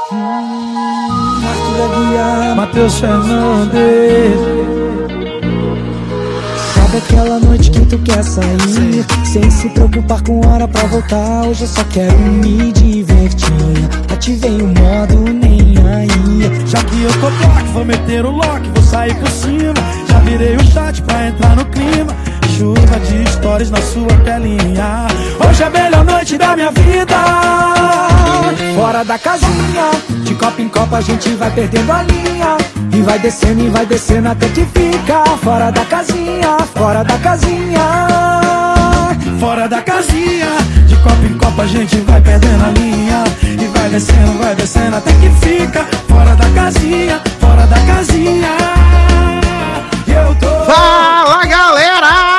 Arthur Aguiar, Matheus Fernandes. Sabe aquela noite que tu quer sair, sem se preocupar com hora pra voltar? Hoje eu só quero me divertir. Ativei o modo nem aí. Já que eu tô block, vou meter o lock, vou sair por cima. Já virei o chat pra entrar no clima. Chuva de stories na sua telinha. Hoje é a melhor noite da minha vida. Fora da casinha, de copo em copo a gente vai perdendo a linha. E vai descendo até que fica. Fora da casinha, fora da casinha. Fora da casinha, de copo em copo a gente vai perdendo a linha. E vai descendo até que fica. Fora da casinha, fora da casinha. Eu tô... Fala, galera!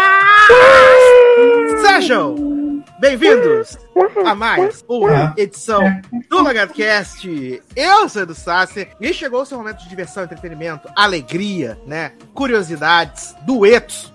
Sejam bem-vindos a mais uma edição do LagartoCast. Eu sou Edu Sasser e chegou o seu momento de diversão, entretenimento, alegria, né? Curiosidades, duetos.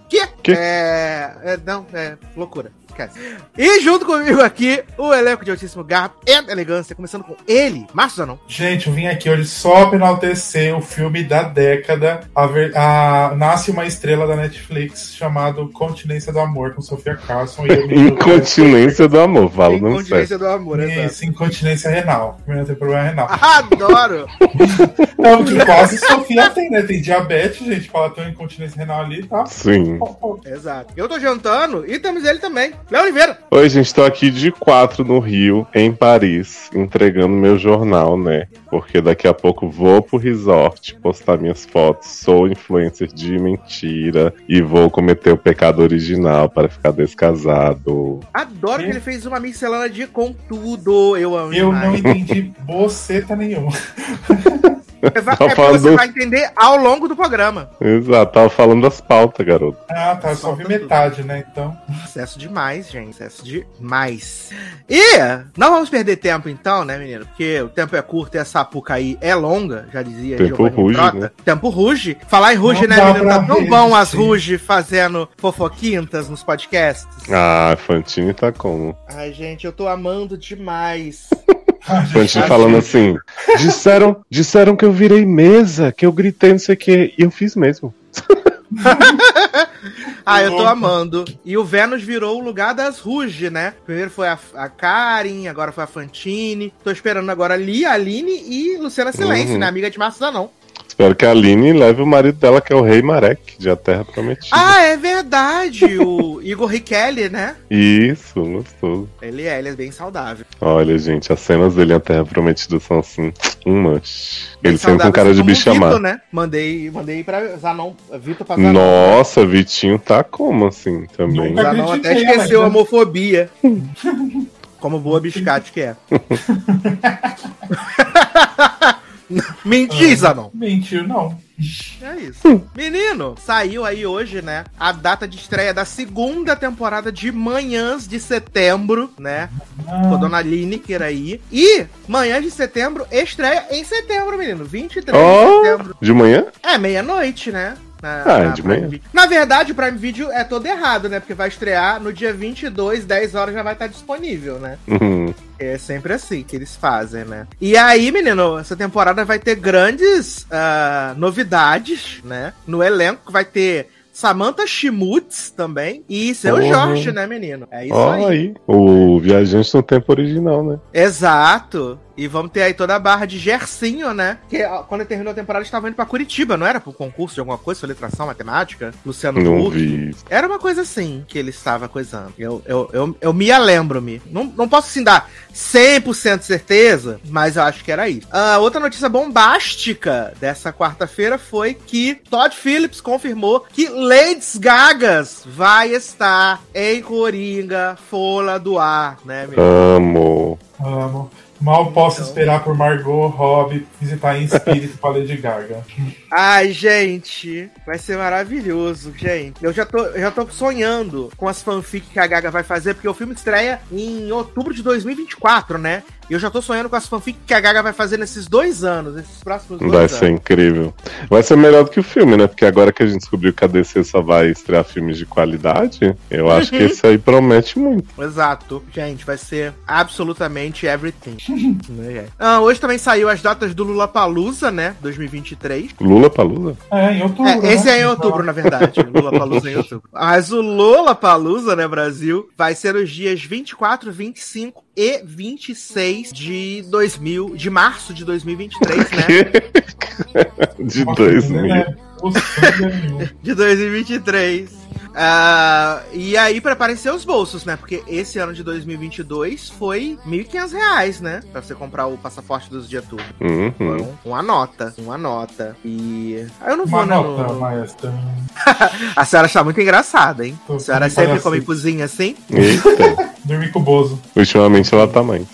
Loucura. E junto comigo aqui, o elenco de altíssimo garbo e elegância, começando com ele, Márcio Zanon. Gente, eu vim aqui hoje só pra enaltecer o filme da década, Nasce uma Estrela da Netflix, chamado Continência do Amor, com Sofia Carson. Incontinência do Amor, fala não Incontinência do Amor, isso, incontinência renal. Não tem problema renal. Adoro! Não, porque quase Sofia tem, né? Tem diabetes, gente, pra ela ter uma incontinência renal ali, tá? Sim. Exato. Eu tô jantando e temos ele também. Léo Oliveira. Oi, gente, tô aqui de 4 no Rio, em Paris, entregando meu jornal, né? Porque daqui a pouco vou pro resort postar minhas fotos, sou influencer de mentira e vou cometer o pecado original para ficar descasado. Adoro que ele fez uma miscelânea de contudo. Eu amo. Eu não entendi boceta nenhuma. Você vai entender ao longo do programa. Exato, tava falando das pautas, garoto. Ah, tá, eu só vi metade, né, então. Excesso demais, gente, excesso demais. E não vamos perder tempo então, né, menino? Porque o tempo é curto e essa puca aí é longa, já dizia Tempo ruge, né? Tempo ruge. Falar em ruge, Não né, dá menino? Tá pra tão ver, bom as sim. ruge fazendo fofoquintas nos podcasts. Ah, Fantine tá como? Ai, gente, eu tô amando demais. Fantine falando assim, disseram que eu virei mesa, que eu gritei não sei o que, e eu fiz mesmo. Eu tô amando. E o Vênus virou o lugar das Ruge, né? Primeiro foi a Karen, agora foi a Fantine. Tô esperando agora ali a Aline e Luciana Silêncio, né? Amiga de Márcio Zanon. Espero que a Aline leve o marido dela, que é o Rei Marek, de A Terra Prometida. Ah, é verdade! O Igor Riquelme, né? Isso, gostoso. Ele é bem saudável. Olha, gente, as cenas dele em A Terra Prometida são assim, um manche. Bem Ele sempre com saudável, cara de como o bichamar. Vitor, né? Mandei pra Zanon, Vitor pra Zanon. Nossa, Vitinho tá como assim também? Nunca Zanon até critiquei, esqueceu mas- a homofobia. Como boa biscate que é. Mentir, Zanon. Mentiu, não. É isso. Menino, saiu aí hoje, né, a data de estreia da segunda temporada de Manhãs de Setembro, né? Com a Dona Lineker aí. E Manhãs de Setembro estreia em setembro, menino. 23 de setembro. De manhã? É, meia-noite, né? De Prime manhã. Video. Na verdade, o Prime Video é todo errado, né? Porque vai estrear no dia 22, 10 horas já vai estar disponível, né? É sempre assim que eles fazem, né? E aí, menino, essa temporada vai ter grandes novidades, né? No elenco vai ter Samantha Schmutz também e seu Jorge, né, menino? É isso aí. O Viajante no Tempo Original, né? Exato. E vamos ter aí toda a barra de Gersinho, né? Que quando ele terminou a temporada, eles estavam indo pra Curitiba, não era? Pro concurso de alguma coisa, soletração, matemática, Luciano Não Huck. vi. Era uma coisa assim que ele estava coisando. Eu me lembro-me. Não posso, assim, dar 100% de certeza, mas eu acho que era isso. Outra notícia bombástica dessa quarta-feira foi que Todd Phillips confirmou que Lady Gaga vai estar em Coringa, Folha do Ar, né, meu? Amo. Mal posso esperar por Margot Robbie visitar em espírito pra Lady Gaga. Ai, gente, vai ser maravilhoso, gente. Eu já tô sonhando com as fanfics que a Gaga vai fazer, porque o filme estreia em outubro de 2024, né? E eu já tô sonhando com as fanfic que a Gaga vai fazer nesses 2 anos, nesses próximos 2 Vai anos. ser incrível. Vai ser melhor do que o filme, né? Porque agora que a gente descobriu que a DC só vai estrear filmes de qualidade, eu acho que esse aí promete muito. Exato. Gente, vai ser absolutamente everything. Hoje também saiu as datas do Lollapalooza, né? 2023. Lollapalooza? Em outubro. Esse né? é em outubro, na verdade. Lollapalooza em outubro. Mas o Lollapalooza, né, Brasil, vai ser os dias 24, 25 e 26 de março de 2023, né? De 2000. De 2023. E aí, preparem seus bolsos, né? Porque esse ano de 2022 foi R$1.500, né? Pra você comprar o passaporte dos dias tudo. Então, uma nota. E... eu não vou, Uma né? nota, maestra. A senhora está muito engraçada, hein? Tô A senhora com sempre palhaço. come cozinha assim? Eita. Dormi com o Bozo. Ultimamente ela tá mãe.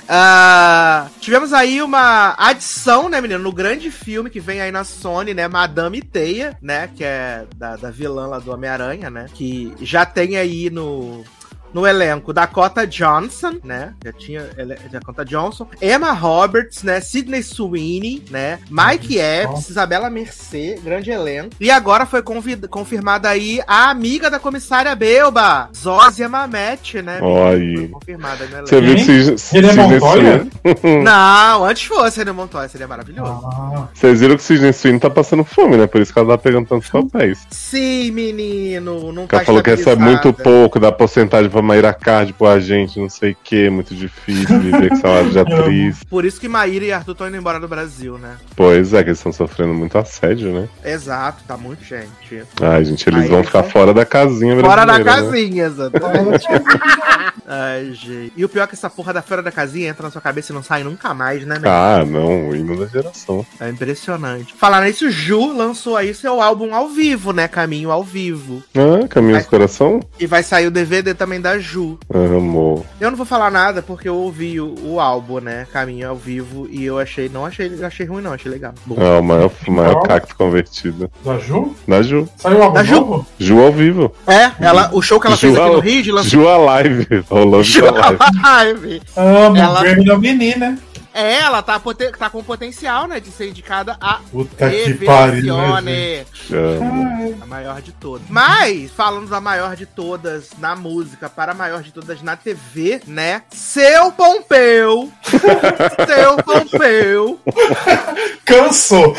Tivemos aí uma adição, né, menino, no grande filme que vem aí na Sony, né, Madame Teia, né, que é da vilã lá do Homem-Aranha, né, que já tem aí no elenco Dakota Johnson, né? Já tinha Dakota Johnson, Emma Roberts, né? Sydney Sweeney, né? Mike Epps, Isabela Mercê, grande elenco. E agora foi confirmada aí a amiga da comissária Belba, Zózia Mamete, né? Olha. Foi confirmada no elenco. Você viu que Ele é Montoya? Não, antes fosse ele Montoya, seria maravilhoso. Vocês viram que o Sidney Sweeney tá passando fome, né? Por isso que ela tá pegando tantos papéis. Sim, menino, não Porque ela falou que recebe muito pouco da porcentagem pra Mayra Card pro agente, não sei o que, muito difícil viver com salário de atriz. Por isso que Maíra e Arthur estão indo embora do Brasil, né? Pois é, que eles estão sofrendo muito assédio, né? Exato, tá muito gente. Ai, gente, eles Aí vão eles ficar vão- fora da casinha Fora brasileira, da né? casinha, exatamente. Ai, gente. E o pior é que essa porra da fora da casinha entra na sua cabeça e não sai nunca mais, né, meu? Ah, não, o hino da geração. É impressionante. Falar nisso, Ju lançou aí seu álbum ao vivo, né? Caminho ao vivo. Ah, Caminho do Coração? E vai sair o DVD também da Ju. Amor. Eu não vou falar nada porque eu ouvi o álbum, né? Caminho ao vivo. E eu achei ruim, não, achei legal. Bom. Ah, o maior cacto convertido. Da Ju? Da Ju. Saiu o álbum Da Ju? novo? Ju ao vivo. O show que ela fez aqui no Rio de lançou. Ju Alive. Rolou Ju Alive. Live. Amo, Ela- Grammy Nomini, né? Ela tá com potencial, né? De ser indicada a Puta que pariu, né, Revelazione. Amo. A maior de todas. Mas, falando da maior de todas na música para a maior de todas na TV, né? Seu Pompeu. Seu Pompeu. Cansou!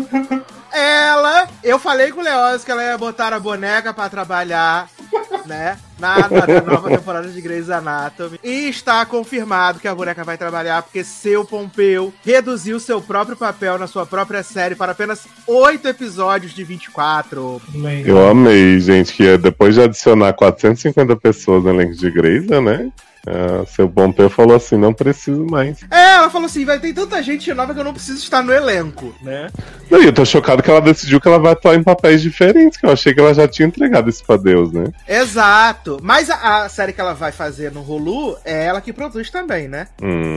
Eu falei com o Leoz que ela ia botar a boneca pra trabalhar, né? Na nova temporada de Grey's Anatomy. E está confirmado que a boneca vai trabalhar porque seu Pompeu reduziu seu próprio papel na sua própria série para apenas 8 episódios de 24. Eu amei, gente, que depois de adicionar 450 pessoas no elenco de Grey's, né? Seu Pompeu falou assim, não preciso mais. Ela falou assim, vai ter tanta gente nova que eu não preciso estar no elenco, né? Não, e eu tô chocado que ela decidiu que ela vai atuar em papéis diferentes, que eu achei que ela já tinha entregado isso pra Deus, né? Exato. Mas a série que ela vai fazer no Hulu é ela que produz também, né?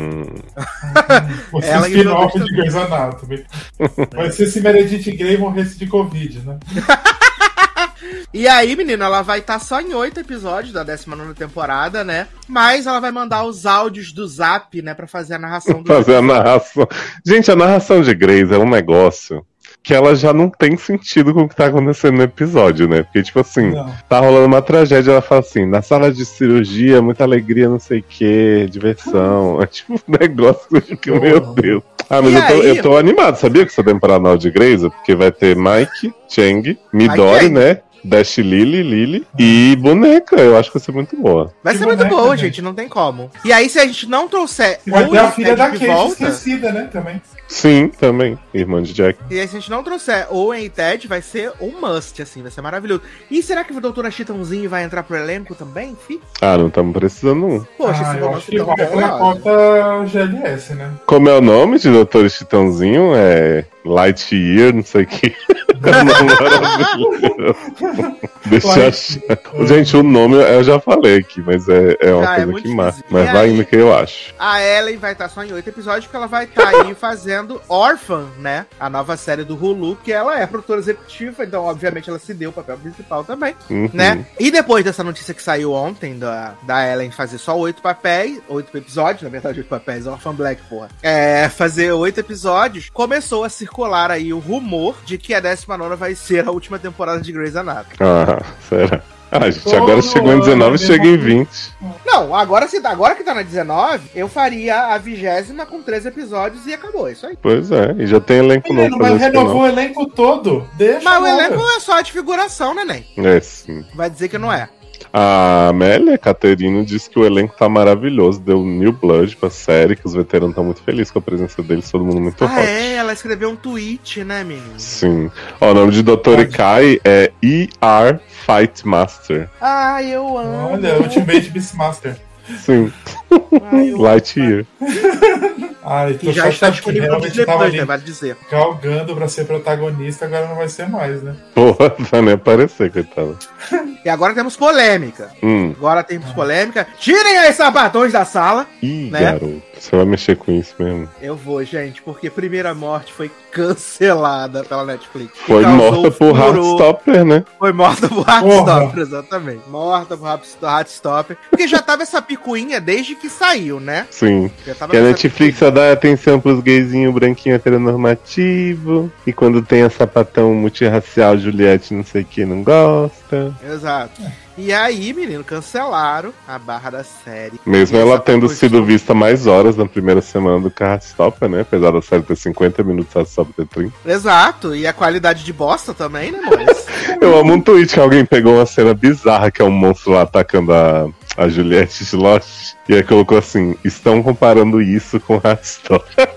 O Ela spin-off que de Grey's Anatomy. Vai ser se Meredith Grey morresse de Covid, né? E aí, menina, ela vai estar só em 8 episódios da 19ª temporada, né? Mas ela vai mandar os áudios do Zap, né? Pra fazer a narração do Fazer a narração. Gente, a narração de Grey's é um negócio que ela já não tem sentido com o que tá acontecendo no episódio, né? Porque, tipo assim, Não. tá rolando uma tragédia, ela fala assim, na sala de cirurgia, muita alegria, não sei o que, diversão. É tipo um negócio que, meu Deus. Ah, mas E aí? eu tô animado, sabia que essa temporada nova de Grey's? Porque vai ter Mike, Chang, Midori, Chang. né? Dash Lily e boneca. Eu acho que vai ser muito boa. Vai Que ser muito boneca, boa, gente. gente, não tem como. E aí, se a gente não trouxer E vai ou ter a o filha da Ted de Kate volta, esquecida, né? Também. Sim, também. Irmã de Jack. e aí se a gente não trouxer Owen e Ted, vai ser um must, assim, vai ser maravilhoso. E será que o Doutora Chitãozinho vai entrar pro elenco também, fi? Ah, não estamos precisando não. Poxa, eu esse acho romance que tão vai bom, pela olha. cota GLS, né? Como é o nome de Doutor Chitãozinho? É Lightyear, não sei o que. Deixa eu achar. Gente, o nome eu já falei aqui, mas é uma coisa que mata. Mas vai indo que eu acho. A Ellen vai estar só em 8 episódios, porque ela vai estar aí fazendo Orphan, né? A nova série do Hulu, que ela é produtora executiva, então obviamente ela se deu o papel principal também, né? E depois dessa notícia que saiu ontem, da Ellen fazer só 8 episódios, na verdade 8 papéis, Orphan Black, porra. Fazer 8 episódios, começou a circular aí o rumor de que a 19ª vai ser a última temporada de Grey's Anatomy. Ah, será? Ah, gente, agora chegou em 19 e chega em 20. Não, agora que tá na 19, eu faria a 20ª com 13 episódios e acabou, isso aí. Pois é, e já tem elenco novo. Mas renovou o elenco todo. Mas o elenco é só de figuração, neném. É, sim. Vai dizer que não é. A Amélia Caterino disse que o elenco tá maravilhoso, deu new blood pra série, que os veteranos estão muito felizes com a presença deles, todo mundo muito hot. Ela escreveu um tweet, né, menino? Sim. Ó, o nome de Dr. Ikai é E.R. Fight Master. Eu amo. Olha, Ultimate Beastmaster. Sim. Lightyear. Que já está disponível no Disney Plus, né? Vale dizer. Galgando pra ser protagonista, agora não vai ser mais, né? Porra, vai nem aparecer, coitado. E agora temos polêmica. Agora temos polêmica. Tirem aí sapatões da sala. Ih, né? garoto. Você vai mexer com isso mesmo? Eu vou, gente, porque Primeira Morte foi cancelada pela Netflix. Foi morta por Heartstopper, né? Foi morta por Heartstopper, exatamente. Morta por Heartstopper. Porque já tava essa picuinha desde que saiu, né? Sim. Que a Netflix só dá atenção pros gayzinhos branquinhos heteronormativos. E quando tem a sapatão multirracial, Juliette não sei o que, não gosta. Exato. E aí, menino, cancelaram a barra da série. Mesmo ela tendo sido vista mais horas na primeira semana do que a Heartstopper, né? Apesar da série ter 50 minutos, a Heartstopper ter 30. Exato, e a qualidade de bosta também, né, Mois? Eu amo um tweet que alguém pegou uma cena bizarra, que é um monstro lá atacando a Juliette de Lost, e aí colocou assim, estão comparando isso com Heartstopper.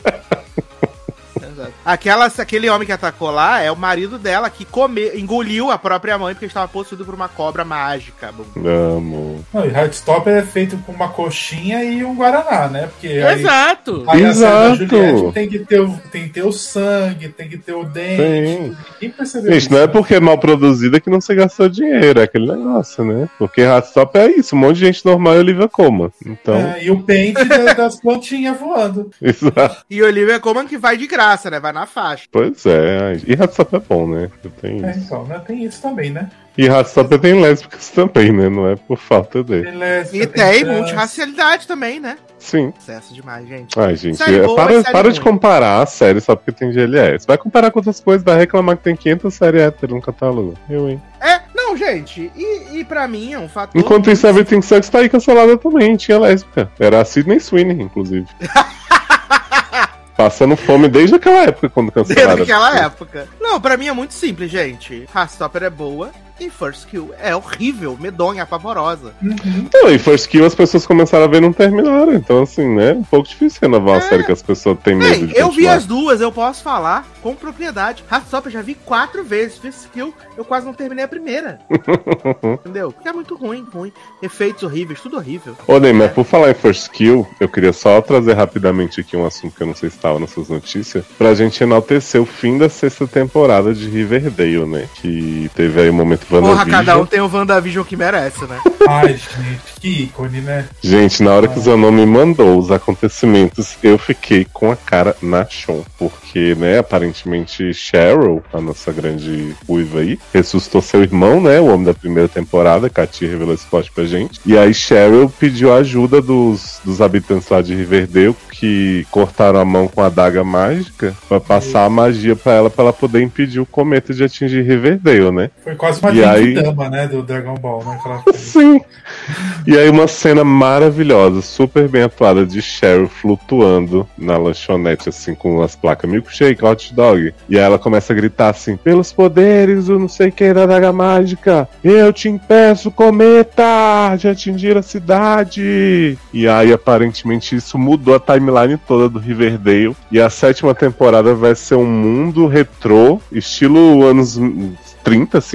Aquele homem que atacou lá é o marido dela que engoliu a própria mãe porque estava possuído por uma cobra mágica. Amo. Não, e Heartstopper é feito com uma coxinha e um guaraná, né? Porque Exato. Aí a série da Juliette tem que ter o sangue, tem que ter o dente. Quem percebeu isso? Não é porque é mal produzida que não se gastou dinheiro, é aquele negócio, né? Porque Heartstopper é isso, um monte de gente normal e Olivia Colman. Então... e o pente das plantinhas voando. Exato. E Olivia Colman que vai de graça, né? Vai na faixa. Pois é. E Heartstopper é bom, né? Tem isso. Então, né? Tem isso também, né? E Heartstopper tem lésbicas também, né? Não é por falta dele. Tem lésbica, e tem multirracialidade também, né? Sim. Sucesso demais, gente. Ai, gente, boa, para de comparar a série só porque tem GLS. Vai comparar com outras coisas, vai reclamar que tem 500 séries hétero no catálogo. Hein? Não, gente. E pra mim é um fator... Enquanto isso, Everything Sucks tá aí cancelada também. Tinha lésbica. Era a Sydney Sweeney, inclusive. Passando fome desde aquela época, quando cancelaram. Desde aquela época. Não, pra mim é muito simples, gente. Heartstopper é boa e First Kill é horrível, medonha, pavorosa. Então, e First Kill as pessoas começaram a ver e não terminaram. Então, assim, né? Um pouco difícil renovar uma série que as pessoas têm medo de eu vi as duas, eu posso falar com propriedade. Heartstopper eu já vi 4 vezes. First Kill eu quase não terminei a primeira. Entendeu? Porque é muito ruim. Efeitos horríveis, tudo horrível. Ô, Ney, mas por falar em First Kill, eu queria só trazer rapidamente aqui um assunto que eu não sei se estava nas suas notícias, pra gente enaltecer o fim da 6ª temporada de Riverdale, né? Que teve aí um momento WandaVision. Porra, cada um tem o WandaVision que merece, né? Ai, gente, que ícone, né? Gente, na hora que o Zanon me mandou os acontecimentos, eu fiquei com a cara na chão. Porque, né, aparentemente Cheryl, a nossa grande ruiva aí, ressuscitou seu irmão, né? O homem da primeira temporada, Katia revelou esse plot pra gente. E aí Cheryl pediu a ajuda dos habitantes lá de Riverdale, que cortaram a mão com a adaga mágica, pra passar a magia pra ela poder impedir o cometa de atingir Riverdale, né? Foi quase uma dama, né, do Dragon Ball, né? Sim. E aí uma cena maravilhosa, super bem atuada de Cheryl flutuando na lanchonete, assim, com as placas milkshake, hot dog. E aí ela começa a gritar assim, pelos poderes do não sei quem da adaga mágica, eu te impeço, cometa, de atingir a cidade. E aí aparentemente isso mudou a timeline toda do Riverdale. E a 7ª temporada vai ser um mundo retrô, estilo anos 30, 50,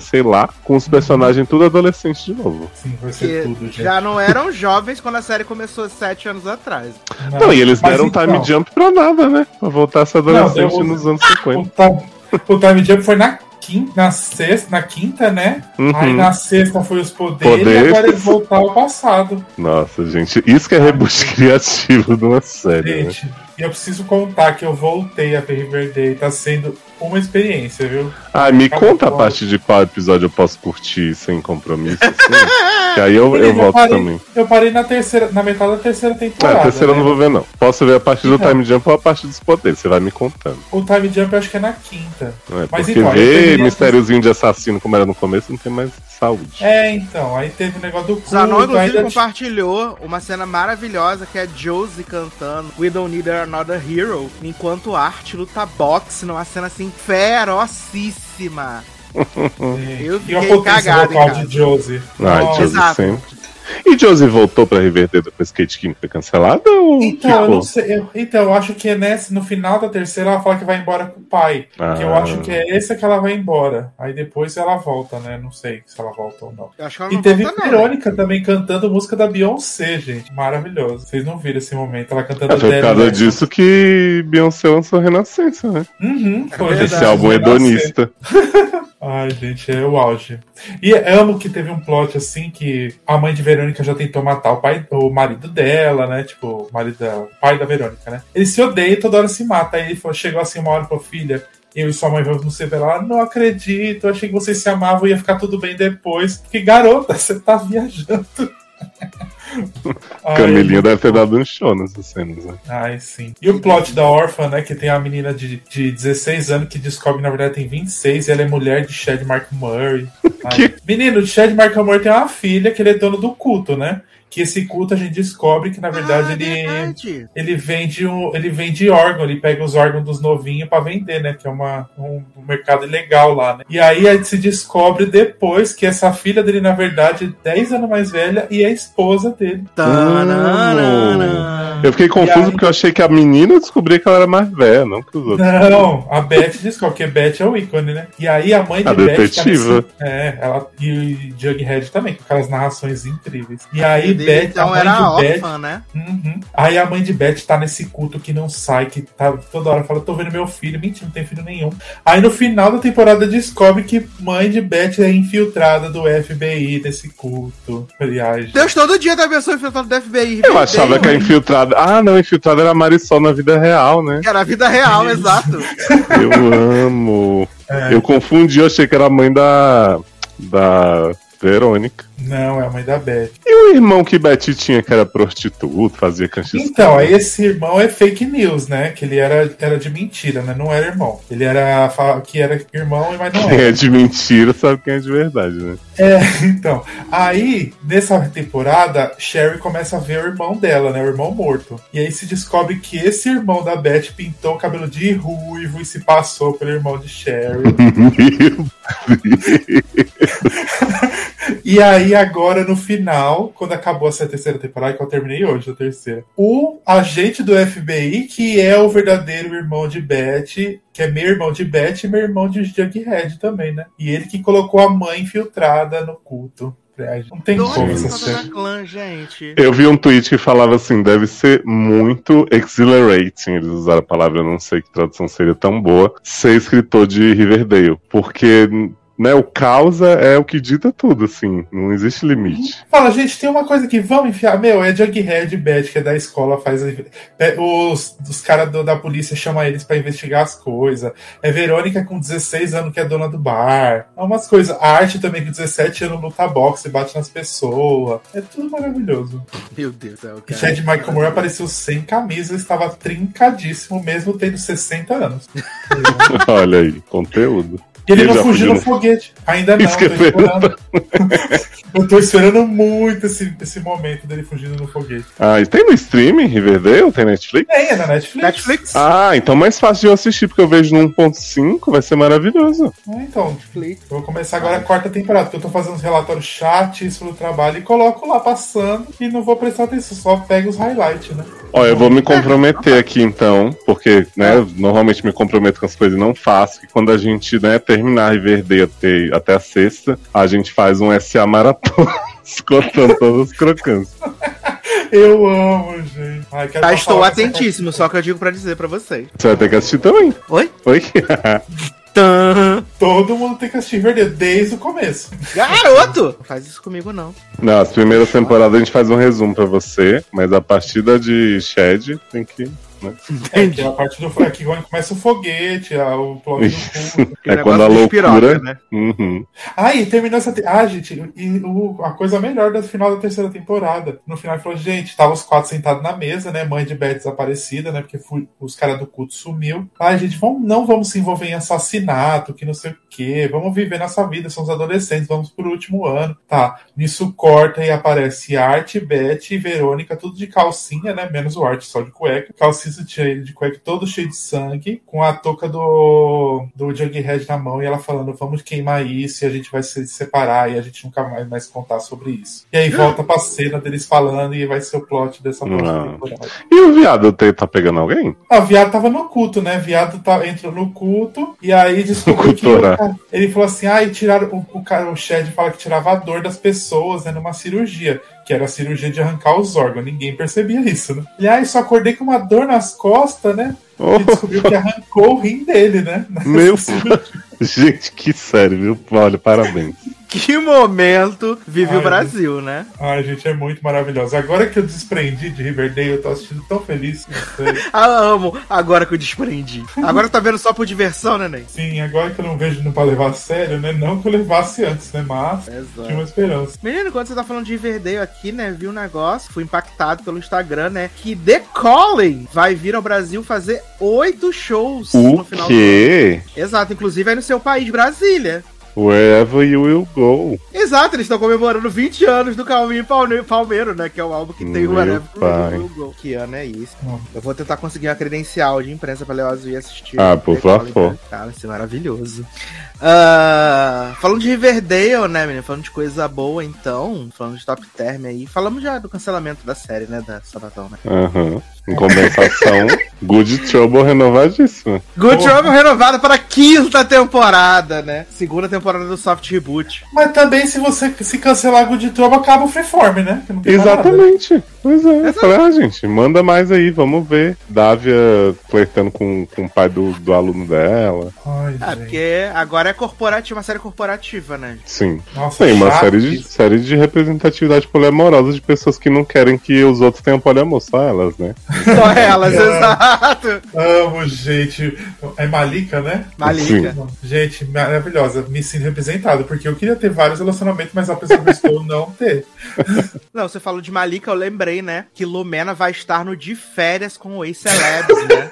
sei lá, com os personagens tudo adolescentes de novo. Sim, vai ser tudo, gente. Já não eram jovens quando a série começou 7 anos atrás. Não, e eles Mas deram então, time jump pra nada, né? Pra voltar a ser adolescente nos anos 50. O time jump foi na quinta, né? Uhum. Aí na sexta foi os poderes e agora eles voltaram ao passado. Nossa, gente, isso que é reboot criativo de uma série, Gente, e eu preciso contar que eu voltei a ver Riverdale, tá sendo uma experiência, viu? Ah, me conta a partir de qual episódio eu posso curtir sem compromisso, assim. Que aí eu volto também. Eu parei na metade da terceira temporada. A terceira eu né? não vou ver, não. Posso ver a partir do Time Jump ou a partir dos poderes, você vai me contando. O Time Jump eu acho que é na quinta. Mas porque ver mistériozinho de assassino como era no começo não tem mais saúde. Então, aí teve o negócio do culto. Zanon, inclusive, compartilhou uma cena maravilhosa que é Josie cantando We Don't Need Another Hero, enquanto Art luta boxe numa cena assim ferocíssima. Eu fiquei cagado em casa. De Josie. Josie sempre. E Josie voltou pra Riverdale depois que Kate Kim foi cancelada? Ou então, eu não sei. Eu acho que no final da terceira ela fala que vai embora com o pai. Que eu acho que é esse que ela vai embora. Aí depois ela volta, né? Não sei se ela volta ou não. Eu acho que ela não e teve volta, Verônica também cantando música da Beyoncé, gente. Maravilhoso. Vocês não viram esse momento. Ela cantando foi por causa disso que Beyoncé lançou Renascença, né? Foi esse álbum hedonista. Ai, gente, é o auge. E amo que teve um plot assim que a mãe de Verônica já tentou matar o marido dela, né? Tipo, o pai da Verônica, né? Ele se odeia e toda hora se mata. Aí ele chegou assim uma hora e falou: filha, eu e sua mãe vamos nos separar. Não acredito, eu achei que vocês se amavam e ia ficar tudo bem depois. Porque, garota, você tá viajando. Camilinha deve ter dado um show nessas cenas, né? Ai, sim. E o plot da órfã, né? Que tem a menina de 16 anos que descobre que na verdade tem 26 e ela é mulher de Chad Mark-Murray. Menino, o Chad Mark-Murray tem uma filha que ele é dono do culto, né? Que esse culto a gente descobre que na verdade ele vende órgão, ele pega os órgãos dos novinhos pra vender, né? Que é um mercado ilegal lá, né? E aí a gente se descobre depois que essa filha dele, na verdade, é 10 anos mais velha e é a esposa dele. Eu fiquei confuso porque eu achei que a menina descobria que ela era mais velha, não que os outros. Não, a Beth descobre, porque Beth é o ícone, né? E aí a mãe de Beth... detetiva. Ela e Jughead também, com aquelas narrações incríveis. E aí Beth, então era órfã, né? Aí a mãe de Beth tá nesse culto que não sai, que tá toda hora fala, tô vendo meu filho. Mentira, não tem filho nenhum. Aí no final da temporada descobre que mãe de Beth é infiltrada do FBI desse culto. Aliás, Deus, todo dia da pessoa infiltrada do FBI. Eu achava que a infiltrada... Ah, não, a infiltrada era a Marisol na vida real, né? Era a vida real, exato. Eu amo. Eu confundi, eu achei que era a mãe da Verônica. Não, é a mãe da Beth. E o irmão que Betty tinha, que era prostituto, fazia canchista? Então, aí esse irmão é fake news, né? Que ele era de mentira, né? Não era irmão. Ele era irmão, mas não era. Quem é de mentira sabe quem é de verdade, né? Então. Aí, nessa temporada, Sherry começa a ver o irmão dela, né? O irmão morto. E aí se descobre que esse irmão da Beth pintou o cabelo de ruivo e se passou pelo irmão de Sherry. Meu Deus. E aí, agora, no final, quando acabou essa terceira temporada, que eu terminei hoje, a terceira, o agente do FBI, que é o verdadeiro irmão de Beth, que é meu irmão de Beth e meu irmão de Jughead também, né? E ele que colocou a mãe infiltrada no culto. Não tem como essa série. Gente. Eu vi um tweet que falava assim, deve ser muito exhilarating, eles usaram a palavra, eu não sei que tradução seria tão boa, ser escritor de Riverdale, porque... Né, o causa é o que dita tudo, assim, não existe limite. Fala, gente, tem uma coisa que vamos enfiar. É Jughead e Beth, que é da escola, faz os caras da polícia chamam eles pra investigar as coisas. É Verônica com 16 anos, que é dona do bar. É umas coisas. A Arte também com 17 anos luta boxe, bate nas pessoas. É tudo maravilhoso. Meu Deus do céu, cara. Chad Michael apareceu sem camisa, estava trincadíssimo, mesmo tendo 60 anos. Olha aí, conteúdo. Ele não fugiu no foguete. Ainda não, tô esperando. Eu tô esperando muito esse momento dele fugindo no foguete. Ah, e tem no streaming Riverdale? Tem Netflix? Tem, é na Netflix. Netflix? Ah, então mais fácil de eu assistir, porque eu vejo no 1.5, vai ser maravilhoso. Então, Netflix. Eu vou começar agora a quarta temporada, porque eu tô fazendo uns relatórios chatos pro trabalho e coloco lá passando e não vou prestar atenção, só pego os highlights, né? Ó, eu vou me comprometer aqui então, porque, né, normalmente me comprometo com as coisas e não faço, que quando a gente, né, terminar Riverdale até a sexta, a gente faz um SA Maratona, escutando todos os crocâncias. Eu amo, gente. Ai, quero Tá, estou falar atentíssimo, só que eu digo pra dizer pra vocês. Você vai ter que assistir também. Oi? Oi? Tã. Todo mundo tem que assistir Riverdale desde o começo. Garoto! Não faz isso comigo, não. Não, as primeiras temporadas a gente faz um resumo pra você, mas a partir da de Shed tem que... né? Que é a parte do que quando começa o foguete, o plot do cu. É quando a negócio de loucura... piroca, né? Uhum. E terminou essa. Gente, a coisa melhor do final da terceira temporada. No final ele falou, gente, tava os 4 sentados na mesa, né? Mãe de Beth desaparecida, né? Porque os caras do culto sumiu. Gente, não vamos se envolver em assassinato, que não sei o quê. Vamos viver nossa vida, somos adolescentes, vamos pro último ano. Tá, nisso corta e aparece Art, Beth e Verônica, tudo de calcinha, né? Menos o Art, só de cueca. Calcinha de cueca todo cheio de sangue, com a touca do Jughead na mão, e ela falando, vamos queimar isso e a gente vai se separar e a gente nunca mais contar sobre isso. E aí volta pra cena deles falando e vai ser o plot dessa próxima temporada. E o viado tá pegando alguém? O viado tava no culto, né? O viado entrou no culto e aí descobriu que ele falou assim, e tiraram o Shed fala que tirava a dor das pessoas, né, numa cirurgia, que era a cirurgia de arrancar os órgãos. Ninguém percebia isso, né? E só acordei com uma dor nas costas, né? E descobriu que arrancou o rim dele, né? Meu gente, que sério, viu? Olha, parabéns. Que momento vive o Brasil, né? Gente, é muito maravilhoso. Agora que eu desprendi de Riverdale, eu tô assistindo tão feliz. Amo, agora que eu desprendi. Agora tá vendo só por diversão, né, Ney? Sim, agora que eu não vejo pra levar a sério, né? Não que eu levasse antes, né? Mas tinha uma esperança. Menino, quando você tá falando de Riverdale aqui, né? Vi um negócio, fui impactado pelo Instagram, né? Que The Calling vai vir ao Brasil fazer 8 shows no final do ano. Exato, inclusive aí no seu país, Brasília. Wherever You Will Go. Exato, eles estão comemorando 20 anos do Calminho Palmeiro, né? Que é o álbum que tem o Wherever You Will Go. Que ano é isso? Eu vou tentar conseguir uma credencial de imprensa pra Leo Azul e assistir. Por favor. Cara, isso é maravilhoso. Falando de Riverdale, né, menino? Falando de coisa boa, então. Falando de Top Term aí. Falamos já do cancelamento da série, né? Da Sabatão, né? Em compensação, Good Trouble renovadíssima. Good Trouble renovada para a 5ª temporada, né? 2ª temporada do Soft Reboot. Mas também, se você se cancelar Good Trouble, acaba o Freeform, né? Exatamente. Pois é. Eu falei, gente, manda mais aí, vamos ver. Dávia flertando com o pai do aluno dela. Porque agora é corporativa, uma série corporativa, né? Sim. Nossa, tem uma série de representatividade poliamorosa de pessoas que não querem que os outros tenham poliamor, só elas, né? Só elas, exato. Amo, gente. É Malika, né? Malika. Sim. Gente, maravilhosa. Me sinto representado, porque eu queria ter vários relacionamentos, mas a pessoa que eu estou não ter. Não, você falou de Malika, eu lembrei, né? Que Lumena vai estar no De Férias com o ex-celebs, né?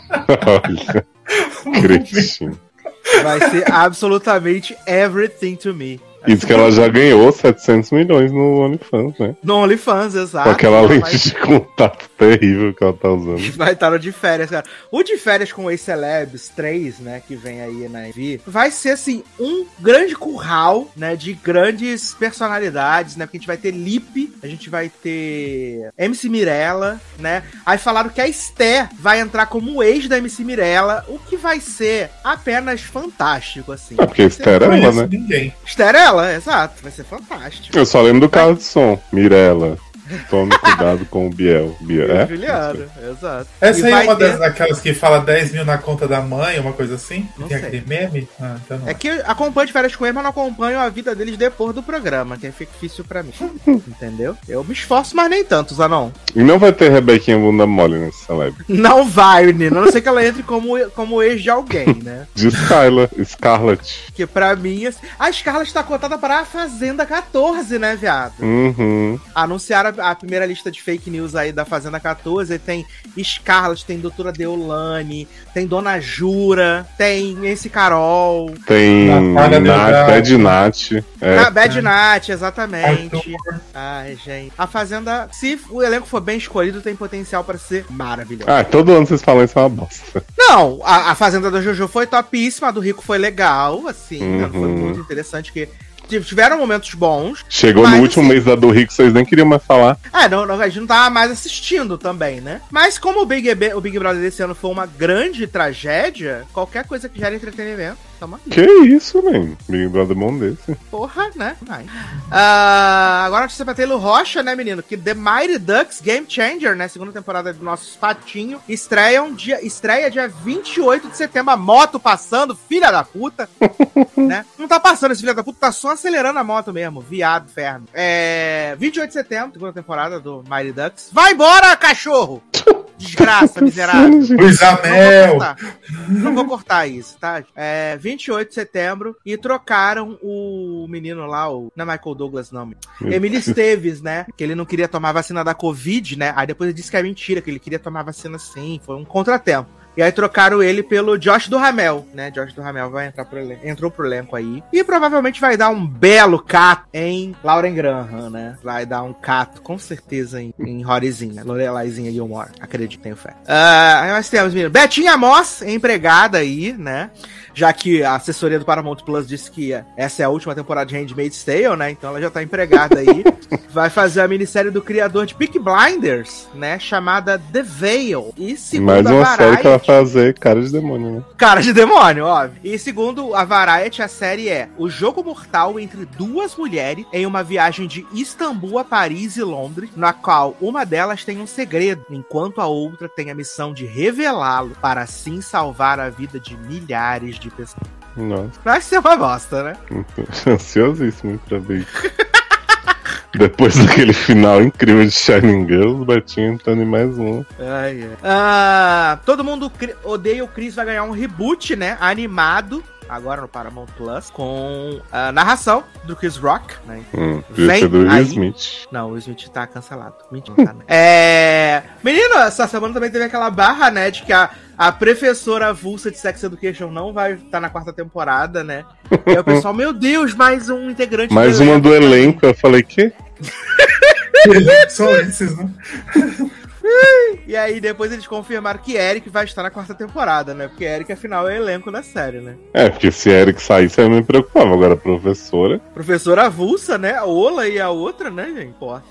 Olha, Cristina. Vai ser absolutamente everything to me. Isso que ela já ganhou 700 milhões no OnlyFans, né? No OnlyFans, exato. Com aquela lente de contato terrível que ela tá usando. Vai estar no De Férias, cara. O De Férias com os Celebs 3, né, que vem aí na EV, vai ser, assim, um grande curral, né, de grandes personalidades, né, porque a gente vai ter Lipe, a gente vai ter MC Mirella, né, aí falaram que a Esté vai entrar como ex da MC Mirella, o que vai ser apenas fantástico, assim. Porque a Esté era ela, né? Ninguém. Esté era ela, exato, vai ser fantástico. Eu só lembro do carro de som, Mirella. Tome cuidado com o Biel. Juliano, exato. Essa aí é uma daquelas que fala 10 mil na conta da mãe, uma coisa assim? Não tem sei. aquele meme? Então não. É que eu acompanho De Férias com ele, mas não acompanho a vida deles depois do programa, que é fictício pra mim. Entendeu? Eu me esforço, mas nem tanto, Zanon. E não vai ter Rebequinha bunda mole nesse celebre. Não vai, menino. A não ser que ela entre como ex de alguém, né? De Scarlett. Que pra mim, assim, a Scarlett tá cotada para a Fazenda 14, né, viado? Uhum. Anunciaram a primeira lista de fake news aí da Fazenda 14, tem Scarlett, tem Doutora Deolane, tem Dona Jura, tem esse Carol. Tem Bad Nat. Bad Nat, exatamente. Ai, gente. A Fazenda, se o elenco for bem escolhido, tem potencial pra ser maravilhoso. Todo ano vocês falam isso é uma bosta. Não, a Fazenda da Jojo foi topíssima, a do Rico foi legal, assim, né? Foi muito interessante, que tiveram momentos bons. Chegou no último mês da do Rico, vocês nem queriam mais falar. A gente não tava mais assistindo também, né? Mas como o Big Brother desse ano foi uma grande tragédia, qualquer coisa que gere entretenimento, tamo aqui. Que isso, man? Big Brother bom desse. Porra, né? Agora a notícia pra Taylor Rocha, né, menino? Que The Mighty Ducks Game Changer, né? Segunda temporada do nosso Patinho, estreia dia 28 de setembro. A moto passando, filha da puta. Né? Não tá passando esse filho da puta, tá só acelerando a moto mesmo. Viado, ferno. 28 de setembro, segunda temporada do Mighty Ducks. Vai embora, cachorro! Desgraça, miserável. Luiz Amel. Não vou cortar isso, tá? 28 de setembro. E trocaram o menino lá, não é Michael Douglas, não. Emily Esteves, né? Que ele não queria tomar vacina da Covid, né? Aí depois ele disse que é mentira, que ele queria tomar vacina sim. Foi um contratempo. E aí trocaram ele pelo Josh Duhamel, né? Josh Duhamel vai entrar entrou pro elenco aí. E provavelmente vai dar um belo cato em Lauren Graham, né? Vai dar um cato, com certeza, em Roryzinha. Lorelaizinha Gilmore. Acredito, tenho fé. Aí nós temos, menino, Betinha Moss, empregada aí, né? Já que a assessoria do Paramount Plus disse que essa é a última temporada de Handmaid's Tale, né? Então ela já tá empregada aí. Vai fazer a minissérie do criador de Peaky Blinders, né? Chamada The Veil. E segundo mais uma a série que ela vai fazer cara de demônio, né? Cara de demônio, óbvio. E segundo a Variety, a série é o jogo mortal entre duas mulheres em uma viagem de Istambul a Paris e Londres, na qual uma delas tem um segredo, enquanto a outra tem a missão de revelá-lo para assim salvar a vida de milhares de pessoas. Nossa. Vai ser uma bosta, né? Ansiosíssimo pra ver. Depois daquele final incrível de Shining Girls, o Betinho entrando em mais um. Todo mundo odeia o Chris, vai ganhar um reboot, né? Animado. Agora no Paramount Plus, com a narração do Chris Rock, né? Vem do Will Smith. Não, o Will Smith tá cancelado. Mentira, tá, né? Menino, essa semana também teve aquela barra, né? De que a professora avulsa de Sex Education não vai estar na quarta temporada, né? E aí o pessoal, meu Deus, mais um integrante mais do elenco. Mais uma do elenco, eu falei, quê? Só esses, né? E aí depois eles confirmaram que Eric vai estar na quarta temporada, né? Porque Eric, afinal, é o elenco da série, né? Porque se Eric saísse, eu não me preocupava. Agora a professora... Professora avulsa, né? A Ola e a outra, né, gente? Porra.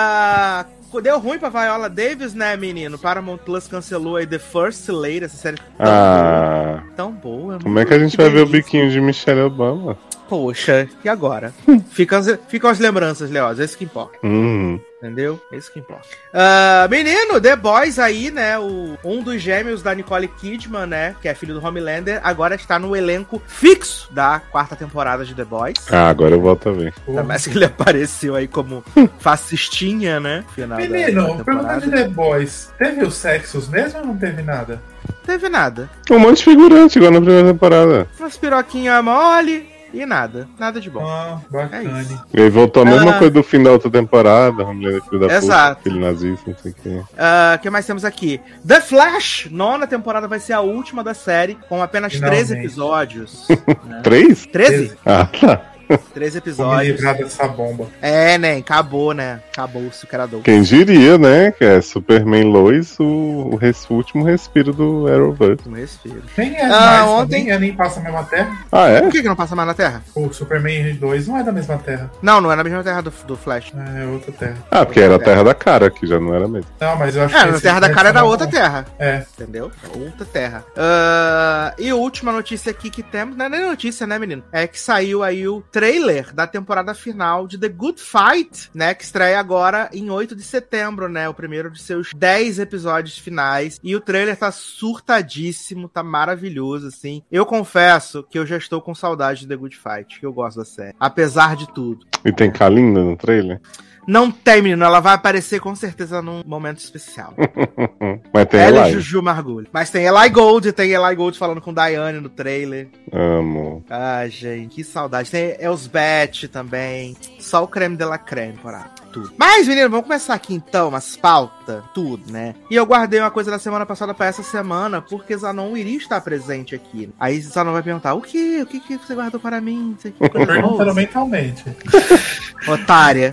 Deu ruim pra Viola Davis, né, menino? Paramount Plus cancelou aí The First Lady, essa série tão boa. Como é que a gente vai ver o biquinho de Michelle Obama? Poxa, e agora? Ficam as lembranças, Leoz, é isso que importa. Entendeu? É isso que importa. Menino, The Boys aí, né? Um dos gêmeos da Nicole Kidman, né? Que é filho do Homelander, agora está no elenco fixo da quarta temporada de The Boys. Agora eu volto a ver. Mas que ele apareceu aí como fascistinha, né? Final menino, pergunta de The Boys. Teve os sexos mesmo ou não teve nada? Teve nada. Um monte de figurante igual na primeira temporada. Umas piroquinhas mole. E nada de bom. Bacana. E aí voltou a mesma coisa do fim da outra temporada, a mulher filho da exato. Puta, filho nazista, não sei o que. Que mais temos aqui? The Flash, nona temporada vai ser a última da série, com apenas 13 episódios. Né? 3? 13? Ah, tá. 13 episódios. Me livrar dessa bomba. Né? Acabou, né? Acabou o criador. Quem diria, né? Que é Superman Lois, o último respiro do Arrowverse. Último respiro. Nem é mais, ontem nem passa a mesma terra. É? Por que não passa mais na Terra? O Superman 2 não é da mesma terra. Não é na mesma terra do Flash. É outra terra. Porque era a terra da cara, que já não era mesmo. Não, mas eu acho que... a terra da cara é da outra terra. Entendeu? Outra terra. E a última notícia aqui que temos, não é nem notícia, né, menino? É que saiu aí o trailer da temporada final de The Good Fight, né, que estreia agora em 8 de setembro, né, o primeiro de seus 10 episódios finais, e o trailer tá surtadíssimo, tá maravilhoso, assim. Eu confesso que eu já estou com saudade de The Good Fight, que eu gosto da série, apesar de tudo. E tem Kalinda no trailer? Não tem, menino. Ela vai aparecer com certeza num momento especial. Mas tem ela e Juju Margulho. Mas tem Eli Gold falando com Diane no trailer. Amo. Gente, que saudade. Elsbeth também. Só o creme de la creme, parado. Tudo. Mas, menino, vamos começar aqui então, umas pautas, tudo, né? E eu guardei uma coisa da semana passada pra essa semana, porque Zanon iria estar presente aqui. Aí Zanon vai perguntar, o que você guardou para mim? Perguntando mentalmente. Otária.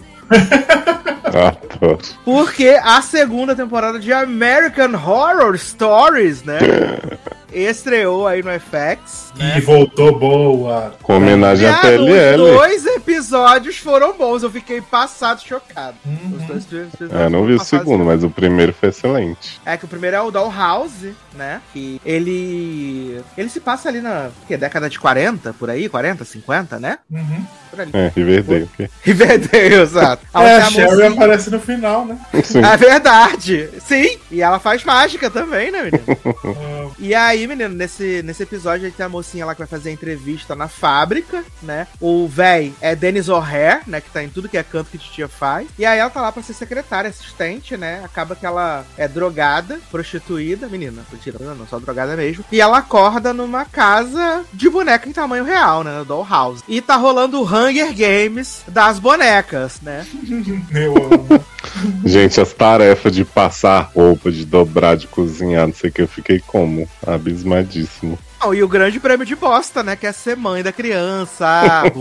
Adoro. Porque a segunda temporada de American Horror Stories, né? Estreou aí no FX, né? E voltou boa. Com homenagem à PLL. Os 2 episódios foram bons, eu fiquei passado, chocado. Os 2 episódios Eu não vi o segundo, mas o primeiro foi excelente. É que o primeiro é o Dollhouse, né? Que ele se passa ali na década de 40, por aí, 40, 50, né? Uhum. Por ali. Riverdale. Riverdale, exato. A Sherry aparece no final, né? Sim. É verdade, sim. E ela faz mágica também, né, menino? E aí, menino, nesse episódio a gente tem a mocinha lá que vai fazer a entrevista na fábrica, né? O véi é Dennis O'Hare, né? Que tá em tudo que é canto que a titia faz. E aí ela tá lá pra ser secretária, assistente, né? Acaba que ela é drogada, prostituída. Menina, não, só drogada mesmo. E ela acorda numa casa de boneca em tamanho real, né? Dollhouse. E tá rolando o Hunger Games das bonecas, né? Eu amo. Gente, as tarefas de passar roupa, de dobrar, de cozinhar, não sei o que, eu fiquei como? Abismadíssimo. Não, e o grande prêmio de bosta, né? Que é ser mãe da criança.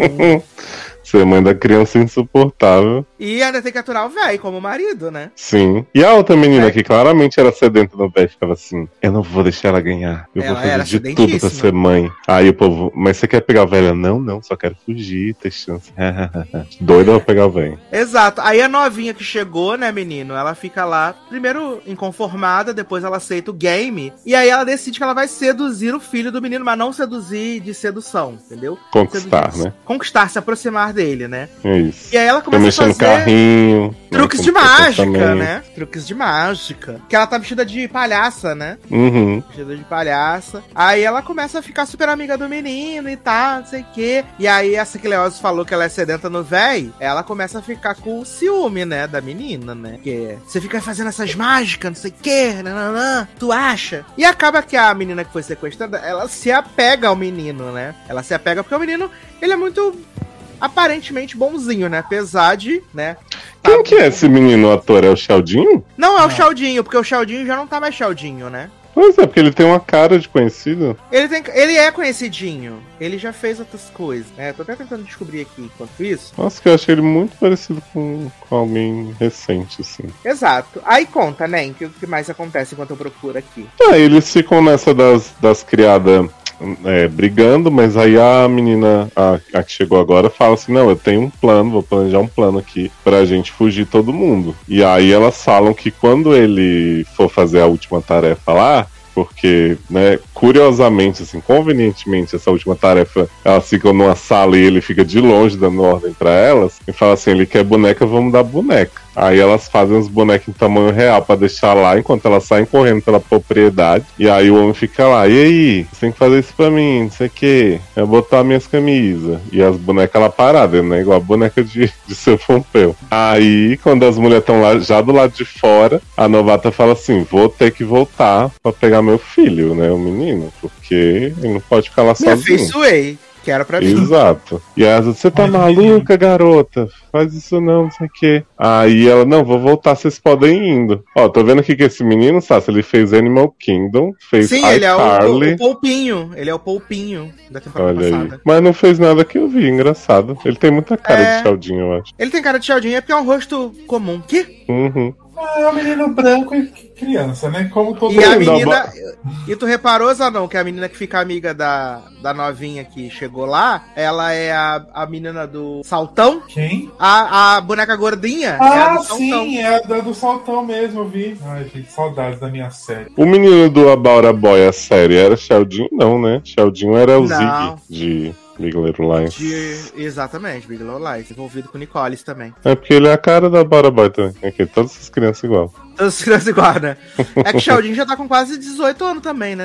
Ser mãe da criança insuportável. E ainda tem que aturar o velho como marido, né? Sim. E a outra menina que claramente era sedenta no pé, ficava assim, eu não vou deixar ela ganhar. Eu vou fazer de tudo pra ser mãe. Aí o povo, mas você quer pegar a velha? Não, só quero fugir, ter chance. Doida pra pegar o velho. Exato. Aí a novinha que chegou, né, menino, ela fica lá, primeiro inconformada, depois ela aceita o game, e aí ela decide que ela vai seduzir o filho do menino, mas não seduzir de sedução, entendeu? Conquistar, seduzir, né? Conquistar, se aproximar dele, né? É isso. E aí ela começa a fazer carrinho, truques de mágica, né? Truques de mágica. Que ela tá vestida de palhaça, né? Uhum. Vestida de palhaça. Aí ela começa a ficar super amiga do menino e tal, não sei o quê. E aí essa que Leoz falou que ela é sedenta no véi, ela começa a ficar com o ciúme, né? Da menina, né? Que você fica fazendo essas mágicas, não sei o quê, nananã, tu acha? E acaba que a menina que foi sequestrada, ela se apega ao menino, né? Ela se apega porque o menino, ele é muito aparentemente bonzinho, né? Apesar de, né? Quem que é esse menino, o ator? É o Chaldinho? Não é o Chaldinho, porque o Chaldinho já não tá mais Chaldinho, né? Pois é, porque ele tem uma cara de conhecido. Ele é conhecidinho. Ele já fez outras coisas, né? Tô até tentando descobrir aqui enquanto isso. Nossa, que eu achei ele muito parecido com alguém recente, assim. Exato. Aí conta, né? O que mais acontece enquanto eu procuro aqui? Eles ficam nessa das criadas brigando, mas aí a menina, a que chegou agora, fala assim, não, eu tenho um plano, vou planejar um plano aqui pra gente fugir todo mundo. E aí elas falam que quando ele for fazer a última tarefa lá, porque, né, curiosamente, assim, convenientemente, essa última tarefa, elas ficam numa sala e ele fica de longe dando ordem pra elas, e fala assim, ele quer boneca, vamos dar boneca. Aí elas fazem os bonecos em tamanho real pra deixar lá, enquanto elas saem correndo pela propriedade. E aí o homem fica lá, e aí, você tem que fazer isso pra mim, não sei o que, eu botar minhas camisas. E as bonecas lá paradas, né, igual a boneca de seu Pompeu. Aí, quando as mulheres estão lá, já do lado de fora, a novata fala assim, vou ter que voltar pra pegar meu filho, né, o menino, porque ele não pode ficar lá sozinho. Me afeiçoei. Que era pra mim. Exato. E aí você tá maluca, garota? Faz isso não sei o que. Aí ela, não, vou voltar, vocês podem ir indo. Ó, tô vendo aqui que esse menino, Sassi, ele fez Animal Kingdom, fez Sim, ele é o Poupinho. Ele é o Poupinho da temporada passada. Aí. Mas não fez nada que eu vi, engraçado. Ele tem muita cara de Chaldinho, eu acho. Ele tem cara de Chaldinho, é porque é um rosto comum. Que? Uhum. É um menino branco e criança, né? Como todo mundo. E a menina. E tu reparou, Zanon, que a menina que fica amiga da novinha que chegou lá, ela é a menina do Saltão? Quem? A boneca gordinha. Ah, é a do Saltão. Sim, é a do Saltão mesmo, eu vi. Ai, gente, saudades da minha série. O menino do About a Boy, a série, era Chaldinho? Não, né? Chaldinho era o Zig de Big Little Lies. Exatamente, Big Little Lies. Envolvido com Nicoles também. É porque ele é a cara da About a Boy também. Aqui, todas as crianças igual. Todas as crianças igual, né? É que o Chaldinho já tá com quase 18 anos também, né, Nen?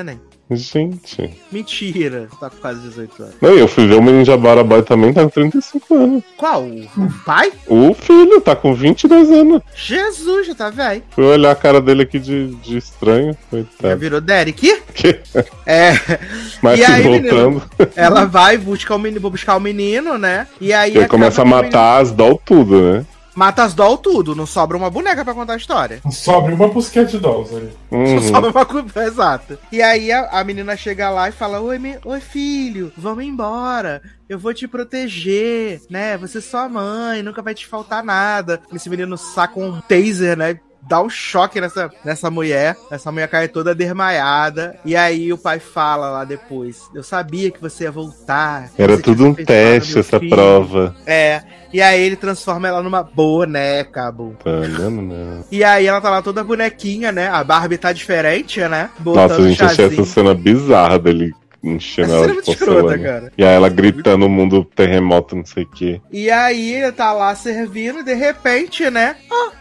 Gente. Mentira, tá com quase 18 anos. Não, eu fui ver o menino Jabara Boy também, tá com 35 anos. Qual? O pai? O filho tá com 22 anos. Jesus, já tá velho. Fui olhar a cara dele aqui de estranho. Já Coitado. virou Derek? Que? É. Mas E aí, voltando. Ela vai buscar o menino, né? E aí Ele começa a matar as doll tudo, né? Mata as doll tudo, não sobra uma boneca pra contar a história. Sobre uma Pussycat Dolls ali. Só sobra uma coisa, exato. E aí a menina chega lá e fala: Oi filho, vamos embora. Eu vou te proteger, né? Você é sua mãe, nunca vai te faltar nada. Esse menino saca um taser, né? Dá um choque nessa mulher. Essa mulher cai toda desmaiada. E aí o pai fala lá depois: eu sabia que você ia voltar. Era você tudo um teste essa prova. É. E aí ele transforma ela numa boneca, Bu. Não. E aí ela tá lá toda bonequinha, né? A Barbie tá diferente, né? Nossa, a gente achou essa cena bizarra dele enchendo ela de porcelana. Cara. E aí ela gritando o mundo terremoto, não sei o quê. E aí ele tá lá servindo e de repente, né?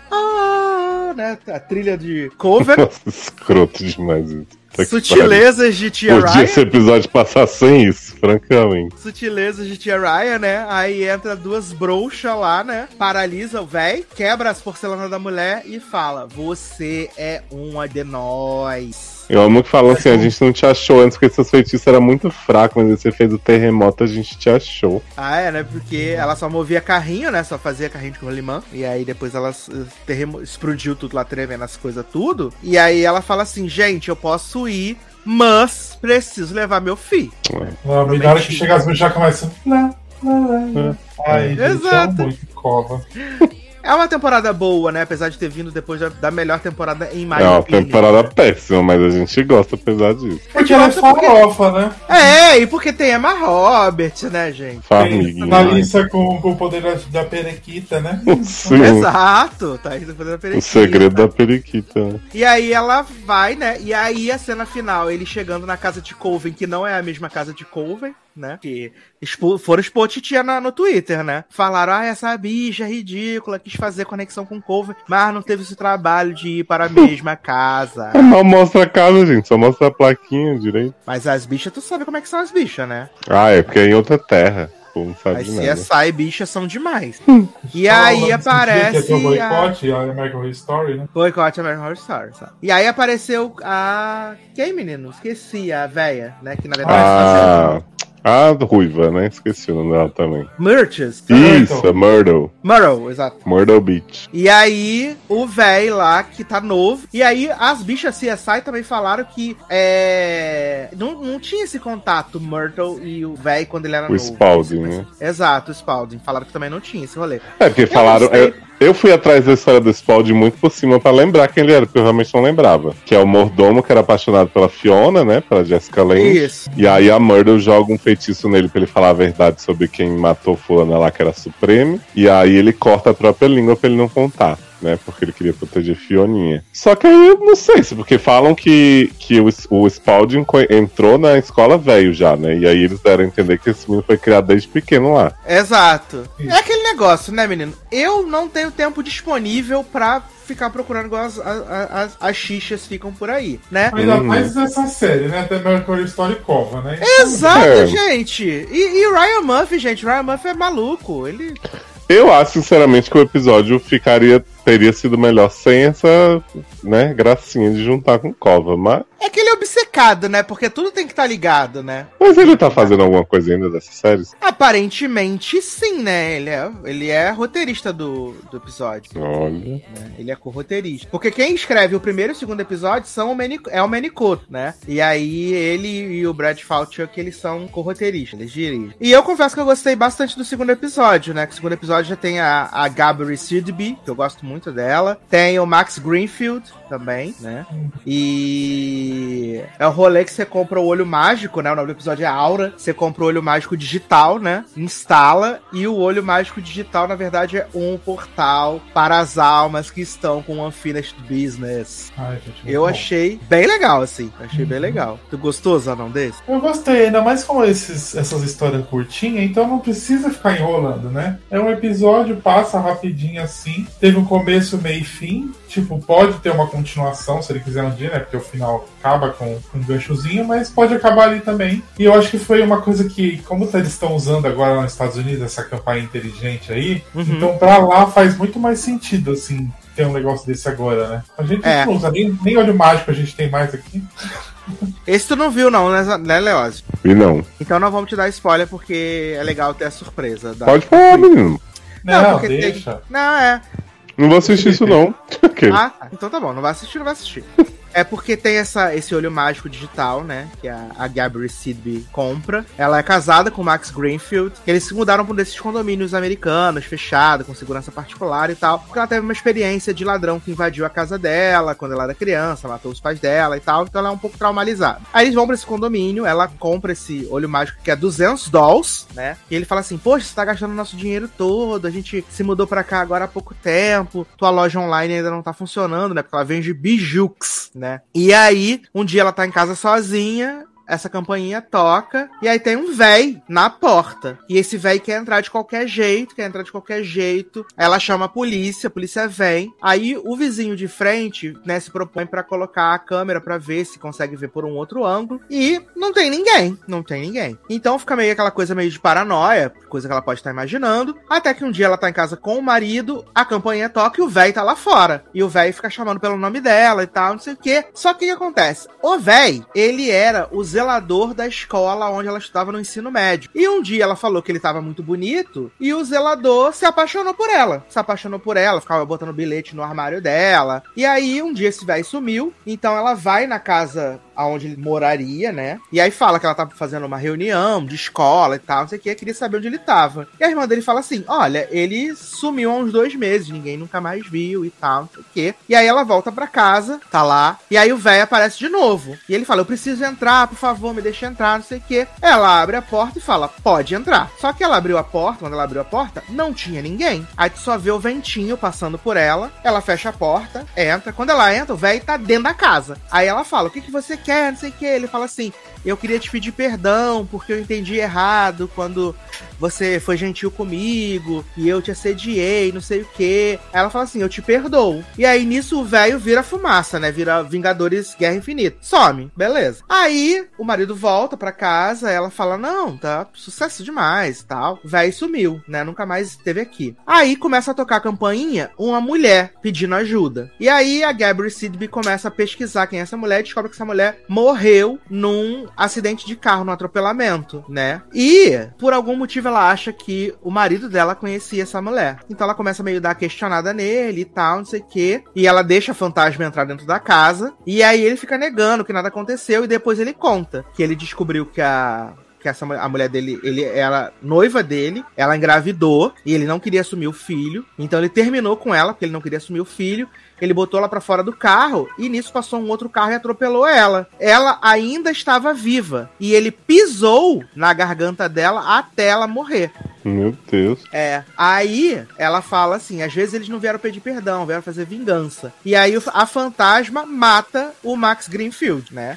Né? A trilha de cover. Nossa, escroto demais isso. Sutilezas de Tia Ryan. Podia esse episódio passar sem isso, francamente. Sutilezas de Tia Ryan, né? Aí entra duas bruxas lá, né? Paralisa o véi, quebra as porcelanas da mulher e fala: você é uma de nós. Eu amo que falam assim, a gente não te achou antes porque seus feitiços eram muito fracos, mas você fez o terremoto, a gente te achou. Ah, é, né? Porque ela só movia carrinho, né? Só fazia carrinho de rolimã. E aí depois ela explodiu tudo lá, tremendo as coisas tudo. E aí ela fala assim: gente, eu posso ir, mas preciso levar meu filho. Não, na hora que chega as bruxas já começam. Ai, gente, Exato. é muito cova. É uma temporada boa, né? Apesar de ter vindo depois da melhor temporada em mais. É uma temporada péssima, mas a gente gosta apesar disso. Porque ela é farofa, né? É, e porque tem Emma Roberts, né, gente? Família. Analisa com o poder da perequita, né? Sim. Exato, tá aí depois da periquita. O segredo da periquita. Né? E aí ela vai, né? E aí a cena final, ele chegando na casa de Coven, que não é a mesma casa de Coven, né? Que foram expor titia no Twitter, né? Falaram: essa bicha ridícula, quis fazer conexão com Coven, mas não teve esse trabalho de ir para a mesma casa. Mal mostra a casa, gente, só mostra a plaquinha direito. Mas as bichas, tu sabe como é que são as bichas, né? Ah, é porque é em outra terra. Pô, não sabe As de nada. CSI e bichas são demais. E aí aparece. O boicote, a American Horror Story, né? Boicote American Horror Story, sabe? E aí apareceu a. Quem, menino? Esqueci, a véia, né? Que na verdade A ruiva, né? Esqueci o nome dela também. Murchas. Isso, a Myrtle. Myrtle, exato. Myrtle Beach. E aí, o véi lá, que tá novo. E aí, as bichas CSI também falaram que não tinha esse contato, Myrtle e o véi, quando ele era novo. O Spalding, né? Exato, o Spalding. Falaram que também não tinha esse rolê. É, porque falaram... Eu fui atrás da história do Spalding muito por cima pra lembrar quem ele era, porque eu realmente não lembrava. Que é o mordomo que era apaixonado pela Fiona, né? Pela Jessica Lange. Isso. E aí a Myrtle joga um feitiço nele pra ele falar a verdade sobre quem matou fulana lá, que era a Supreme. E aí ele corta a própria língua pra ele não contar, né? Porque ele queria proteger Fioninha. Só que aí eu não sei, porque falam que o Spalding entrou na escola velho já, né? E aí eles deram a entender que esse menino foi criado desde pequeno lá. Exato. É aquele negócio, né, menino? Eu não tenho tempo disponível pra ficar procurando igual as xixas ficam por aí, né? Ainda mais nessa série, né? Até American Horror Story cova, né? Exato, gente. E Ryan Murphy, gente. Ryan Murphy é maluco. Ele... Eu acho, sinceramente, que o episódio teria sido melhor sem essa, né, gracinha de juntar com Cova, mas... É que ele é obcecado, né? Porque tudo tem que estar ligado, né? Mas ele tá fazendo alguma coisa ainda dessas séries? Aparentemente, sim, né? Ele é roteirista do episódio. Olha... Né? Ele é co-roteirista. Porque quem escreve o primeiro e o segundo episódio é o Manicoto, né? E aí ele e o Brad Falchuk, eles são co-roteiristas, eles dirigem. E eu confesso que eu gostei bastante do segundo episódio, né? Que o segundo episódio já tem a Gabrielle Sidby, que eu gosto muito dela. Tem o Max Greenfield também, né? E é o rolê que você compra o olho mágico, né? O nome do episódio é Aura. Você compra o olho mágico digital, né? Instala. E o olho mágico digital, na verdade, é um portal para as almas que estão com Unfinished Business. Ai, gente, eu achei bem legal, assim. Achei bem legal. Tu gostou, Zanão, desse? Eu gostei, ainda mais com essas histórias curtinhas, então não precisa ficar enrolando, né? É um episódio, passa rapidinho assim. Teve um começo, meio e fim. Tipo, pode ter uma continuação, se ele quiser um dia, né? Porque o final acaba com um ganchozinho, mas pode acabar ali também. E eu acho que foi uma coisa que, como eles estão usando agora lá nos Estados Unidos, essa campanha inteligente aí, então pra lá faz muito mais sentido, assim, ter um negócio desse agora, né? A gente não usa, nem olho mágico a gente tem mais aqui. Esse tu não viu não, né, Leózio? E não. Então não vamos te dar spoiler, porque é legal ter a surpresa. Pode falar, menino. Não, deixa. Não, Não vou assistir isso, não. Ah, então tá bom, não vai assistir. É porque tem esse olho mágico digital, né? Que a Gabrielle Sidby compra. Ela é casada com o Max Greenfield. Eles se mudaram pra um desses condomínios americanos, fechado, com segurança particular e tal. Porque ela teve uma experiência de ladrão que invadiu a casa dela quando ela era criança, matou os pais dela e tal. Então ela é um pouco traumatizada. Aí eles vão pra esse condomínio, ela compra esse olho mágico que é $200, né? E ele fala assim, poxa, você tá gastando nosso dinheiro todo, a gente se mudou pra cá agora há pouco tempo, tua loja online ainda não tá funcionando, né? Porque ela vende bijux, né? E aí, um dia ela tá em casa sozinha, essa campainha toca, e aí tem um véi na porta. E esse véi quer entrar de qualquer jeito, ela chama a polícia vem. Aí o vizinho de frente, né, se propõe pra colocar a câmera pra ver se consegue ver por um outro ângulo. E não tem ninguém. Então fica meio aquela coisa meio de paranoia, coisa que ela pode estar imaginando. Até que um dia ela tá em casa com o marido, a campainha toca e o véi tá lá fora. E o véi fica chamando pelo nome dela e tal, não sei o quê. Só que o que acontece? O véi, ele era o zelador da escola onde ela estudava no ensino médio. E um dia ela falou que ele tava muito bonito e o zelador se apaixonou por ela. Ficava botando bilhete no armário dela. E aí um dia esse velho sumiu, então ela vai na casa aonde ele moraria, né? E aí fala que ela tava fazendo uma reunião de escola e tal, não sei o que, queria saber onde ele tava. E a irmã dele fala assim, olha, ele sumiu há uns 2 meses, ninguém nunca mais viu e tal, não sei o que. E aí ela volta pra casa, tá lá, e aí o velho aparece de novo. E ele fala, eu preciso entrar, por favor, me deixa entrar, não sei o que. Ela abre a porta e fala, pode entrar. Só que ela abriu a porta, quando ela abriu a porta, não tinha ninguém. Aí tu só vê o ventinho passando por ela, ela fecha a porta, entra. Quando ela entra, o velho tá dentro da casa. Aí ela fala, o que você quer, não sei o que. Ele fala assim, eu queria te pedir perdão, porque eu entendi errado quando você foi gentil comigo, e eu te assediei, não sei o que. Aí ela fala assim, eu te perdoo. E aí nisso o velho vira fumaça, né? Vira Vingadores Guerra Infinita. Some, beleza. Aí o marido volta pra casa, ela fala, não, tá sucesso demais e tal. O velho sumiu, né? Nunca mais esteve aqui. Aí começa a tocar a campainha, uma mulher pedindo ajuda. E aí a Gabrielle Sidby começa a pesquisar quem é essa mulher e descobre que essa mulher morreu num acidente de carro, num atropelamento, né? E, por algum motivo, ela acha que o marido dela conhecia essa mulher. Então ela começa meio a dar questionada nele e tal, não sei o quê. E ela deixa o fantasma entrar dentro da casa. E aí ele fica negando que nada aconteceu. E depois ele conta que ele descobriu que a mulher dele, ele era noiva dele, ela engravidou e ele não queria assumir o filho. Então ele terminou com ela, porque ele não queria assumir o filho. Ele botou ela pra fora do carro e nisso passou um outro carro e atropelou ela. Ela ainda estava viva e ele pisou na garganta dela até ela morrer. Meu Deus. Aí ela fala assim, às vezes eles não vieram pedir perdão, vieram fazer vingança. E aí a fantasma mata o Max Greenfield, né?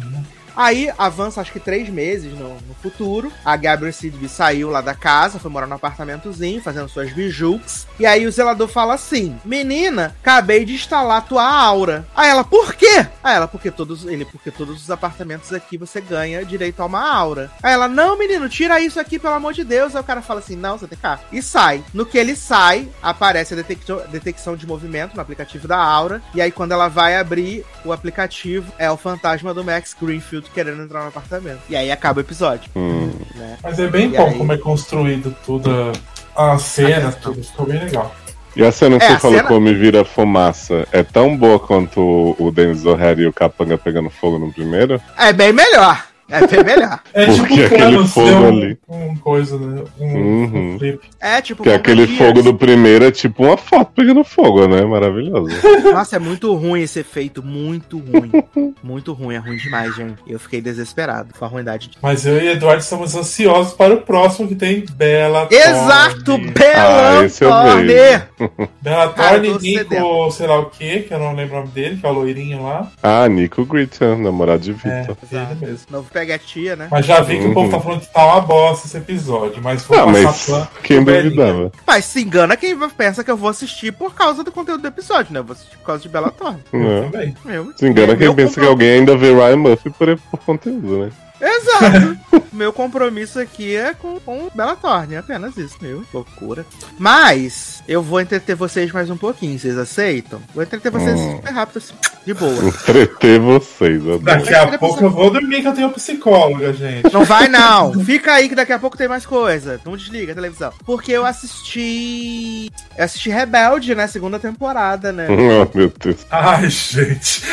Aí avança acho que 3 meses no futuro. A Gabrielle Sidby saiu lá da casa, foi morar num apartamentozinho, fazendo suas bijux. E aí o zelador fala assim, menina, acabei de instalar tua aura. Aí ela, por quê? Aí ela, porque todos os apartamentos aqui você ganha direito a uma aura. Aí ela, não menino, tira isso aqui pelo amor de Deus. Aí o cara fala assim, não, você tem cá. E sai. No que ele sai, aparece a detecção de movimento no aplicativo da aura. E aí quando ela vai abrir o aplicativo, é o fantasma do Max Greenfield querendo entrar no apartamento. E aí acaba o episódio. Né? Mas é bem bom como é construído tudo, a cena, tudo. Ficou bem legal. E a cena que você falou como vira fumaça, é tão boa quanto o Denis O'Hare e o Capanga pegando fogo no primeiro? É bem melhor. É bem melhor. É porque tipo aquele fogo ali. Um coisa, né? Um flip. É tipo. Porque aquele fogo do primeiro é tipo uma foto pegando fogo, né? Maravilhoso. Nossa, é muito ruim esse efeito. Muito ruim. Muito ruim. É ruim demais, gente. Eu fiquei desesperado com a ruindade. Mas eu e Eduardo estamos ansiosos para o próximo que tem Bella Thorne. Exato! Bella Thorne! Bella Thorne, Nico, sei lá o que eu não lembro o nome dele, que é o loirinho lá. Ah, Nico Gritter, namorado de Vitor. Ele mesmo. Novo peguetia, né? Mas já vi que o povo tá falando que tá uma bosta gosto desse episódio, mas vou mas passar pano. quem duvidava? Mas se engana quem pensa que eu vou assistir por causa do conteúdo do episódio, né? Eu vou assistir por causa de Bella Thorne. Eu também. Se engana quem pensa que alguém ainda vê Ryan Murphy por conteúdo, né? Exato. Meu compromisso aqui é com Bella Thorne, apenas isso, meu. Loucura. Mas eu vou entreter vocês mais um pouquinho, vocês aceitam? Vou entreter vocês super rápido, assim, de boa. Entreter vocês, adoro. Daqui a pouco eu vou dormir que eu tenho psicóloga, gente. Não vai não, fica aí que daqui a pouco tem mais coisa. Não desliga a televisão. Porque eu assisti Rebelde, né, segunda temporada, né? Oh, meu Deus. Ai, gente.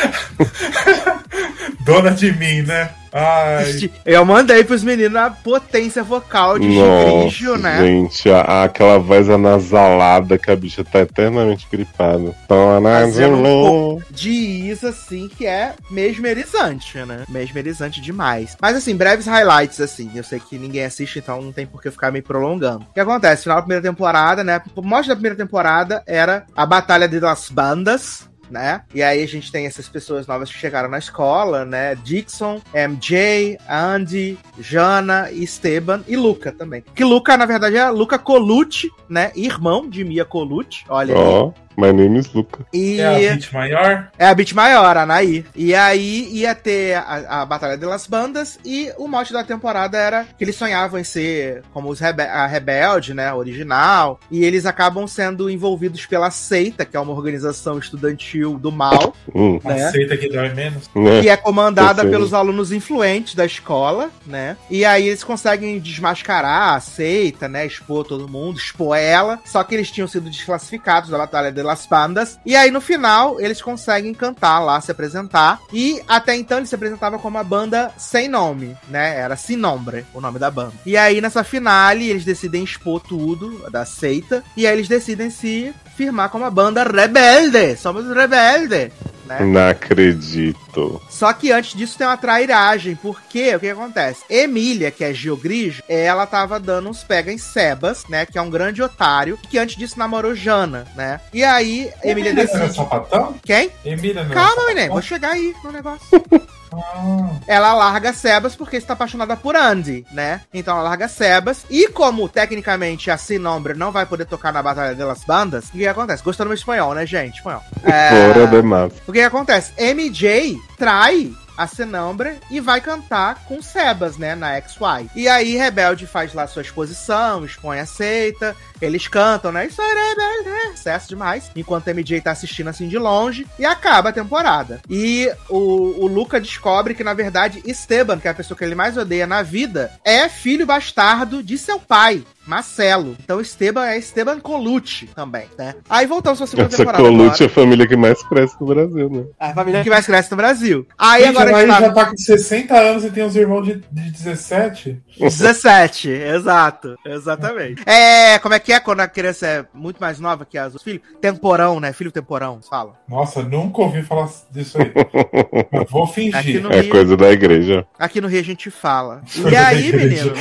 Dona de mim, né? Ai. Eu mandei pros meninos a potência vocal de Gigrígio, né? Gente, aquela voz anasalada que a bicha tá eternamente gripada. Fazendo um pouco de isso, assim, que é mesmerizante, né? Mesmerizante demais. Mas, assim, breves highlights, assim. Eu sei que ninguém assiste, então não tem por que ficar me prolongando. O que acontece? Final da primeira temporada, né? O mote da primeira temporada era a Batalha de las Bandas, né? E aí a gente tem essas pessoas novas que chegaram na escola, né? Dixon, MJ, Andy, Jana, Esteban e Luca também. Que Luca, na verdade, é Luca Colucci, né? Irmão de Mia Colucci. Olha aí. My name is Luca. É a Beat Maior? É a Beat Maior, a Anaí. E aí ia ter a Batalha de las Bandas e o mote da temporada era que eles sonhavam em ser como a Rebelde, né, original, e eles acabam sendo envolvidos pela seita, que é uma organização estudantil do mal. Né? A seita que dói menos. Que é comandada pelos alunos influentes da escola, né? E aí eles conseguem desmascarar a seita, né, expor todo mundo, expor ela, só que eles tinham sido desclassificados da Batalha de las Bandas, e aí no final eles conseguem cantar lá, se apresentar, e até então eles se apresentavam como uma banda sem nome, né, era Sin Nombre, o nome da banda. E aí nessa finale eles decidem expor tudo da seita, e aí eles decidem se firmar como a banda Rebelde, somos Rebelde. Né? Não acredito. Só que antes disso tem uma trairagem, porque o que acontece? Emília, que é Gigrígio, ela tava dando uns pega em Sebas, né, que é um grande otário, que antes disso namorou Jana, né? E aí, Emília decide... Sapatão? Quem? Emília não. Calma, menino, vou chegar aí no negócio. Ela larga Sebas porque está apaixonada por Andy, né? Então ela larga Sebas. E como, tecnicamente, a Sin Nombre não vai poder tocar na Batalha de las Bandas, o que acontece? Gostou do meu espanhol, né, gente? Espanhol. Fora demais. O que acontece? MJ trai a Sin Nombre e vai cantar com Sebas, né, na XY. E aí Rebelde faz lá sua exposição, expõe a seita, eles cantam, né, isso é Rebelde, né, sucesso demais, enquanto a MJ tá assistindo assim de longe, e acaba a temporada. E o Luca descobre que, na verdade, Esteban, que é a pessoa que ele mais odeia na vida, é filho bastardo de seu pai, Marcelo. Então Esteban é Esteban Colucci também, né? Aí voltamos pra segunda temporada. Essa Colucci é a família que mais cresce no Brasil, né? A família que mais cresce no Brasil. Aí gente, agora ele já tá com 60 anos e tem uns irmãos de 17? 17, exato. Exatamente. Como é que é quando a criança é muito mais nova que os filhos? Temporão, né? Filho temporão, fala. Nossa, nunca ouvi falar disso aí. Mas vou fingir. É coisa da igreja. Aqui no Rio a gente fala. E aí, menino?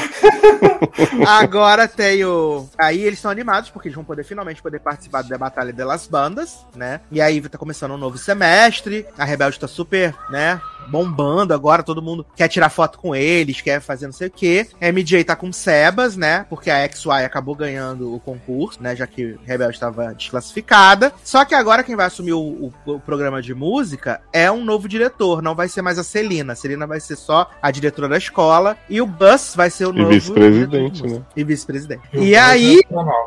Agora tem o... Aí eles estão animados, porque eles vão finalmente poder participar da Batalha de las Bandas, né? E aí tá começando um novo semestre, a Rebelde tá super, né, bombando agora, todo mundo quer tirar foto com eles, quer fazer não sei o quê. A MJ tá com Sebas, né, porque a XY acabou ganhando o concurso, né, já que a Rebelde estava desclassificada. Só que agora quem vai assumir o programa de música é um novo diretor, não vai ser mais a Celina. A Celina vai ser só a diretora da escola, e o Buzz vai ser o novo vice-presidente, né? E vice-presidente. E aí,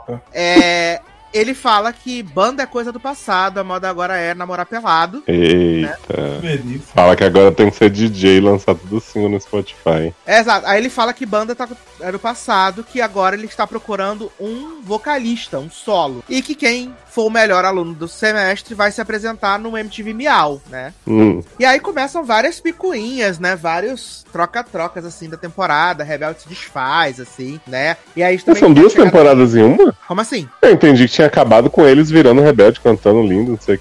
ele fala que banda é coisa do passado, a moda agora é namorar pelado. Eita. Né? Fala que agora tem que ser DJ e lançar tudo single no Spotify. Exato. Aí ele fala que banda é do passado, que agora ele está procurando um vocalista, um solo. E que quem for o melhor aluno do semestre vai se apresentar no MTV Miau, né? E aí começam várias picuinhas, né? Vários troca-trocas, assim, da temporada. A Rebelde se desfaz, assim, né? E aí também... São duas temporadas em uma? Como assim? Eu entendi que tinha acabado com eles virando Rebelde, cantando lindo, não sei o quê.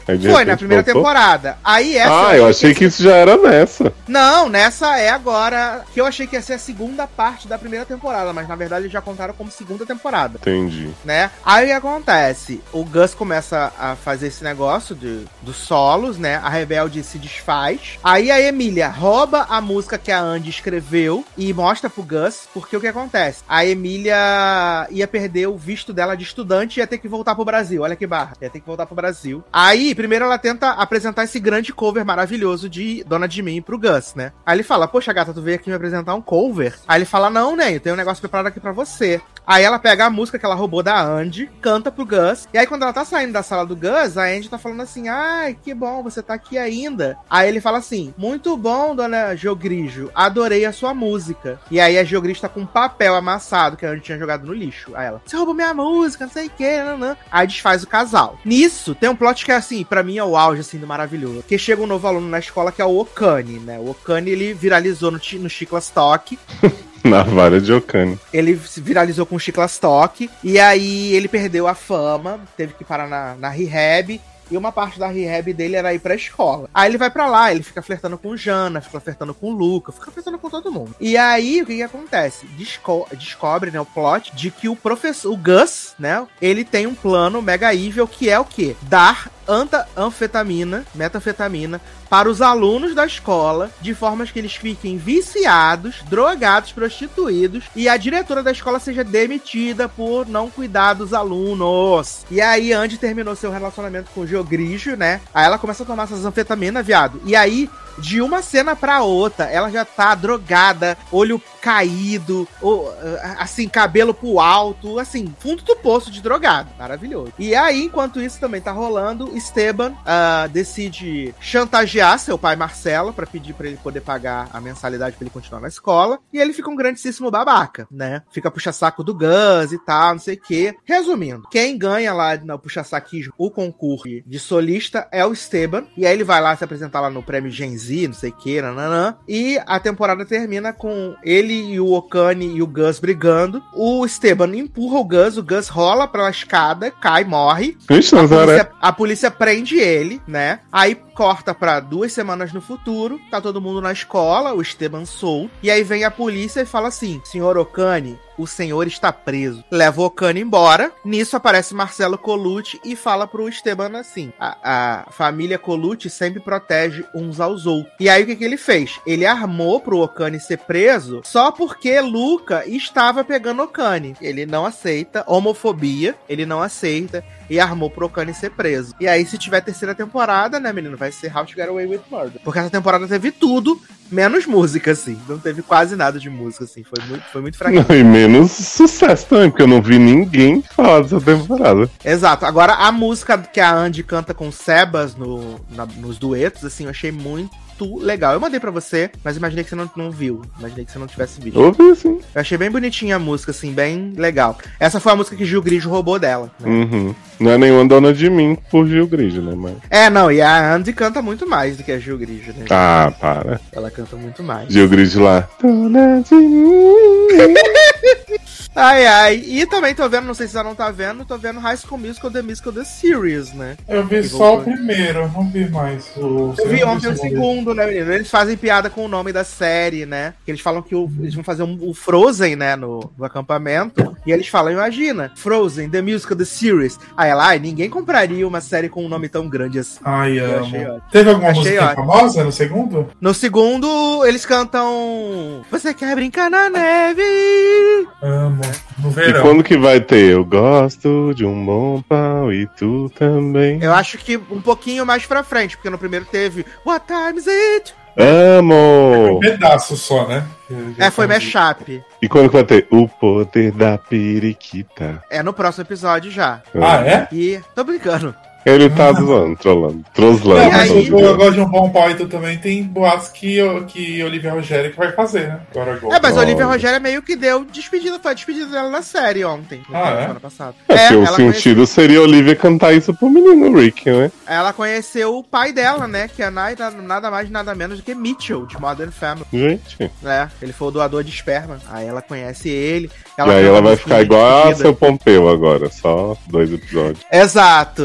Aí, de Foi repente, na primeira voltou? temporada. Aí essa. Ah, eu achei que isso já era nessa. Não, nessa é agora. Que eu achei que ia ser a segunda parte da primeira temporada, mas na verdade eles já contaram como segunda temporada. Entendi. Né? Aí o que acontece? O Gus começa a fazer esse negócio dos solos, né? A Rebelde se desfaz. Aí a Emília rouba a música que a Andy escreveu e mostra pro Gus, porque o que acontece? A Emília ia perder o visto dela de estudante e ia ter que voltar pro Brasil. Olha que barra. Ia ter que voltar pro Brasil. Aí, primeiro ela tenta apresentar esse grande cover maravilhoso de Dona de Mim pro Gus, né? Aí ele fala, poxa, gata, tu veio aqui me apresentar um cover? Aí ele fala, não, né? Eu tenho um negócio preparado aqui pra você. Aí ela pega a música que ela roubou da Andy, canta pro Gus. E aí quando ela tá saindo da sala do Gus, a Andy tá falando assim, ai, que bom, você tá aqui ainda. Aí ele fala assim, muito bom, dona Geogrijo, adorei a sua música. E aí a Geogrijo tá com um papel amassado que a Andy tinha jogado no lixo. Aí ela, você roubou minha música, não sei o que, não. Aí desfaz o casal. Nisso, tem um plot que é assim, pra mim é o auge, assim, do maravilhoso. Que chega um novo aluno na escola que é o Okani, né? O Okani, ele viralizou no Chiclastock. Navalha de Okani. Ele se viralizou com o Chiclastock. E aí ele perdeu a fama, teve que parar na rehab. E uma parte da rehab dele era ir pra escola. Aí ele vai pra lá, ele fica flertando com Jana, fica flertando com Luca, fica flertando com todo mundo. E aí, o que acontece? Descobre, né, o plot de que o professor, o Gus, né, ele tem um plano mega evil que é o quê? Dar metanfetamina para os alunos da escola, de formas que eles fiquem viciados, drogados, prostituídos, e a diretora da escola seja demitida por não cuidar dos alunos. E aí, Andy terminou seu relacionamento com o Geogrijo, né? Aí ela começa a tomar essas anfetaminas, viado. E aí, de uma cena pra outra, ela já tá drogada, olho caído, assim, cabelo pro alto, assim, fundo do poço de drogado. Maravilhoso. E aí, enquanto isso também tá rolando, Esteban decide chantagear seu pai Marcelo pra pedir pra ele poder pagar a mensalidade pra ele continuar na escola. E ele fica um grandíssimo babaca, né? Fica puxa-saco do Gus e tal, não sei o quê. Resumindo, quem ganha lá no puxa-saquismo o concurso de solista é o Esteban. E aí ele vai lá se apresentar lá no prêmio Gen Z, não sei o que, nananã. E a temporada termina com ele e o Okani e o Gus brigando. O Esteban empurra o Gus rola pela escada, cai, morre. Ixi, a polícia prende ele, né? Aí corta pra 2 semanas no futuro, tá todo mundo na escola, o Esteban solto. E aí vem a polícia e fala assim, senhor Okani, o senhor está preso. Leva o Okani embora. Nisso aparece Marcelo Colucci e fala pro Esteban assim, a família Colucci sempre protege uns aos outros. E aí o que ele fez? Ele armou pro Okani ser preso só porque Luca estava pegando Okani. Ele não aceita homofobia, ele não aceita e armou pro Okani ser preso. E aí se tiver terceira temporada, né, menino, vai ser How to Get Away with Murder. Porque essa temporada teve tudo, menos música, assim. Não teve quase nada de música, assim. Foi muito fraquinho. Não, e menos sucesso também, porque eu não vi ninguém falar dessa temporada. Exato. Agora, a música que a Andy canta com o Sebas nos duetos, assim, eu achei muito legal. Eu mandei pra você, mas imaginei que você não viu. Imaginei que você não tivesse visto. Eu vi, sim. Eu achei bem bonitinha a música, assim, bem legal. Essa foi a música que Gil Grigio roubou dela. Né? Uhum. Não é nenhuma Dona de Mim por Gil Grigio, né? Mas... não, e a Andy canta muito mais do que a Gil Grigio, né? Ah, para. Ela canta muito mais. Gil Grigio lá. Dona de Mim. Ai. E também tô vendo, não sei se você não tá vendo, tô vendo High School Musical, The Musical, The Series, né? Eu vi só o primeiro, não vi mais o... Eu vi ontem o segundo, né, menino? Eles fazem piada com o nome da série, né? Que eles falam que eles vão fazer o Frozen, né, no acampamento. E eles falam, imagina, Frozen, The Musical, The Series. Aí ela, ninguém compraria uma série com um nome tão grande assim. Ai, amo. Teve alguma música famosa no segundo? No segundo, eles cantam Você Quer Brincar na Neve? Amo. No verão. E quando que vai ter? Eu gosto de um bom pau e tu também. Eu acho que um pouquinho mais pra frente, porque no primeiro teve What Time Is It? Amo! Um pedaço só, né? Foi mashup. E quando que vai ter? O Poder da Periquita. É no próximo episódio já. Ah, é? E tô brincando. Ele tá zoando, troslando. Eu gosto de um bom pau e tu também. Tem boatos que Olivia Rogério que vai fazer, né? Mas a Olivia Rogério meio que deu despedida, foi a despedida dela na série ontem. Semana passada. O sentido seria a Olivia cantar isso pro menino Rick, né? Ela conheceu o pai dela, né? Que é nada mais nada menos do que Mitchell, de Modern Family. Gente. Ele foi o doador de esperma. Aí ela conhece ele. E aí ela vai ficar igual a seu Pompeu agora, só 2 episódios. Exato.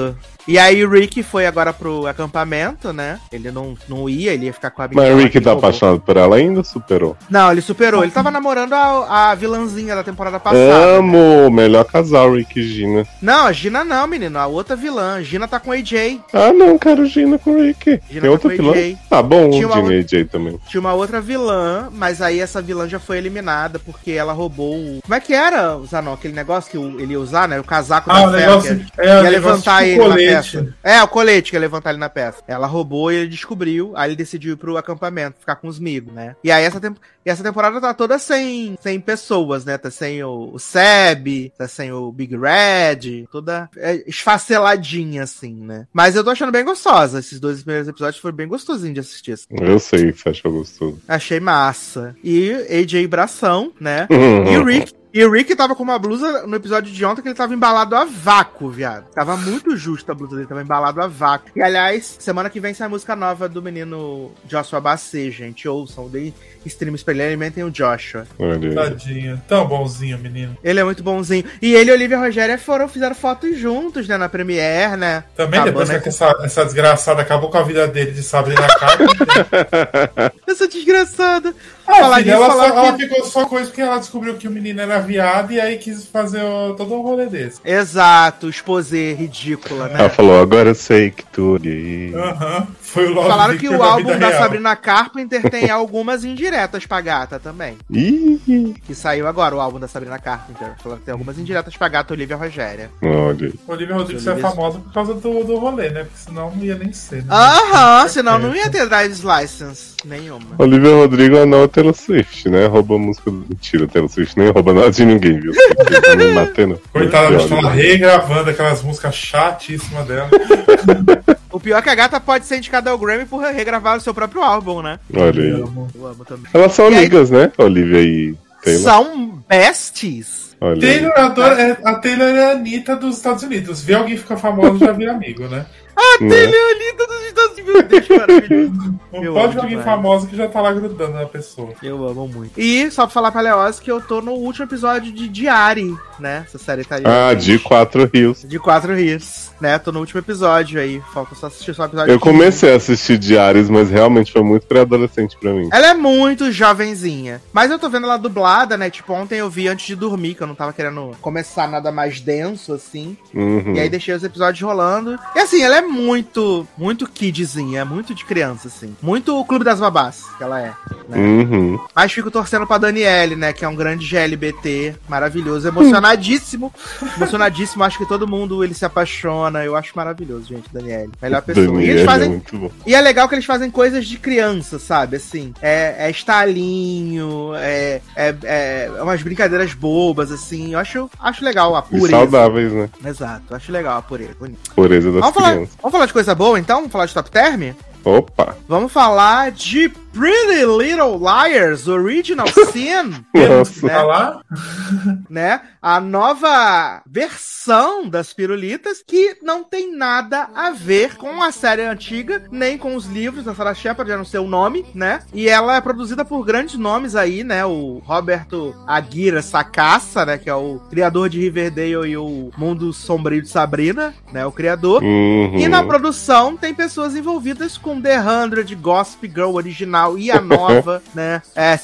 E aí o Rick foi agora pro acampamento, né? Ele não ia, ele ia ficar com a amiga. Mas o Rick tá roubou. apaixonado por ela ainda ou superou? Não, ele superou. Ele tava namorando a vilãzinha da temporada passada. Amo! Melhor casal, Rick e Gina. Não, a Gina não, menino. A outra vilã. A Gina tá com o AJ. Ah, não, quero Gina com o Rick. Gina Tem outra tá com vilã? AJ. Tá bom, Tinha uma Gina e outra- AJ também. Tinha uma outra vilã, mas aí essa vilã já foi eliminada porque ela roubou o... Como é que era, Zanon? Aquele negócio que ele ia usar, né? O casaco Ah, o ferro, negócio. que É, ia o negócio levantar tipo ele na colete. peça. É, o colete que ia levantar ele na peça. Ela roubou e ele descobriu. Aí ele decidiu ir pro acampamento, ficar com os migos, né? E aí essa temporada tá toda sem pessoas, né? Tá sem o Seb, tá sem o Big Red, toda esfaceladinha, assim, né? Mas eu tô achando bem gostosa. Esses 2 primeiros episódios foram bem gostosinhos de assistir. Assim. Eu sei que você achou gostoso. Achei massa. E AJ Bração, né? Uhum. E o Rick tava com uma blusa no episódio de ontem que ele tava embalado a vácuo, viado. Tava muito justo a blusa dele, tava embalado a vácuo. E, aliás, semana que vem sai a música nova do menino Joshua Bassett, gente. Ouçam, deem streams pra ele, alimentem o Joshua. Olha aí. Tadinho. Tão bonzinho, menino. Ele é muito bonzinho. E ele e Olivia Rogéria fizeram fotos juntos, né, na Premiere, né? Também, Acabou, depois né, que essa desgraçada acabou com a vida dele de Sabrina Carpenter. Essa desgraçada. Ah, Falar filha, nisso, ela falar que- ficou só com isso porque ela descobriu que o menino era viado e aí quis fazer todo um rolê desse. Exato, exposé ridícula, né? Ela falou, agora eu sei que tu ali. Aham. Foi o Love Falaram que Victor o álbum vida da real. Sabrina Carpenter tem algumas indiretas pra gata também. Ih, Que saiu agora o álbum da Sabrina Carpenter. Falaram que tem algumas indiretas pra gata Olivia Rogéria. olha aí. Olivia Rodrigo é Olivia- famosa por causa do rolê, né? Porque senão não ia nem ser. Né? Aham, senão não ia ter driver's license nenhuma. Olivia Rodrigo não é Taylor Swift, né? Rouba a música do... Mentira, Taylor Swift nem rouba nada de ninguém, viu? Tá me matando. Coitada, Olha a gente tava aí. regravando aquelas músicas chatíssimas dela. O pior é que a gata pode ser indicada ao Grammy por regravar o seu próprio álbum, né? Olha aí. Eu amo também. Elas são E aí- amigas, né? Olivia e Taylor. São besties. Olha aí. Taylor, a Taylor é a Anitta dos Estados Unidos. Vê alguém ficar famoso já vira amigo, né? Né? Leonida dos Estados Unidos, maravilhoso. Não Eu pode amo ver alguém demais. famoso que já tá lá grudando na pessoa. Eu amo muito. E só pra falar pra Leoz que eu tô no último episódio de Diary, né? Essa série italiana. Ah, de 4 rios. De 4 Rios, né? Tô no último episódio aí. Falta só assistir só o episódio Eu 15. comecei a assistir Diários, mas realmente foi muito pré-adolescente pra mim. Ela é muito jovenzinha. Mas eu tô vendo ela dublada, né? Tipo, ontem eu vi antes de dormir, que eu não tava querendo começar nada mais denso, assim. Uhum. E aí deixei os episódios rolando. E assim, ela é muito kidzinha, muito de criança, assim. Muito o Clube das Babás, que ela é. Né? Uhum. Mas fico torcendo pra Daniele, né? Que é um grande GLBT, maravilhoso, emocionadíssimo. Emocionadíssimo, acho que todo mundo ele se apaixona. Eu acho maravilhoso, gente, Daniele. Melhor pessoa. E Daniel eles é fazem. muito bom. E é legal que eles fazem coisas de criança, sabe? Assim, é estalinho, é umas brincadeiras bobas, assim. Eu acho legal a E pureza. saudáveis, né? Exato, eu acho legal a pureza. Bonito. Pureza das crianças. Vamos falar de coisa boa, então? Vamos falar de Top Term? Opa! Vamos falar de Pretty Little Liars, Original Sin, Nossa. Tá lá? né? A nova versão das Pirulitas, que não tem nada a ver com a série antiga, nem com os livros da Sarah Shepard, já não sei o nome, né? E ela é produzida por grandes nomes aí, né? O Roberto Aguirre Sacasa, né? Que é o criador de Riverdale e o Mundo Sombrio de Sabrina, né? O criador. Uhum. E na produção tem pessoas envolvidas com The 100, Gossip Girl original e a nova, né?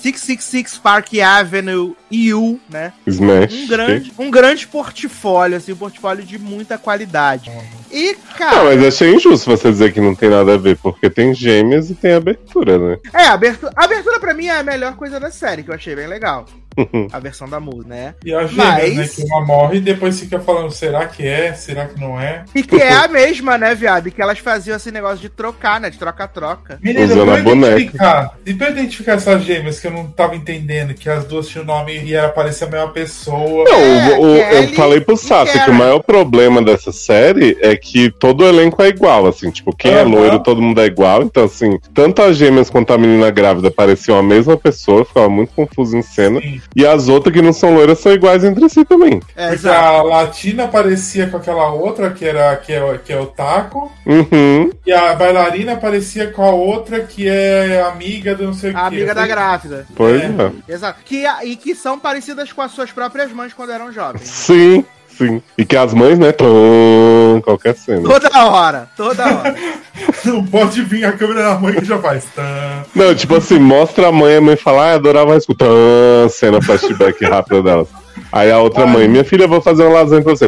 666 Park Avenue EU, né? Smash. Um grande portfólio, assim, um portfólio de muita qualidade. E, cara... Não, mas achei injusto você dizer que não tem nada a ver, porque tem gêmeas e tem abertura, né? a abertura pra mim é a melhor coisa da série, que eu achei bem legal. A versão da música, né? E a gêmea, Mas- né? Que uma morre e depois fica falando, será que é? Será que não é? E que é a mesma, né, viado? E que elas faziam esse negócio de trocar, né? De troca-troca. Menino, Usando pra a boneca. identificar essas gêmeas que eu não tava entendendo, que as duas tinham nome e era parecer a mesma pessoa. Não, eu Kelly falei pro e Sassi que o Karen. maior problema dessa série é que todo o elenco é igual, assim, tipo, quem é Aham. loiro, todo mundo é igual, então, assim, tanto as gêmeas quanto a menina grávida pareciam a mesma pessoa, ficava muito confuso em cena, Sim. e as outras que não são loiras são iguais entre si também. Porque Exato. a latina parecia com aquela outra que é o Taco, Uhum. e a bailarina parecia com a outra que é amiga do não sei o que. A amiga da grávida. Pois É. é. Exato. E que são parecidas com as suas próprias mães quando eram jovens. Sim, Sim. E que as mães, né? Qualquer cena. Toda hora. Não pode vir a câmera da mãe que já faz. Não, tipo assim, mostra a mãe fala, adorava escutar cena flashback rápida delas. Aí a outra mãe, minha filha, eu vou fazer uma lasanha pra você.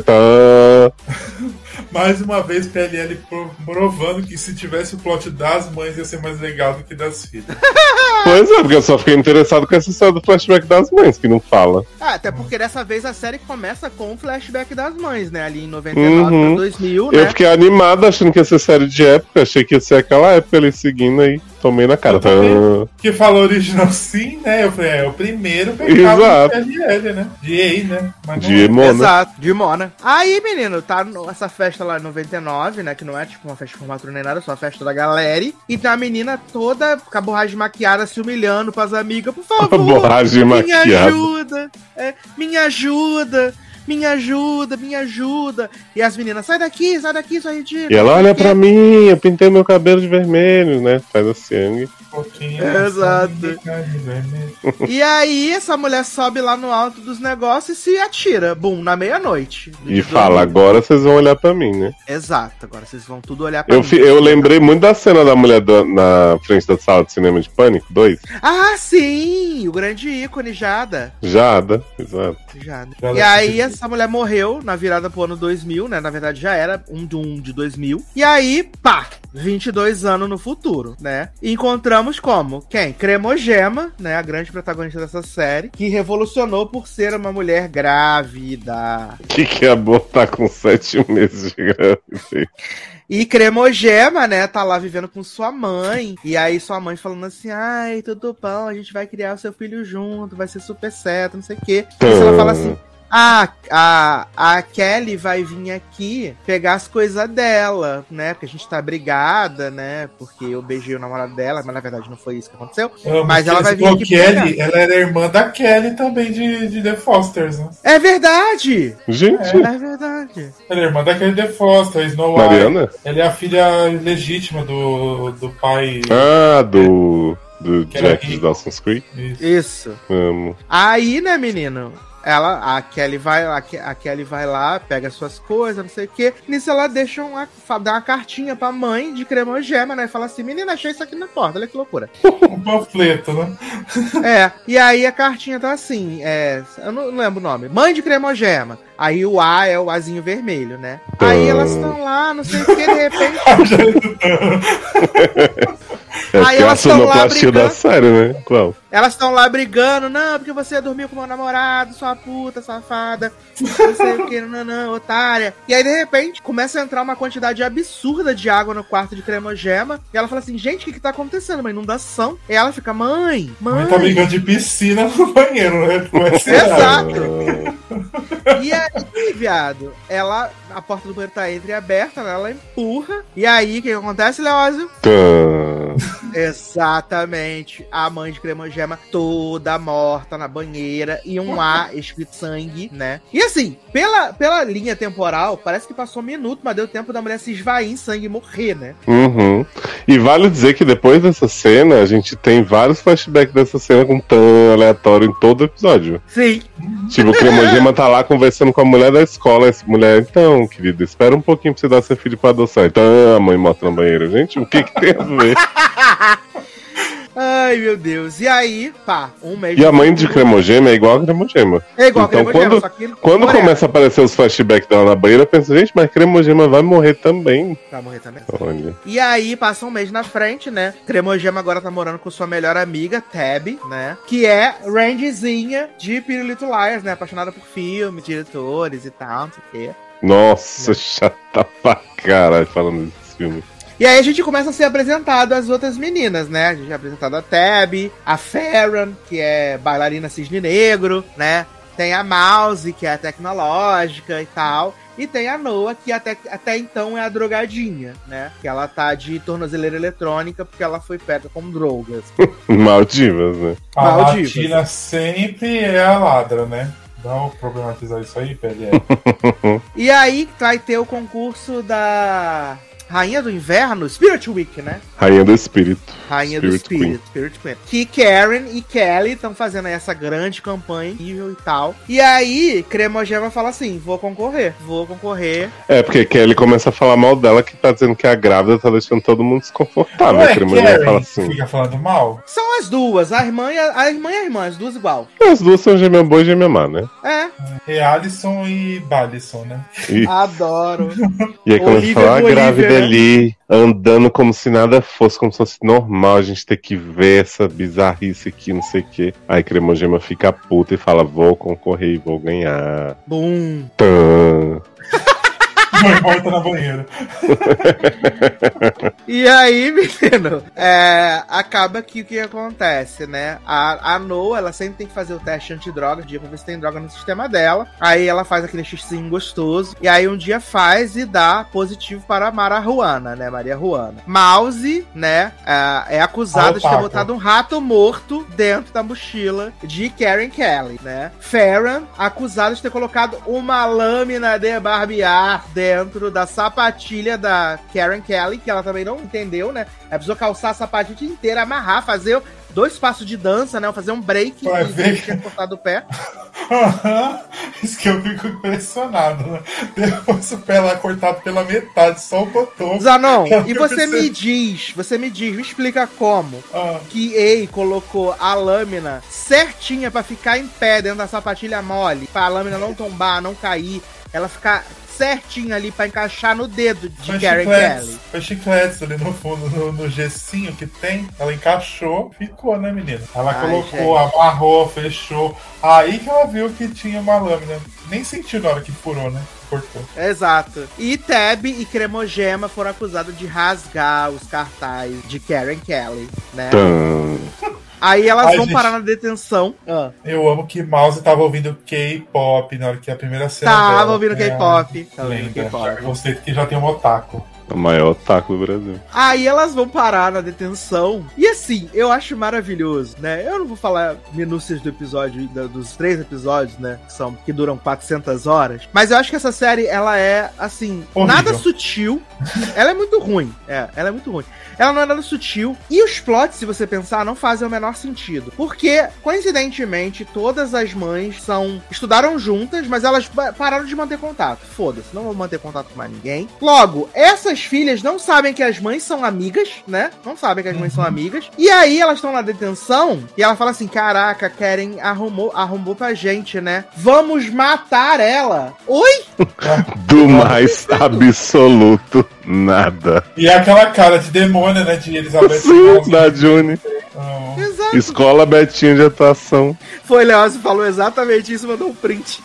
Mais uma vez, PLL provando que se tivesse o plot das mães ia ser mais legal do que das filhas. Pois é, porque eu só fiquei interessado com essa história do flashback das mães, que não fala. Até porque dessa vez a série começa com o flashback das mães, né? Ali em 99 pra 2000, né? Eu fiquei animado achando que ia ser série de época, achei que ia ser aquela época ali seguindo aí. Tomei na cara. Que fala original sim, né? Eu falei, é o primeiro pecado de PLL, né? De EI, né? Mas de Emona. Exato, de Mona. Aí, menino, tá essa festa lá em 99, né? Que não é tipo uma festa de formatura nem nada, é só uma festa da galera. E tem a menina toda com a borracha maquiada se humilhando pras amigas. Por favor, borracha maquiada. Me ajuda. Me ajuda. E as meninas, sai daqui, sua ridícula. E ela, olha pra mim, eu pintei meu cabelo de vermelho, né? Faz a sangue. Exato. E aí, essa mulher sobe lá no alto dos negócios e se atira, bum, na meia-noite. E fala, agora vocês vão olhar pra mim, né? Exato, agora vocês vão tudo olhar pra mim. Eu lembrei muito da cena da mulher na frente da sala de cinema de Pânico 2. Ah, sim! O grande ícone, Jada. Jada, exato. Jada. E aí, essa mulher morreu na virada pro ano 2000, né? Na verdade, já era um de 2000. E aí, pá! 22 anos no futuro, né? E encontramos como? Quem? Cremogema, né? A grande protagonista dessa série, que revolucionou por ser uma mulher grávida. Que a boa tá com 7 meses de grávida. E Cremogema, né, tá lá vivendo com sua mãe. E aí sua mãe falando assim, ai, tudo bom, a gente vai criar o seu filho junto, vai ser super certo, não sei o quê. E ela fala assim, a Kelly vai vir aqui pegar as coisas dela, né? Porque a gente tá brigada, né? Porque eu beijei o namorado dela, mas na verdade não foi isso que aconteceu. Mas ela vai vir aqui Kelly, ela era irmã da Kelly também de The Fosters, né? É verdade! Gente! É verdade. Ela é irmã da Kelly The Foster, Snow White. Mariana? Ela é a filha legítima do pai. Do Jack de Dawson's Creek? Isso. Amo. Aí, né, menino? A Kelly vai lá, pega suas coisas, não sei o quê. Nisso ela dá uma cartinha pra mãe de Cremogema, né? E fala assim, menina, achei isso aqui na porta, olha que loucura. Um panfleto, né? E aí a cartinha tá assim, eu não lembro o nome. Mãe de Cremogema. Aí o A é o Azinho vermelho, né? Aí elas estão lá, não sei o que, de repente... Aí elas estão lá brigando. Da série, né? Qual? Elas estão lá brigando, não, porque você dormiu com meu namorado, sua puta, safada, não sei o que, não, otária. E aí, de repente, começa a entrar uma quantidade absurda de água no quarto de Cremogema. E ela fala assim, gente, o que tá acontecendo? Uma inundação. E ela fica, mãe. Mãe tá brincando de piscina no banheiro, né? Exato. E aí, viado, a porta do banheiro tá entreaberta, né? Ela empurra. E aí, o que acontece, Leózio? Exatamente. A mãe de Cremogema toda morta na banheira e um A escrito sangue, né? E assim, pela linha temporal, parece que passou um minuto, mas deu tempo da mulher se esvair em sangue e morrer, né? Uhum. E vale dizer que depois dessa cena, a gente tem vários flashbacks dessa cena com tão aleatório em todo episódio. Sim. Tipo, o Cremogema tá lá conversando com a mulher da escola. Essa mulher, então, querida, espera um pouquinho pra você dar seu filho pra adoção. Então, a mãe mostra na banheira. Gente, o que tem a ver? Ai, meu Deus. E aí, pá, um mês... E a mãe de Cremogema é igual a Cremogema. É igual então, a Cremogema, só que... Quando começa a aparecer os flashbacks dela na banheira, eu penso, gente, mas Cremogema vai morrer também. Vai morrer também. Olha. E aí, passa um mês na frente, né? Cremogema agora tá morando com sua melhor amiga, Tabby, né? Que é Randyzinha de Pirulito Liars, né? Apaixonada por filmes, diretores e tal, não sei o quê. Nossa, chata pra caralho falando desse filme. E aí a gente começa a ser apresentado às outras meninas, né? A gente é apresentado a Tabby, a Farron, que é bailarina cisne negro, né? Tem a Mouse, que é a tecnológica e tal. E tem a Noah, que até então é a drogadinha, né? Que ela tá de tornozeleira eletrônica porque ela foi pega com drogas. Maldivas, né? A Latina sempre é a ladra, né? Vamos problematizar isso aí, PLL. E aí vai ter o concurso da Rainha do Inverno, Spirit Week, né? Rainha do Espírito. Rainha do Espírito, Spirit Queen. Que Karen e Kelly estão fazendo aí essa grande campanha incrível e tal. E aí, Cremogema fala assim, vou concorrer. É, porque Kelly começa a falar mal dela, que tá dizendo que a grávida tá deixando todo mundo desconfortável. Ué, Cremogema fala assim. Fica falando mal? São as duas, a irmã e a irmã, as duas igual. As duas são gêmea boa e gêmea má, né? É. Alisson e Balisson, né? E, Adoro. e aí começa a falar, a grávida né? ali, andando como se nada fosse, como se fosse normal, a gente ter que ver essa bizarrice aqui, não sei o quê. Aí Cremogema fica puta e fala, vou concorrer e vou ganhar. Bum. Tã. Foi morta na banheira. E aí, menino, acaba que o que acontece, né? A Noah, ela sempre tem que fazer o teste antidroga, dia pra ver se tem droga no sistema dela. Aí ela faz aquele xizinho gostoso. E aí um dia faz e dá positivo para Marijuana, né? Maria Juana. Mouse, né? É acusada de ter botado um rato morto dentro da mochila de Karen Kelly, né? Farron, acusada de ter colocado uma lâmina de barbear dentro da sapatilha da Karen Kelly, que ela também não entendeu, né? Ela precisou calçar a sapatilha inteira, amarrar, fazer 2 passos de dança, né? Fazer um break e tinha cortado o pé. Isso que eu fico impressionado, né? Depois o pé lá cortado pela metade, só o botão. Zanon, e você me diz, me explica como que Ei colocou a lâmina certinha pra ficar em pé dentro da sapatilha mole, pra lâmina não tombar, não cair, ela ficar certinho ali pra encaixar no dedo de Karen Kelly. Foi chicletes ali no fundo, no gessinho que tem. Ela encaixou, ficou, né, menina? Ela colocou, amarrou, fechou. Aí que ela viu que tinha uma lâmina. Nem sentiu na hora que furou, né? Cortou. Exato. E Tab e Cremogema foram acusados de rasgar os cartazes de Karen Kelly, né? Aí elas vão parar na detenção. Eu amo que Mouse tava ouvindo K-pop na hora que a primeira cena Tava ouvindo K-pop. Você que já tem um otaku. O maior otaku do Brasil. Aí elas vão parar na detenção. E assim, eu acho maravilhoso, né? Eu não vou falar minúcias do episódio, dos 3 episódios, né? Que duram 400 horas. Mas eu acho que essa série, ela é, assim, horrível. Nada sutil. Ela é muito ruim. Ela é muito ruim. Ela não é nada sutil. E os plots, se você pensar, não fazem o menor sentido. Porque, coincidentemente, todas as mães estudaram juntas, mas elas pararam de manter contato. Foda-se, não vão manter contato com mais ninguém. Logo, essas filhas não sabem que as mães são amigas, né? Não sabem que as mães são amigas. E aí elas estão na detenção e ela fala assim, caraca, Karen arrumou pra gente, né? Vamos matar ela. Oi? Do mais absoluto nada. E é aquela cara de demônio, né? De Elizabeth. Sim, da Juni. Exato. Escola Betinha de atuação. Foi, Leózio falou exatamente isso, mandou um print.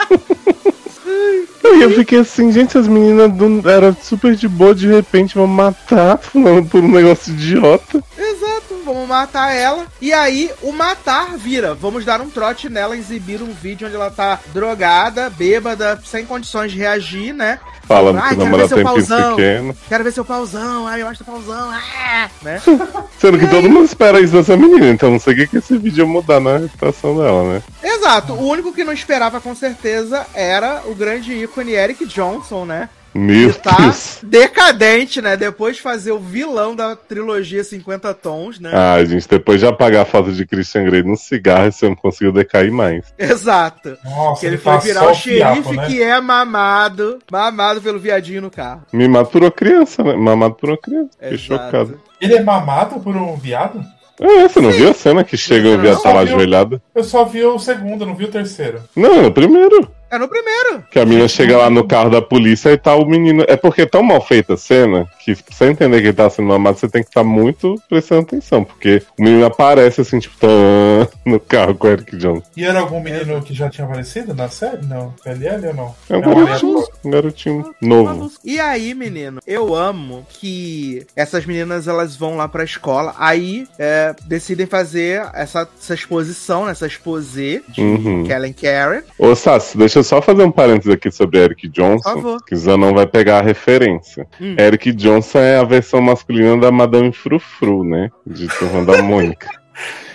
E eu fiquei assim, gente, as meninas eram super de boa, de repente vão matar, falando por um negócio idiota. Exato, vamos matar ela. E aí, o matar vira, vamos dar um trote nela, exibir um vídeo onde ela tá drogada, bêbada, sem condições de reagir, né? Falando que o namorado tem pinto pequeno. Quero ver seu pauzão, ai, eu acho o pauzão, né? Sendo que todo mundo espera isso dessa menina, então não sei o que esse vídeo ia mudar na reputação dela, né? Exato, o único que não esperava com certeza era o grande ícone Eric Johnson, né? Meu Deus. Decadente, né? Depois de fazer o vilão da trilogia 50 Tons, né? Ah, gente, depois de apagar a foto de Christian Grey no cigarro, você não conseguiu decair mais. Exato. Nossa, que ele foi virar o xerife, né? Que é mamado pelo viadinho no carro. Mimado por uma criança, né? Mamado por uma criança. Fiquei chocado. Ele é mamado por um viado? Você não viu a cena que chega o viado tá lá ajoelhado? Eu só vi o segundo, não vi o terceiro. Não, é o primeiro. É no primeiro. Que a menina chega lá no carro da polícia e tá o menino... É porque é tão mal feita a cena que pra você entender que ele tá sendo mamado, você tem que estar muito prestando atenção. Porque o menino aparece assim, tipo, no carro com o Eric Johnson. E era algum menino que já tinha aparecido na série? Não. PLL ou não? É um garotinho novo. E aí, menino, eu amo que essas meninas, elas vão lá pra escola, aí decidem fazer essa exposição, essa exposé de Kellen Karen. Ô, Sassi, deixa eu só fazer um parênteses aqui sobre Eric Johnson, por favor. Que o Zanon vai pegar a referência. Eric Johnson é a versão masculina da Madame Frufru, né? De Turma da Mônica.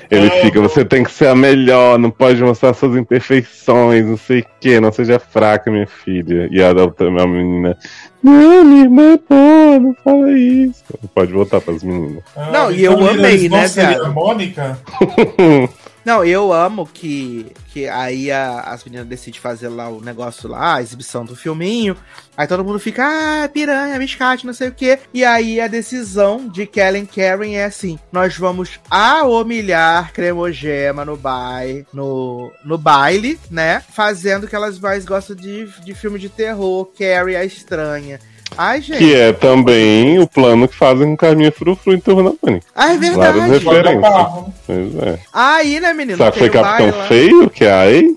Ele fica, você tem que ser a melhor, não pode mostrar suas imperfeições, não sei o que, não seja fraca, minha filha. E a outra menina, não, minha irmã é boa, não fala isso. Pode voltar pras meninas. Não, e eu amei, né, seria velho? a Mônica? Não, eu amo que aí as meninas decidem fazer lá o negócio lá, a exibição do filminho. Aí todo mundo fica, piranha, biscate, não sei o quê. E aí a decisão de Kellen Karen é assim: nós vamos humilhar Cremogema no baile, né? Fazendo que elas mais gostam de filme de terror, Carrie a Estranha. Ai, gente. Que é também o plano que fazem com Carminha Frufru em Turma da Pânico. Ah, é verdade. Várias referências. Pois é. Aí, né, menino? Sabe que foi Tem o Capitão baile lá. Feio, que é a Ei?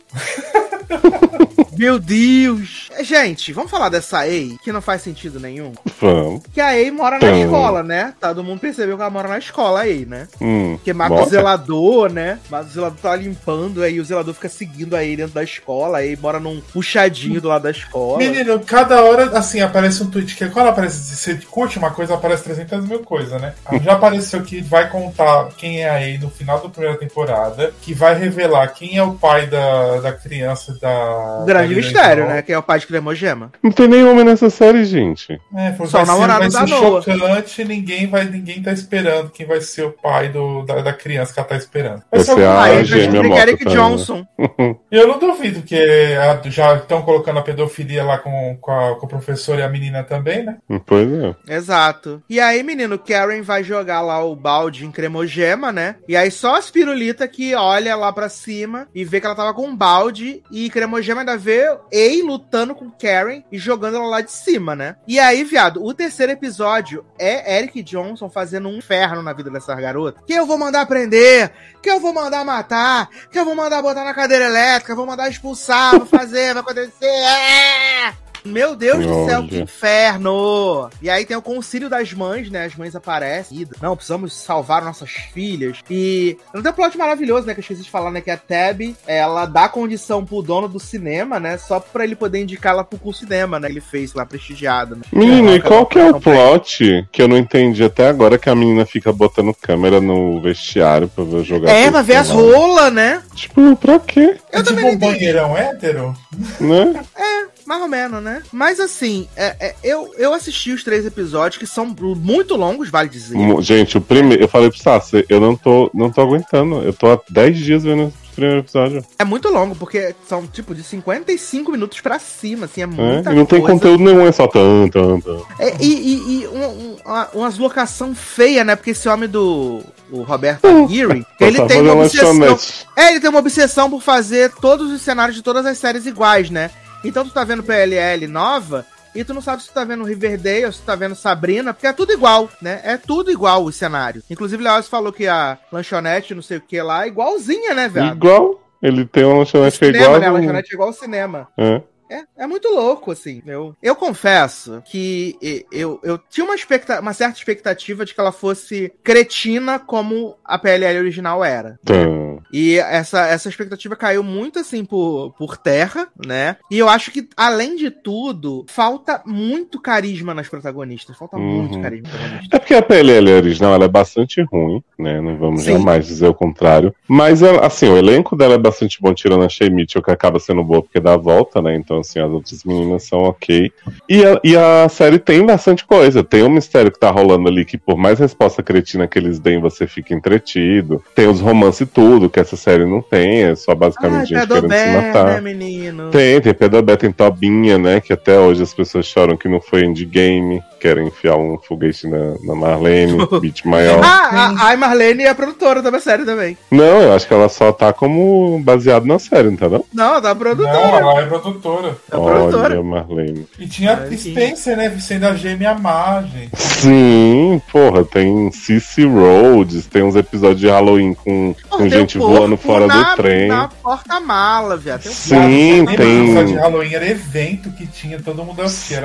Meu Deus! Gente, vamos falar dessa Ei, que não faz sentido nenhum? Vamos. Que a Ei mora na escola, né? Todo mundo percebeu que ela mora na escola, a Ei, né? Porque mata o zelador, né? Mata o zelador, tá limpando, aí o zelador fica seguindo a Ei dentro da escola, a Ei mora num puxadinho do lado da escola. Menino, cada hora, assim, aparece um tweet que quando aparece, você curte uma coisa, aparece 300 mil coisas, né? Já apareceu que vai contar quem é a Ei no final da primeira temporada, que vai revelar quem é o pai da criança da... O grande mistério, né? Que é o pai de Cremogema. Não tem nem homem nessa série, gente. Só o namorado da Noah. Chocante, ninguém tá esperando quem vai ser o pai da criança que ela tá esperando. Vai ser a gêmea morta. Eric Johnson. Eu não duvido que já estão colocando a pedofilia lá com o professor e a menina também, né? Pois é. Exato. E aí, menino, Karen vai jogar lá o balde em Cremogema, né? E aí só as pirulitas que olha lá pra cima e vê que ela tava com um balde e Cremogema ainda vê Ei lutando com Karen e jogando ela lá de cima, né? E aí, viado, o terceiro episódio é Eric Johnson fazendo um inferno na vida dessas garotas. Que eu vou mandar prender, que eu vou mandar matar, que eu vou mandar botar na cadeira elétrica, vou mandar expulsar, vou fazer, vai acontecer. Meu Deus do céu, que inferno! E aí tem o concílio das mães, né? As mães aparecem. Não, precisamos salvar nossas filhas. E tem um plot maravilhoso, né? Que eu esqueci de falar, né? Que a Tab, ela dá condição pro dono do cinema, né? Só pra ele poder indicar ela pro curso de cinema, né? Ele fez lá, prestigiado. Né? Menino, e qual que é o plot que eu não entendi até agora, que a menina fica botando câmera no vestiário pra ver jogar? Pra ver as rolas, né? Tipo, pra quê? É tipo um banheirão hétero? Né? Mais ou menos, né? Mas assim, eu assisti os 3 episódios, que são muito longos, vale dizer. Gente, o primeiro, eu falei pro Sassi, eu não tô aguentando. Eu tô há 10 dias vendo o primeiro episódio. É muito longo, porque são tipo de 55 minutos pra cima, assim, é muita coisa. E não tem conteúdo nenhum, é só tan. Umas locação feia, né? Porque esse homem o Roberto Aguirre, ele tem uma obsessão. Ele tem uma obsessão por fazer todos os cenários de todas as séries iguais, né? Então tu tá vendo PLL nova e tu não sabe se tu tá vendo Riverdale ou se tu tá vendo Sabrina, porque é tudo igual, né? É tudo igual o cenário. Inclusive, o Leoz falou que a lanchonete, não sei o que lá, é igualzinha, né, velho? Igual. Ele tem uma lanchonete que é igual. Né? A lanchonete é igual ao cinema. É muito louco, assim. Eu confesso que eu tinha uma certa expectativa de que ela fosse cretina como a PLL original era. E essa expectativa caiu muito, assim, por terra, né? E eu acho que, além de tudo, falta muito carisma nas protagonistas. Falta muito carisma nas protagonistas. É porque a PLL original, ela é bastante ruim, né? Não vamos jamais dizer o contrário. Mas, assim, o elenco dela é bastante bom, tirando a Shea Mitchell, que acaba sendo boa porque dá a volta, né? Então, assim, as outras meninas são ok. E a série tem bastante coisa. Tem um mistério que tá rolando ali, que por mais resposta cretina que eles deem, você fica entretido. Tem os romances e tudo, que essa série não tem. É só basicamente gente querendo se matar. Né, menino? Tem Pedobé, tem Tobinha, né? Que até hoje as pessoas choram que não foi endgame. Querem enfiar um foguete na Marlene, Beat maior. A Marlene é a produtora da série também. Não, eu acho que ela só tá como baseado na série, não tá não? Não, da produtora. Não, ela é produtora. Olha, Marlene. E tinha a Spencer, né? Sendo a gêmea má, gente. Sim, porra, tem Cissy Rhodes, tem uns episódios de Halloween com gente voando fora do trem. Na porta-mala, viado. Sim, tem. O de Halloween era evento que tinha, todo mundo assistia.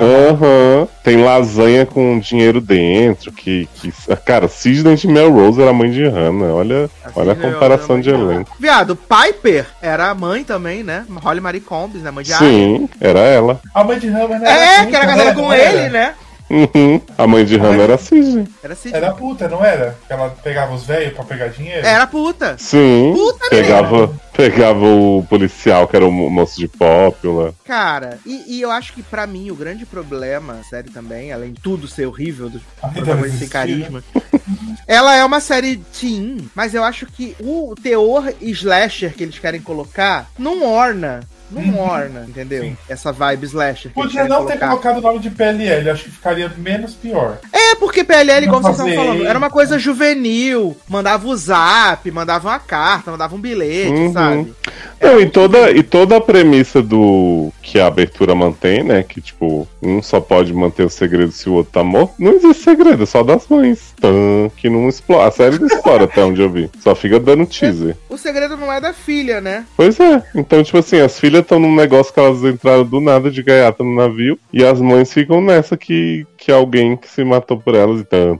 Tem lasanha com dinheiro dentro, cara, Sidney de Melrose era a mãe de Hannah. Olha a comparação de elenco. Viado, Piper era a mãe também, né? Holly Marie Combs, né? Mãe de Sim, era ela. A mãe de Hannah, né? Que era casada com ele, né? A mãe de Hannah era a Sidney. Era Sidney. Era puta, não era? Ela pegava os velhos pra pegar dinheiro? Era puta. Sim, Puta pegava o policial, que era o moço de Popular. Cara, e eu acho que pra mim o grande problema, a série também, além de tudo ser horrível, dos protagonistas sem carisma, ela é uma série teen, mas eu acho que o teor slasher que eles querem colocar não orna. Não orna, entendeu? Sim. Essa vibe slasher. Podia não ter colocado o nome de PLL, acho que ficaria menos pior. É, porque PLL, igual vocês estavam falando, fazer. era uma coisa juvenil. Mandava o zap, mandava uma carta, mandava um bilhete, sabe? Não, e toda a premissa do que a abertura mantém, né? Que, tipo, um só pode manter o segredo se o outro tá morto. Não existe segredo, é só das mães. Que não explora. A série não explora até onde eu vi. Só fica dando teaser. O segredo não é da filha, né? Pois é. Então, tipo assim, as filhas estão num negócio que elas entraram do nada de gaiata no navio. E as mães ficam nessa que alguém que se matou por elas e tan.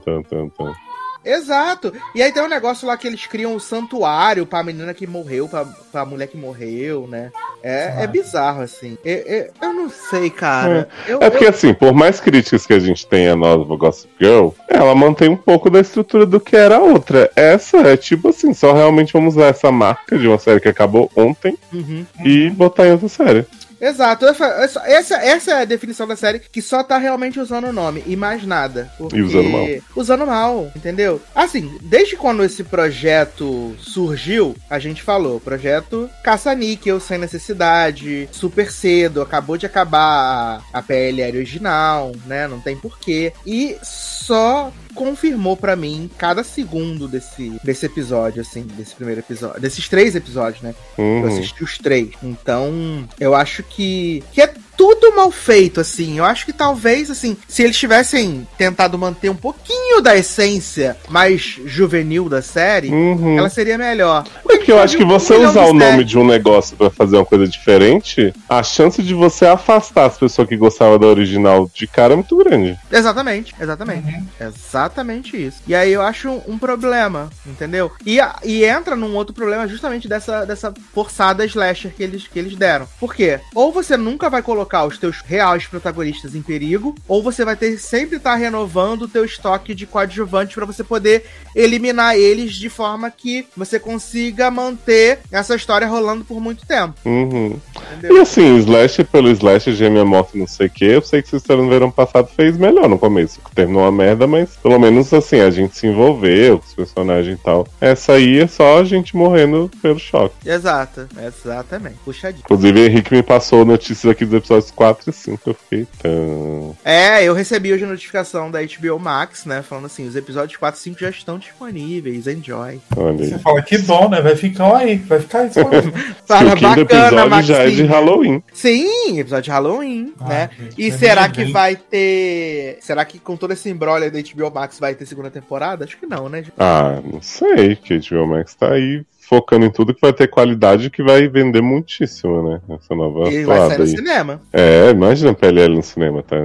Exato. E aí tem um negócio lá que eles criam um santuário pra menina que morreu, pra mulher que morreu, né? É bizarro, assim. Eu não sei, cara. Porque, assim, por mais críticas que a gente tenha a nova Gossip Girl, ela mantém um pouco da estrutura do que era a outra. Essa é tipo assim, só realmente vamos usar essa marca de uma série que acabou ontem e botar em outra série. Exato, essa é a definição da série, que só tá realmente usando o nome e mais nada. E usando mal. Usando mal, entendeu? Assim, desde quando esse projeto surgiu, a gente falou, projeto caça-níquel, sem necessidade, super cedo, acabou de acabar a PLL original, né? Não tem porquê. E só confirmou pra mim cada segundo desse episódio, assim, desse primeiro episódio, desses 3 episódios, né? Eu assisti os 3. Então, eu acho que é tudo mal feito, assim. Eu acho que talvez, assim, se eles tivessem tentado manter um pouquinho da essência mais juvenil da série, ela seria melhor. Porque eu acho que você usar o nome de um negócio pra fazer uma coisa diferente, a chance de você afastar as pessoas que gostavam da original de cara é muito grande. Exatamente. Exatamente isso. E aí eu acho um problema, entendeu? E entra num outro problema justamente dessa forçada slasher que eles deram. Por quê? Ou você nunca vai colocar os teus reais protagonistas em perigo, ou você vai ter sempre estar renovando o teu estoque de coadjuvantes pra você poder eliminar eles de forma que você consiga manter essa história rolando por muito tempo. E assim, slasher pelo slasher, gêmea morta não sei o que, eu sei que vocês no verão passado fez melhor no começo, terminou uma merda, mas pelo menos assim, a gente se envolveu com os personagens e tal. Essa aí é só a gente morrendo pelo choque. Exatamente, puxadinho. Inclusive, Henrique me passou notícias aqui dos episódios 4 e 5, eu fiquei tão... eu recebi hoje a notificação da HBO Max, né, falando assim, os episódios 4 e 5 já estão disponíveis, enjoy. Olha aí. Você fala, que bom, né? Vai ficar disponível. Fala, o quinto episódio já é de Halloween. Sim, episódio de Halloween, né? Gente, E será que vai ter... Será que com todo esse embrolho da HBO Max vai ter segunda temporada? Acho que não, né? Não sei, que a HBO Max tá aí focando em tudo que vai ter qualidade, que vai vender muitíssimo, né? Essa nova E vai sair no aí. cinema. Imagina a PLL no cinema, tá?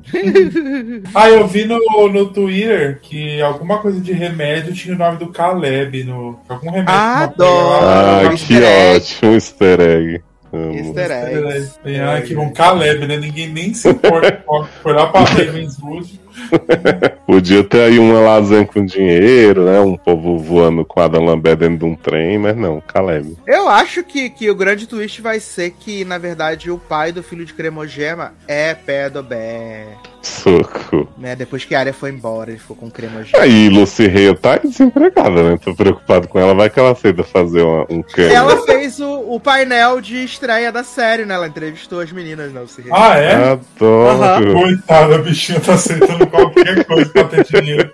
Eu vi no Twitter que alguma coisa de remédio tinha o nome do Caleb algum remédio. Adoro! Que ótimo, easter egg. Easter eggs. Que bom, Caleb, né? Ninguém nem se importa. Foi lá pra Ravenswood. Podia ter aí uma lasanha com dinheiro, né? Um povo voando com Adam Lambert dentro de um trem, mas não, Caleb. Eu acho que o grande twist vai ser que, na verdade, o pai do filho de Cremogema é Pedobé. Soco. Né? Depois que a Arya foi embora, ele ficou com Cremogema. Aí Lucy Hale tá desempregada, né? Tô preocupado com ela. Vai que ela aceita fazer um cameo. Ela fez o painel de estreia da série, né? Ela entrevistou as meninas, né? Lucy Hale. Ah, é? Adoro. Coitada, a bichinha tá aceitando qualquer coisa pra ter dinheiro.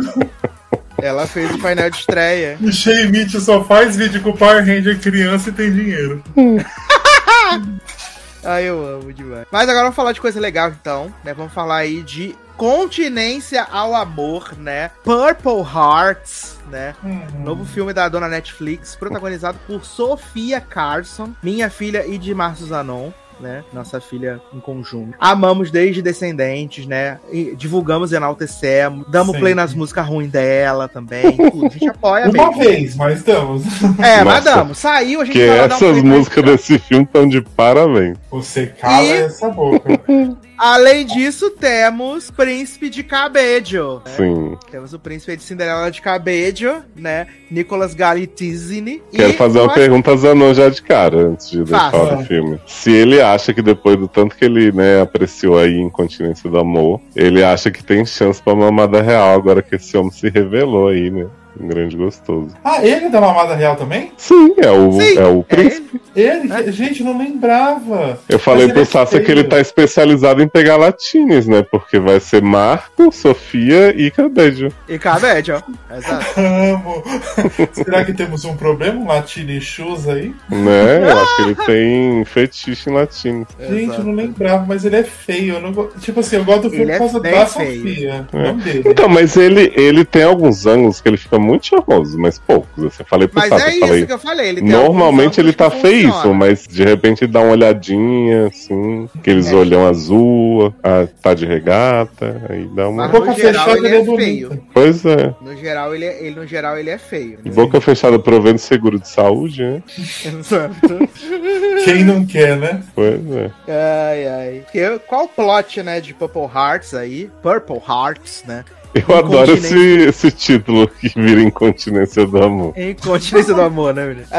Ela fez o painel de estreia. O Shea Mitchell só faz vídeo com o Power Ranger criança e tem dinheiro. Ai, eu amo demais. Mas agora vamos falar de coisa legal, então, né? Vamos falar aí de Continência ao Amor, né? Purple Hearts, né? Novo filme da dona Netflix, protagonizado por Sofia Carson, minha filha e de Márcio Zanon. Né? Nossa filha em conjunto. Amamos desde Descendentes, né? E divulgamos e enaltecemos. Damos play nas músicas ruins dela também. Tudo. A gente apoia mesmo. Uma vez, mas damos. Mas damos. Saiu, a gente que essas músicas desse filme estão de parabéns. Você cala essa boca. Além disso, temos Príncipe de Cabello. Né? Sim. Temos o Príncipe de Cinderela de Cabello, né? Nicolas Galitzini. Quero fazer uma pergunta a Zanon já de cara, antes de falar do filme. Se ele acha que depois do tanto que ele, né, apreciou aí Incontinência do Amor, ele acha que tem chance pra mamada real agora que esse homem se revelou aí, né? Um grande gostoso. Ah, ele é da mamada real também? Sim, é o príncipe. Ele? Gente, não lembrava. Eu falei pro Sassa que ele tá especializado em pegar latines, né? Porque vai ser Marco, Sofia e Cabello. E Cabello, exato. Amo. Será que temos um problema, um latino e shoes aí? Né? Eu acho que ele tem fetiche em latino. Gente, eu não lembrava, mas ele é feio. Eu não Tipo assim, eu gosto do filme por causa da Sofia, não dele. Então, mas ele tem alguns ângulos que ele fica muito charmoso, mas poucos. Assim, eu falei pro Sassa, é isso que eu falei. Ele tem normalmente ele tá feíssimo, mas de repente ele dá uma olhadinha, assim, aqueles olhão azul, tá de regata, aí dá uma... Boca fechada ele é feio. Pois é. No geral ele é feio. Né? Boca fechada provendo seguro de saúde, né? Exato. Quem não quer, né? Pois é. Ai. Qual o plot, né, de Purple Hearts aí? Purple Hearts, né? Eu adoro esse título que vira Incontinência do Amor. Incontinência do Amor, né, menino?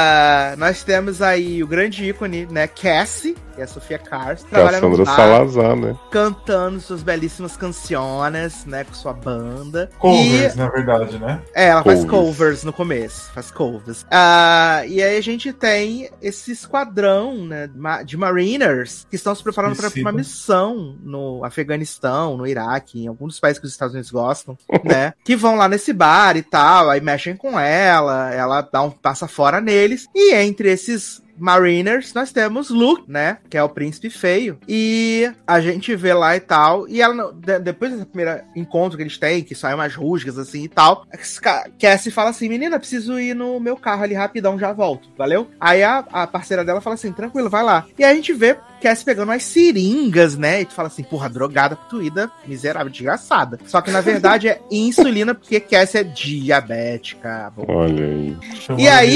Nós temos aí o grande ícone, né, Cassie, que é a Sofia Carson, trabalhando Cassandra Salazar, né? Cantando suas belíssimas canções, né, com sua banda. Covers, na verdade, né? Ela faz covers no começo, faz covers. E aí a gente tem esse esquadrão, né, de Mariners que estão se preparando para uma missão no Afeganistão, no Iraque, em alguns dos países que os Estados Unidos gostam, né, que vão lá nesse bar e tal, aí mexem com ela dá passa fora neles, e entre esses Mariners, nós temos Luke, né? Que é o príncipe feio. E a gente vê lá e tal. E ela, depois desse primeiro encontro que eles têm, que saem umas rusgas assim e tal, Cassie fala assim: menina, preciso ir no meu carro ali rapidão, já volto, valeu? Aí a parceira dela fala assim: tranquilo, vai lá. E aí a gente vê Cassie pegando umas seringas, né? E tu fala assim: porra, drogada, pituída, miserável, desgraçada. Só que na verdade é insulina, porque Cassie é diabética. Olha aí. E aí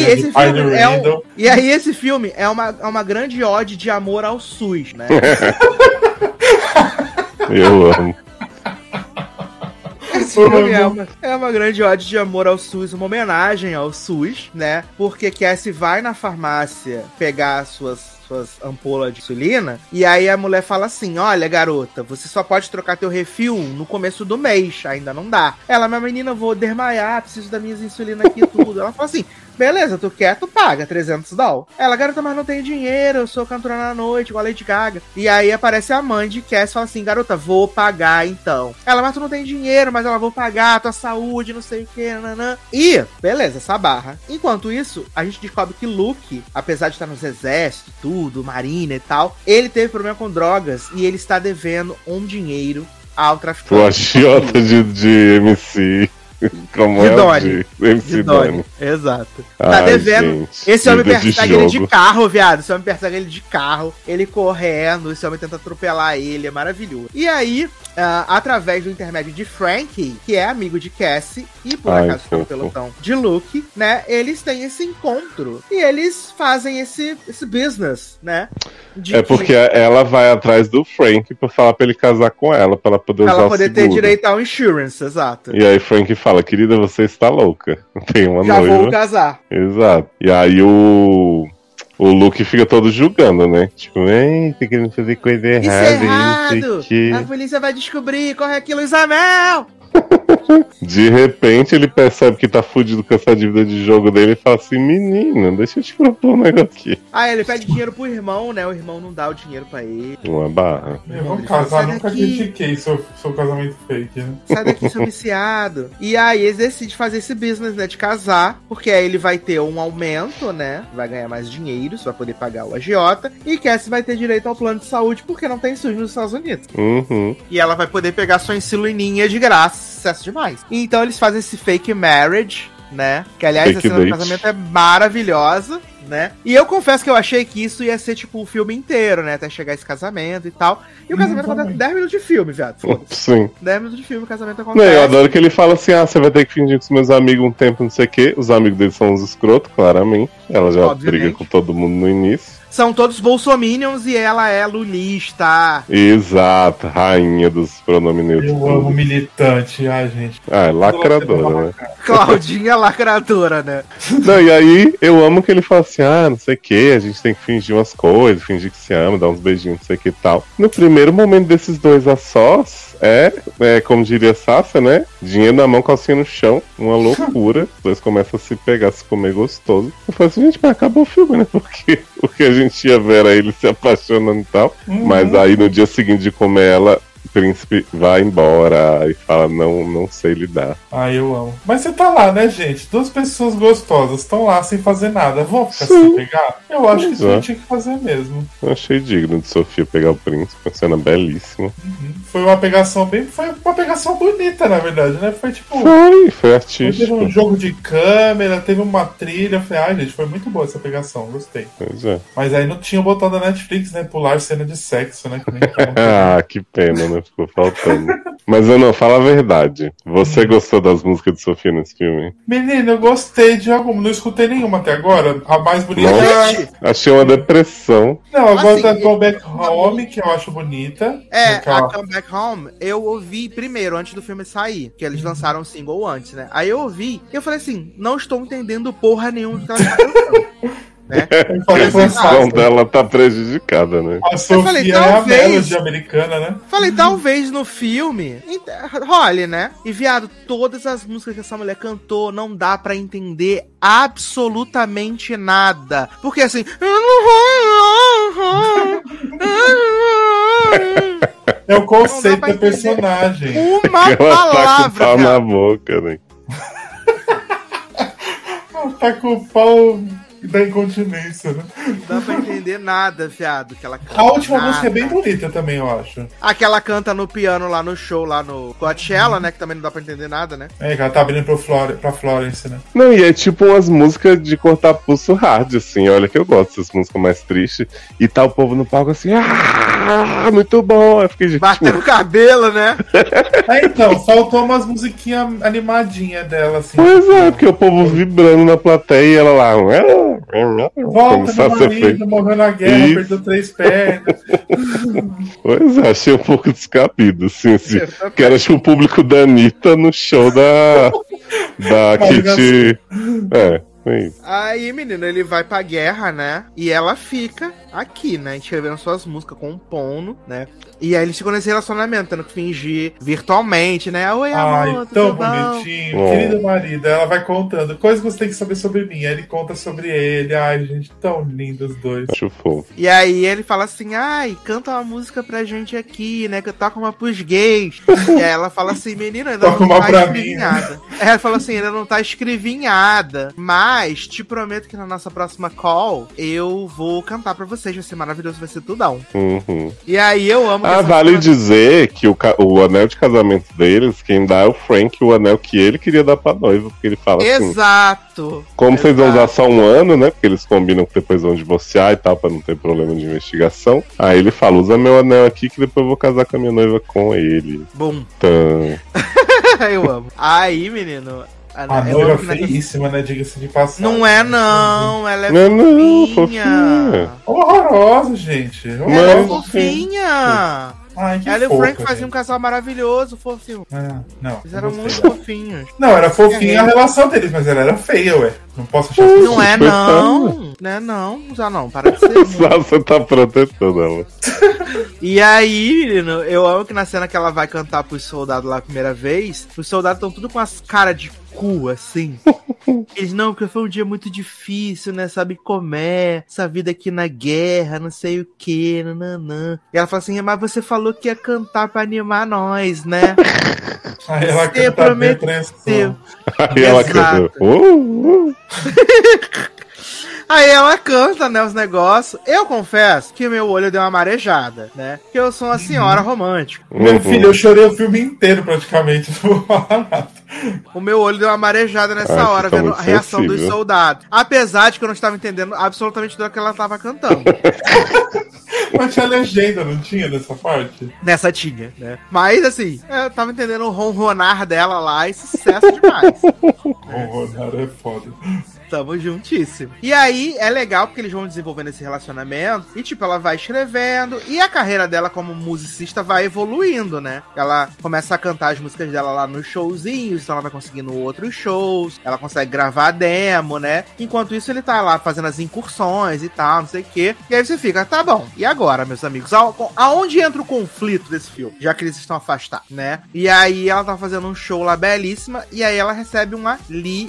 esse filme é uma grande ode de amor ao SUS, né? Eu amo. Esse filme é uma grande ode de amor ao SUS, uma homenagem ao SUS, né? Porque Cassie vai na farmácia pegar suas ampolas de insulina, e aí a mulher fala assim: olha, garota, você só pode trocar teu refil no começo do mês, ainda não dá. Ela: minha menina, eu vou desmaiar, preciso das minhas insulinas aqui e tudo. Ela fala assim: beleza, tu quer, tu paga $300. Ela: garota, mas não tenho dinheiro, eu sou cantora na noite, igual a Lady Gaga. E aí aparece a mãe de Cass e fala assim: garota, vou pagar então. Ela: mas tu não tem dinheiro, mas ela: vou pagar, tua saúde, não sei o que, nanã. E, beleza, essa barra. Enquanto isso, a gente descobre que Luke, apesar de estar nos exércitos, tudo, marina e tal, ele teve problema com drogas e ele está devendo um dinheiro ao traficante. O agiota de MC. Como de é Donnie. MC Donnie. Exato. Tá devendo. Gente, esse homem persegue ele de carro, viado. Esse homem persegue ele de carro. Ele correndo. Esse homem tenta atropelar ele. É maravilhoso. E aí, através do intermédio de Frankie, que é amigo de Cassie, e por acaso está no pelotão de Luke, né? Eles têm esse encontro. E eles fazem esse business, né? Porque ela vai atrás do Frank pra falar pra ele casar com ela, pra ela poder usar o seguro. Pra ela poder ter direito ao insurance, exato. E aí Frank fala: querida, você está louca. Tem uma noiva. Já vou casar. Exato. E aí o Luke fica todo julgando, né? Tipo, tá querendo fazer coisa errada. Isso é errado! A polícia vai descobrir, corre aqui, Luiz Amel! De repente ele percebe que tá fudido com essa dívida de jogo dele e fala assim: menina, deixa eu te propor um negócio aqui. Ah, ele pede dinheiro pro irmão, né? O irmão não dá o dinheiro pra ele. Uma barra. Vamos casar, nunca critiquei seu casamento fake, né? Sai daqui, seu viciado. E aí eles decidem fazer esse business, né? De casar, porque aí ele vai ter um aumento, né? Vai ganhar mais dinheiro, vai poder pagar o agiota. E Cassie vai ter direito ao plano de saúde, porque não tem SUS nos Estados Unidos. Uhum. E ela vai poder pegar sua insulininha de graça. Sucesso demais. Então eles fazem esse fake marriage, né? Que aliás, a cena do casamento é maravilhosa, né? E eu confesso que eu achei que isso ia ser, tipo, o filme inteiro, né? Até chegar esse casamento e tal. E o casamento acontece em 10 minutos de filme, viado. Foda-se. Sim. 10 minutos de filme, o casamento Não, acontece. eu adoro que ele fala assim, você vai ter que fingir com os meus amigos um tempo, não sei o quê. Os amigos dele são uns escrotos, claramente. Ela já Obviamente. briga com todo mundo no início. São todos bolsominions e ela é lulista. Exato, rainha dos pronomes neutros. Eu amo militante, ai, gente. É lacradora, né? Claudinha lacradora, né? Não, e aí eu amo que ele fala assim, não sei o que, a gente tem que fingir umas coisas, fingir que se ama, dar uns beijinhos, não sei o que e tal. No primeiro momento desses dois a sós, como diria Sácia, né? Dinheiro na mão, calcinha no chão, uma loucura. Os dois começam a se pegar, a se comer gostoso. Eu falo assim, gente, mas acabou o filme, né? Porque a gente ia ver ele se apaixonando e tal. Mas aí no dia seguinte de comer ela, o príncipe vai embora e fala, não sei lidar. Ai, eu amo. Mas você tá lá, né, gente? Duas pessoas gostosas estão lá sem fazer nada. Vão ficar sem pegar? Eu acho que isso não tinha que fazer mesmo. Eu achei digno de Sofia pegar o príncipe, uma cena belíssima. Foi uma pegação bonita, na verdade, né? Foi tipo... Foi artístico. Teve um jogo de câmera, teve uma trilha. Eu falei, ai, gente, foi muito boa essa pegação, gostei. Pois é. Mas aí não tinha o botão da Netflix, né? Pular cena de sexo, né? Que pena, né? Ficou faltando. Mas eu não, fala a verdade. Você gostou das músicas de Sofia nesse filme? Menino, eu gostei de alguma. Não escutei nenhuma até agora. A mais bonita Nossa, achei uma depressão. Não, eu gosto da Go Back Home, que eu acho bonita. A Come Back Home, eu ouvi primeiro, antes do filme sair, que eles lançaram o single antes, né? Aí eu ouvi e eu falei assim, não estou entendendo porra nenhuma do que ela tá cantando. Né? A função dela tá prejudicada, né? A Sofia é a Melody americana, né? Falei, talvez no filme role, né? E, viado, todas as músicas que essa mulher cantou não dá pra entender absolutamente nada. Porque assim... É o conceito da personagem. Uma ela palavra, tá com o pau viado. na boca, né? Ela tá com o pau da incontinência, né? Não dá pra entender nada, viado, que ela canta. A última nada. música é bem bonita também, eu acho. A que ela canta no piano lá no show, lá no Coachella, né? Que também não dá pra entender nada, né? É, que ela tá abrindo pra Florence, né? Não, e é tipo umas músicas de cortar pulso hard, assim. Olha que eu gosto dessas músicas mais tristes. E tá o povo no palco assim, muito bom. Eu fiquei, gente, Batendo o cabelo, né? Então, faltou umas musiquinhas animadinhas dela, assim. Pois é, porque o povo vibrando na plateia e ela lá. Volta, começar meu a ser marido, feito. morreu na guerra, Isso. perdeu 3 pernas. Pois é, achei um pouco descabido, assim. Que era tipo o público da Anitta no show da Kitty. Foi isso. Aí, menino, ele vai pra guerra, né? E ela fica aqui, né? Escrevendo suas músicas, compondo, né? E aí eles ficam nesse relacionamento, tendo que fingir virtualmente, né? Oi, amor, Tão tudo bom? bonitinho. Querido marido, ela vai contando coisas que você tem que saber sobre mim. Aí ele conta sobre ele. Ai, gente, tão lindos os dois. Acho fofo. E aí ele fala assim, canta uma música pra gente aqui, né? Que eu toco uma pros gays. E aí ela fala assim, menina, ainda Toca não uma tá pra mim, escrevinhada. Ela falou assim, ainda não tá escrevinhada. Mas te prometo que na nossa próxima call eu vou cantar pra vocês. Vai ser maravilhoso, vai ser tudão. Uhum. E aí eu amo... que essa Vale cena- dizer que o anel de casamento deles, quem dá é o Frank, o anel que ele queria dar pra noiva, porque ele fala assim, Exato. como vocês vão usar Exato. só um ano, né, porque eles combinam que depois vão divorciar e tal, pra não ter problema de investigação, aí ele fala, usa meu anel aqui que depois eu vou casar com a minha noiva com ele. Bom, Então, eu amo. Aí, menino... A eu noiva amo que nessa- feíssima, né? Diga-se de passagem. Não é não, ela é Não, fofinha. fofinha. Horrorosa, gente. Ela é Horrorosa. fofinha. Ai, que Ela e o fofa, Frank faziam um gente. casal maravilhoso, fofinho. Não, Eles eram não muito gostei. fofinhos. Não, era fofinha a relação deles, mas ela era feia, ué. Não posso achar isso. Não é não. Não é não. Já não, para de ser. só você tá protetando ela. E aí, menino, eu amo que na cena que ela vai cantar pros soldados lá a primeira vez, os soldados estão tudo com as caras de cu, assim. Eles, não, porque foi um dia muito difícil, né? Sabe como é? Essa vida aqui na guerra, não sei o que, nananã. E ela fala assim, mas você falou que ia cantar pra animar nós, né? Aí ela Você canta prometeu. depressão. Aí ela Exato. cantou. Aí ela canta, né, os negócios. Eu confesso que meu olho deu uma marejada, né? Que eu sou uma senhora romântica. Meu filho, eu chorei o filme inteiro praticamente. Não vou falar nada. O meu olho deu uma marejada nessa Ai, hora, tá vendo muito a reação dos sensível. soldados. Apesar de que eu não estava entendendo absolutamente do que ela estava cantando. Mas tinha legenda, não tinha nessa parte? Nessa tinha, né? Mas, assim, eu tava entendendo o ronronar dela lá e sucesso demais. Ronronar é foda. Tamo juntíssimo. E aí, é legal porque eles vão desenvolvendo esse relacionamento e, tipo, ela vai escrevendo e a carreira dela como musicista vai evoluindo, né? Ela começa a cantar as músicas dela lá nos showzinhos, então ela vai conseguindo outros shows, ela consegue gravar demo, né? Enquanto isso, ele tá lá fazendo as incursões e tal, não sei o quê. E aí você fica, tá bom, e agora, meus amigos? Aonde entra o conflito desse filme? Já que eles estão afastados, né? E aí, ela tá fazendo um show lá belíssima e aí ela recebe uma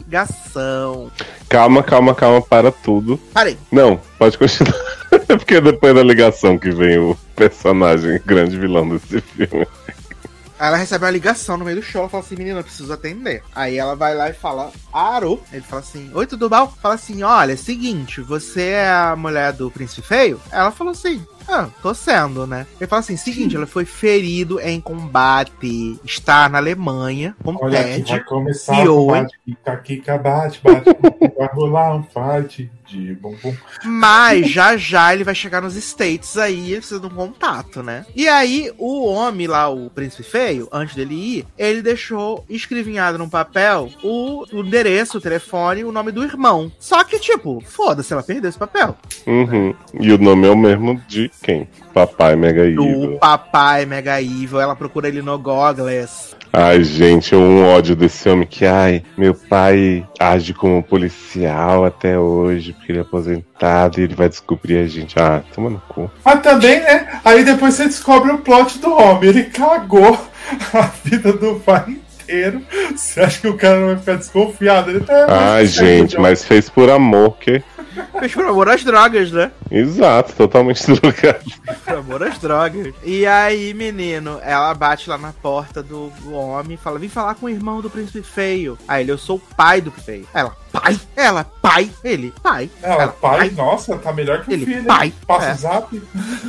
ligação. Calma, para tudo. Parei. Não, pode continuar. É porque é depois da ligação que vem o personagem grande vilão desse filme. Aí ela recebe uma ligação no meio do show, ela fala assim, menina, eu preciso atender. Aí ela vai lá e fala, Aro. Ele fala assim, oi, tudo bom? Fala assim, olha, é seguinte, você é a mulher do Príncipe Feio? Ela falou assim, tô sendo, né? Ele fala assim, seguinte, ela foi ferido em combate, está na Alemanha, com Olha aqui, Ted vai começar e o Owen. bate, bate, vai rolar um fight de bumbum. Mas já ele vai chegar nos States aí, ele precisa de um contato, né? E aí, o homem lá, o Príncipe Feio, antes dele ir, ele deixou escrevinhado num papel o endereço, o telefone, o nome do irmão. Só que, tipo, foda-se, ela perdeu esse papel. Uhum. E o nome é o mesmo de quem? Papai Mega Evil. Do papai Mega Evil, ela procura ele no Googles. Ai, gente, um ódio desse homem que, ai, meu pai age como policial até hoje, porque ele é aposentado e ele vai descobrir a gente. Ah, toma no cu. Mas também, né? Aí depois você descobre o plot do homem. Ele cagou a vida do pai inteiro. Você acha que o cara não vai ficar desconfiado? Ele tá. Ai, gente, mas fez por amor, que... Fez por amor às drogas, né? Exato, totalmente drogado. Por amor às drogas. E aí, menino, ela bate lá na porta do homem e fala, vem falar com o irmão do Príncipe Feio. Aí ele, eu sou o pai do Feio. Ela, pai? Ela, pai? Ele, pai. Ela, pai, nossa, tá melhor que o Ele, filho. pai. Passa É. o zap.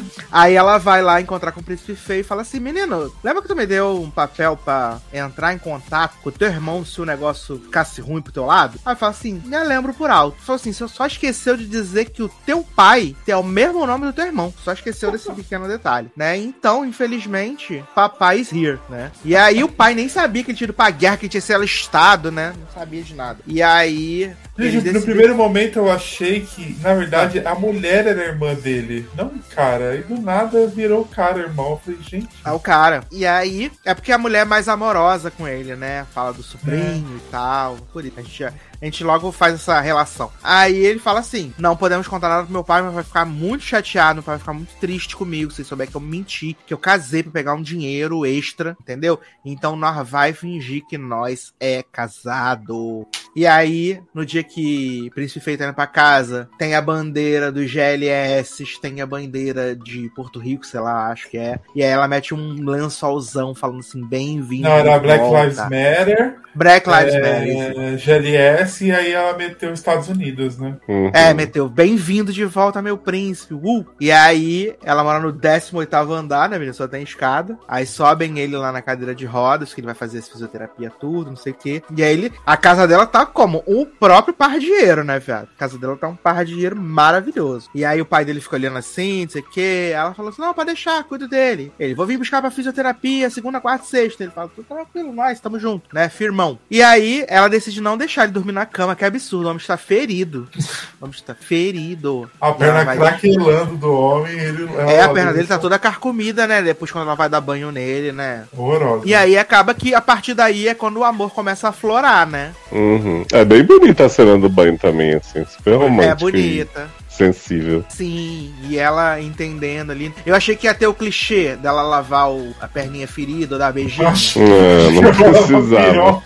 Aí ela vai lá encontrar com o Príncipe Feio e fala assim, menino, lembra que tu me deu um papel pra entrar em contato com o teu irmão se o negócio ficasse ruim pro teu lado? Aí fala assim, me lembro por alto. Falou assim, você só esqueceu de dizer que o teu pai tem o mesmo nome do teu irmão. Só esqueceu desse pequeno detalhe, né? Então, infelizmente, papai is here, né? E aí o pai nem sabia que ele tinha ido pra guerra, que ele tinha sido alistado, né? Não sabia de nada. E aí... Gente, no primeiro momento eu achei que, na verdade, a mulher era a irmã dele, não o cara. E do nada virou o cara, irmão. Eu falei, gente. É o cara. E aí, é porque a mulher é mais amorosa com ele, né? Fala do sobrinho e tal. Por isso, a gente logo faz essa relação. Aí ele fala assim, não podemos contar nada pro meu pai, mas vai ficar muito chateado, meu pai vai ficar muito triste comigo, se souber que eu menti, que eu casei pra pegar um dinheiro extra, entendeu? Então nós vai fingir que nós é casado. E aí, no dia que o Príncipe Feio tá indo pra casa, tem a bandeira dos GLS, tem a bandeira de Porto Rico, sei lá, acho que é. E aí ela mete um lençolzão falando assim, bem-vindo. Não, era de Black volta. Lives Matter. Black Lives Matter. GLS e aí ela meteu os Estados Unidos, né? Uhum. Meteu, bem-vindo de volta, meu príncipe. E aí, ela mora no 18º andar, né, menina? Só tem escada. Aí sobem ele lá na cadeira de rodas, que ele vai fazer essa fisioterapia, tudo, não sei o quê. E aí, a casa dela tá como? O próprio pardieiro, né, viado? A casa dela tá um pardieiro maravilhoso. E aí, o pai dele fica olhando assim, não sei o quê. Ela falou assim, não, pode deixar, cuido dele. Ele, vou vir buscar pra fisioterapia, segunda, quarta e sexta. Ele fala, tudo tranquilo, nós, tamo junto, né, firmão. E aí, ela decide não deixar ele dormir na cama, que é absurdo. O homem está ferido. O homem está ferido. A perna craquelando do homem. A perna dele tá toda carcomida, né? Depois quando ela vai dar banho nele, né? Horrorosa. E aí acaba que a partir daí é quando o amor começa a florar, né? Uhum. É bem bonita a cena do banho também, assim, super romântica. É bonita. Sensível. Sim, e ela entendendo ali. Eu achei que ia ter o clichê dela lavar a perninha ferida ou dar beijinho. Não precisava.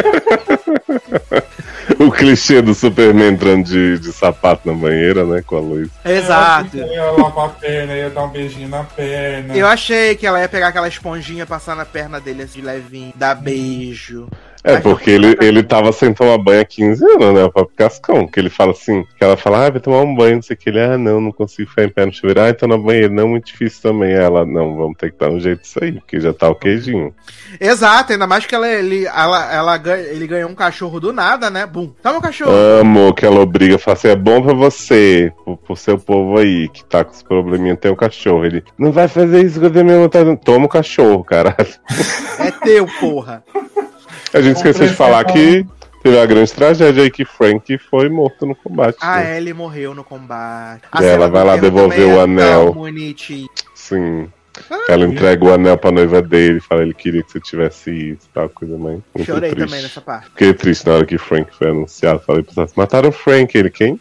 O clichê do Superman entrando de sapato na banheira, né? Com a luz. Exato. Eu ia lavar a perna, ia dar um beijinho na perna. Eu achei que ela ia pegar aquela esponjinha, passar na perna dele assim, de levinho, dar beijo. É, porque ele tava sem tomar banho há 15 anos, né? O próprio Cascão. Que ele fala assim, que ela fala, vai tomar um banho, não sei o que. Ele, não consigo ficar em pé no chuveiro. Então na banheira, não, muito difícil também. Ela, não, vamos ter que dar um jeito disso aí, porque já tá o queijinho. Exato, ainda mais que ele ganhou um cachorro do nada, né? Bum, toma o cachorro. Amo que ela obriga, fala assim, é bom pra você, pro seu povo aí, que tá com os probleminhas, tem um cachorro. Ele, não vai fazer isso que eu tenho minha vontade. Toma o cachorro, caralho. É teu, porra. A gente esqueceu de falar que teve a grande tragédia aí que Frank foi morto no combate. Né? Ele morreu no combate. E ela vai lá devolver o anel. Bonitinho. Sim. Ela entrega o anel pra noiva dele, fala ele queria que você tivesse isso, tal coisa, mas muito chorei triste. Também nessa parte. Fiquei triste na hora que Frank foi anunciado. Falei pra você, mataram o Frank, ele quem?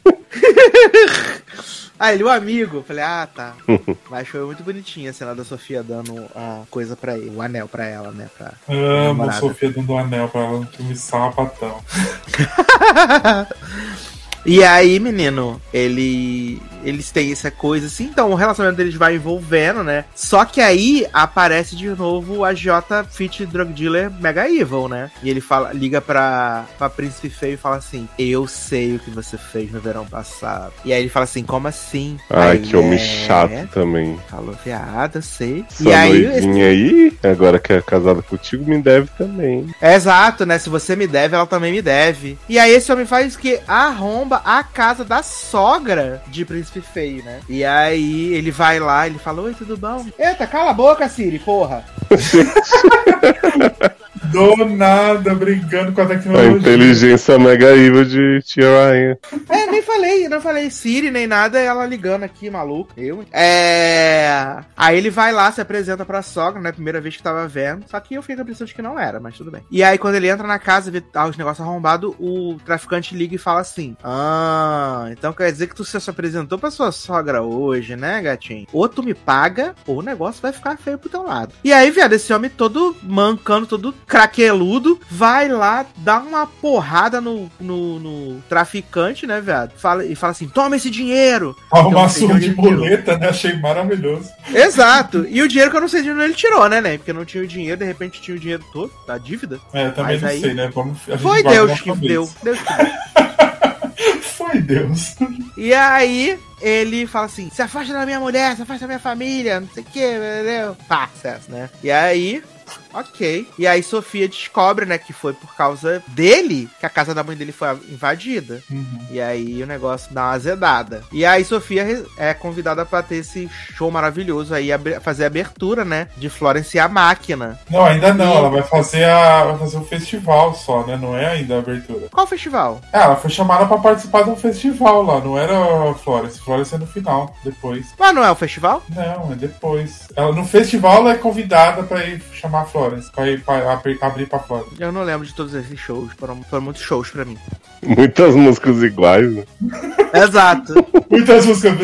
Ele, o amigo. Falei, tá. Mas foi muito bonitinha a cena da Sofia dando a coisa pra ele, o anel pra ela, né? Amo a Sofia dando o anel pra ela, que me sapatão. E aí, menino, eles têm essa coisa assim, então o relacionamento deles vai envolvendo, né? Só que aí aparece de novo o AJ Fit Drug Dealer Mega Evil, né? E ele liga pra Príncipe Feio e fala assim, eu sei o que você fez no verão passado. E aí ele fala assim, como assim? Ai, que homem chato também. Falou, viado, eu sei. Sua e aí, noivinha aí, agora que é casada contigo, me deve também. Exato, né? Se você me deve, ela também me deve. E aí esse homem faz o quê? Arromba a casa da sogra de Príncipe Feio, né? E aí ele vai lá, ele fala, oi, tudo bom? Eita, cala a boca, Siri, porra! Do nada, brincando com a tecnologia. A inteligência mega evil de Tia Ryan. Não falei Siri nem nada, ela ligando aqui, maluco. Aí ele vai lá, se apresenta pra sogra, né? Primeira vez que tava vendo. Só que eu fiquei com a impressão de que não era, mas tudo bem. E aí quando ele entra na casa e vê os negócios arrombados, o traficante liga e fala assim, então quer dizer que tu se apresentou pra sua sogra hoje, né, gatinho? Ou tu me paga, ou o negócio vai ficar feio pro teu lado. E aí, viado, esse homem todo mancando, todo craqueludo, vai lá, dá uma porrada no traficante, né, viado? E fala assim, toma esse dinheiro! Uma surra de boleta, né? Achei maravilhoso. Exato! E o dinheiro que eu não sei de onde ele tirou, né? Porque não tinha o dinheiro, de repente tinha o dinheiro todo da dívida. Também não sei, né? Foi Deus que deu. Deus que deu. Foi Deus. E aí, ele fala assim, se afasta da minha mulher, se afasta da minha família, não sei o que, entendeu? Sucesso, né? E aí... Ok. E aí Sofia descobre, né, que foi por causa dele que a casa da mãe dele foi invadida. E aí o negócio dá uma azedada. E aí Sofia é convidada pra ter esse show maravilhoso aí, fazer a abertura, né, de Florence e a Máquina. Não, ainda não. Ela vai fazer o festival só, né? Não é ainda a abertura. Qual festival? Ela foi chamada pra participar de um festival lá. Não era a Florence. Florence é no final, depois. Mas não é o festival? Não, é depois. No festival ela é convidada pra ir chamar a Florence, pra abrir pra Florence. Eu não lembro de todos esses shows, foram muitos shows pra mim. Muitas músicas iguais, né? Exato. Muitas músicas.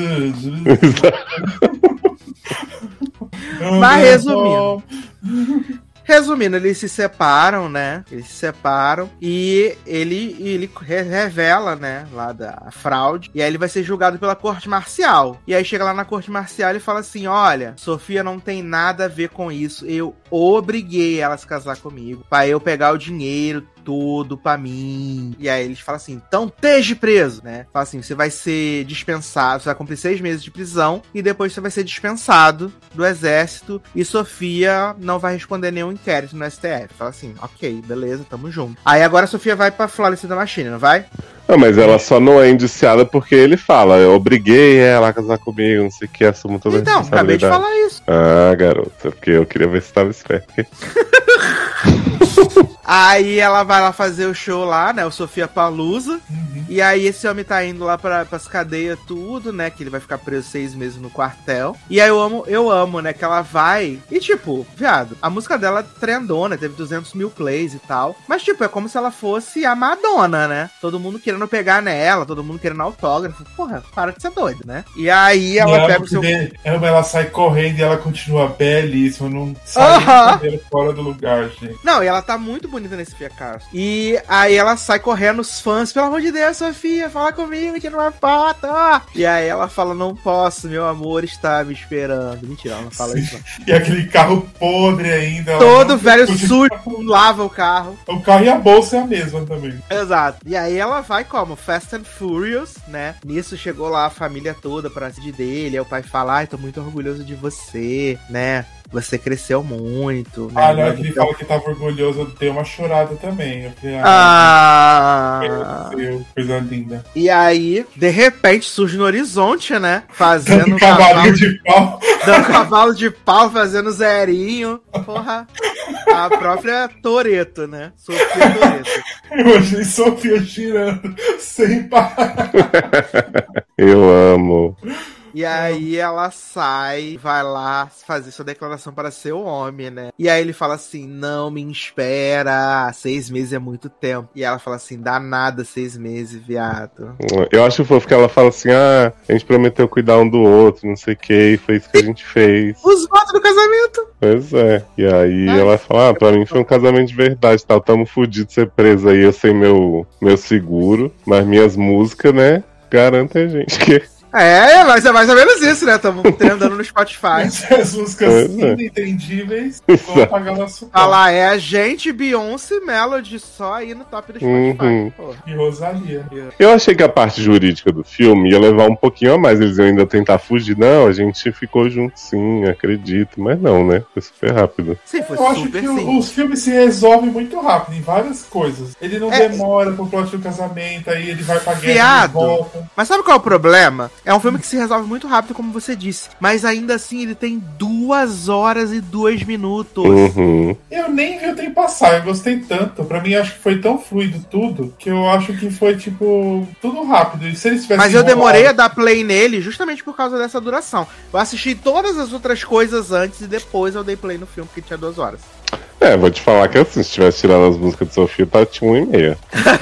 Mas resumindo, eles se separam, né? E ele revela, né? Lá da fraude. E aí ele vai ser julgado pela corte marcial. E aí chega lá na corte marcial e fala assim, olha, Sofia não tem nada a ver com isso. Eu obriguei ela a se casar comigo pra eu pegar o dinheiro tudo pra mim. E aí eles falam assim, então esteja preso, né? Fala assim, você vai ser dispensado, você vai cumprir 6 meses de prisão e depois você vai ser dispensado do exército e Sofia não vai responder nenhum inquérito no STF. Fala assim, ok, beleza, tamo junto. Aí agora a Sofia vai pra Florence da Machine, não vai? Não, mas ela só não é indiciada porque ele fala, eu obriguei ela a casar comigo, não sei o que, assumo toda a responsabilidade. Então, acabei de falar isso. Ah, garota, porque eu queria ver se tava esperto. Aí ela vai lá fazer o show lá, né? O Sofia Palusa. E aí esse homem tá indo lá pras cadeias tudo, né? Que ele vai ficar preso 6 meses no quartel. E aí eu amo, né? Que ela vai... E tipo, viado, a música dela trendona, teve 200 mil plays e tal. Mas tipo, é como se ela fosse a Madonna, né? Todo mundo querendo pegar nela, todo mundo querendo autógrafo. Porra, para de ser doido, né? E aí ela pega o seu... Ela sai correndo e ela continua belíssima, não sai fora do lugar, gente. Não, e ela tá muito bonita nesse fiacaço. E aí ela sai correndo, os fãs, pelo amor de Deus, Sofia, fala comigo, tira uma foto. E aí ela fala, não posso, meu amor está me esperando. Mentira, ela não fala isso. E aquele carro podre ainda. Todo velho sujo, lava o carro. O carro e a bolsa é a mesma também. Exato. E aí ela vai como? Fast and Furious, né? Nisso chegou lá a família toda pra assistir dele. Aí o pai fala, ai, tô muito orgulhoso de você, né? Você cresceu muito, né? Na hora que ele fala que tava orgulhoso, eu dei uma chorada também. Eu falei, coisa linda. E aí, de repente, surge no horizonte, né? Fazendo Dando cavalo de pau. Dando cavalo de pau, fazendo zerinho. Porra. A própria Toretto, né? Sofia Toretto. Eu achei Sofia girando sem parar. Eu amo. E aí ela sai, vai lá fazer sua declaração para ser o homem, né? E aí ele fala assim, não me espera, 6 meses é muito tempo. E ela fala assim, dá nada 6 meses, viado. Eu acho fofo que ela fala assim, a gente prometeu cuidar um do outro, não sei o que, e foi isso que a gente fez. Os votos do casamento. Pois é. E aí ela fala, pra mim foi um casamento de verdade, tal, tamo fudido de ser preso aí, eu sei meu seguro, mas minhas músicas, né, garantem a gente que... Mas é mais ou menos isso, né? Estamos andando no Spotify. As músicas inentendíveis vão pagar nosso pau. Fala, é a gente, Beyoncé, Melody, só aí no top do Spotify. E Rosalia. Eu achei que a parte jurídica do filme ia levar um pouquinho a mais. Eles iam ainda tentar fugir. Não, a gente ficou junto sim, acredito. Mas não, né? Foi super rápido. Sim, foi Eu acho que os filmes se resolvem muito rápido em várias coisas. Ele não demora pro plot do casamento, aí ele vai pra guerra e volta. Mas sabe qual é o problema? É um filme que se resolve muito rápido, como você disse. Mas ainda assim, ele tem 2 horas e 2 minutos. Eu nem vi o tempo passar, eu gostei tanto. Pra mim, acho que foi tão fluido tudo, que eu acho que foi, tipo, tudo rápido. E se eles tivessem Mas eu demorei a dar play nele justamente por causa dessa duração. Eu assisti todas as outras coisas antes e depois eu dei play no filme, porque tinha 2 horas. Vou te falar que assim, se tivesse tirado as músicas de Sofia, tá tinha 1h30.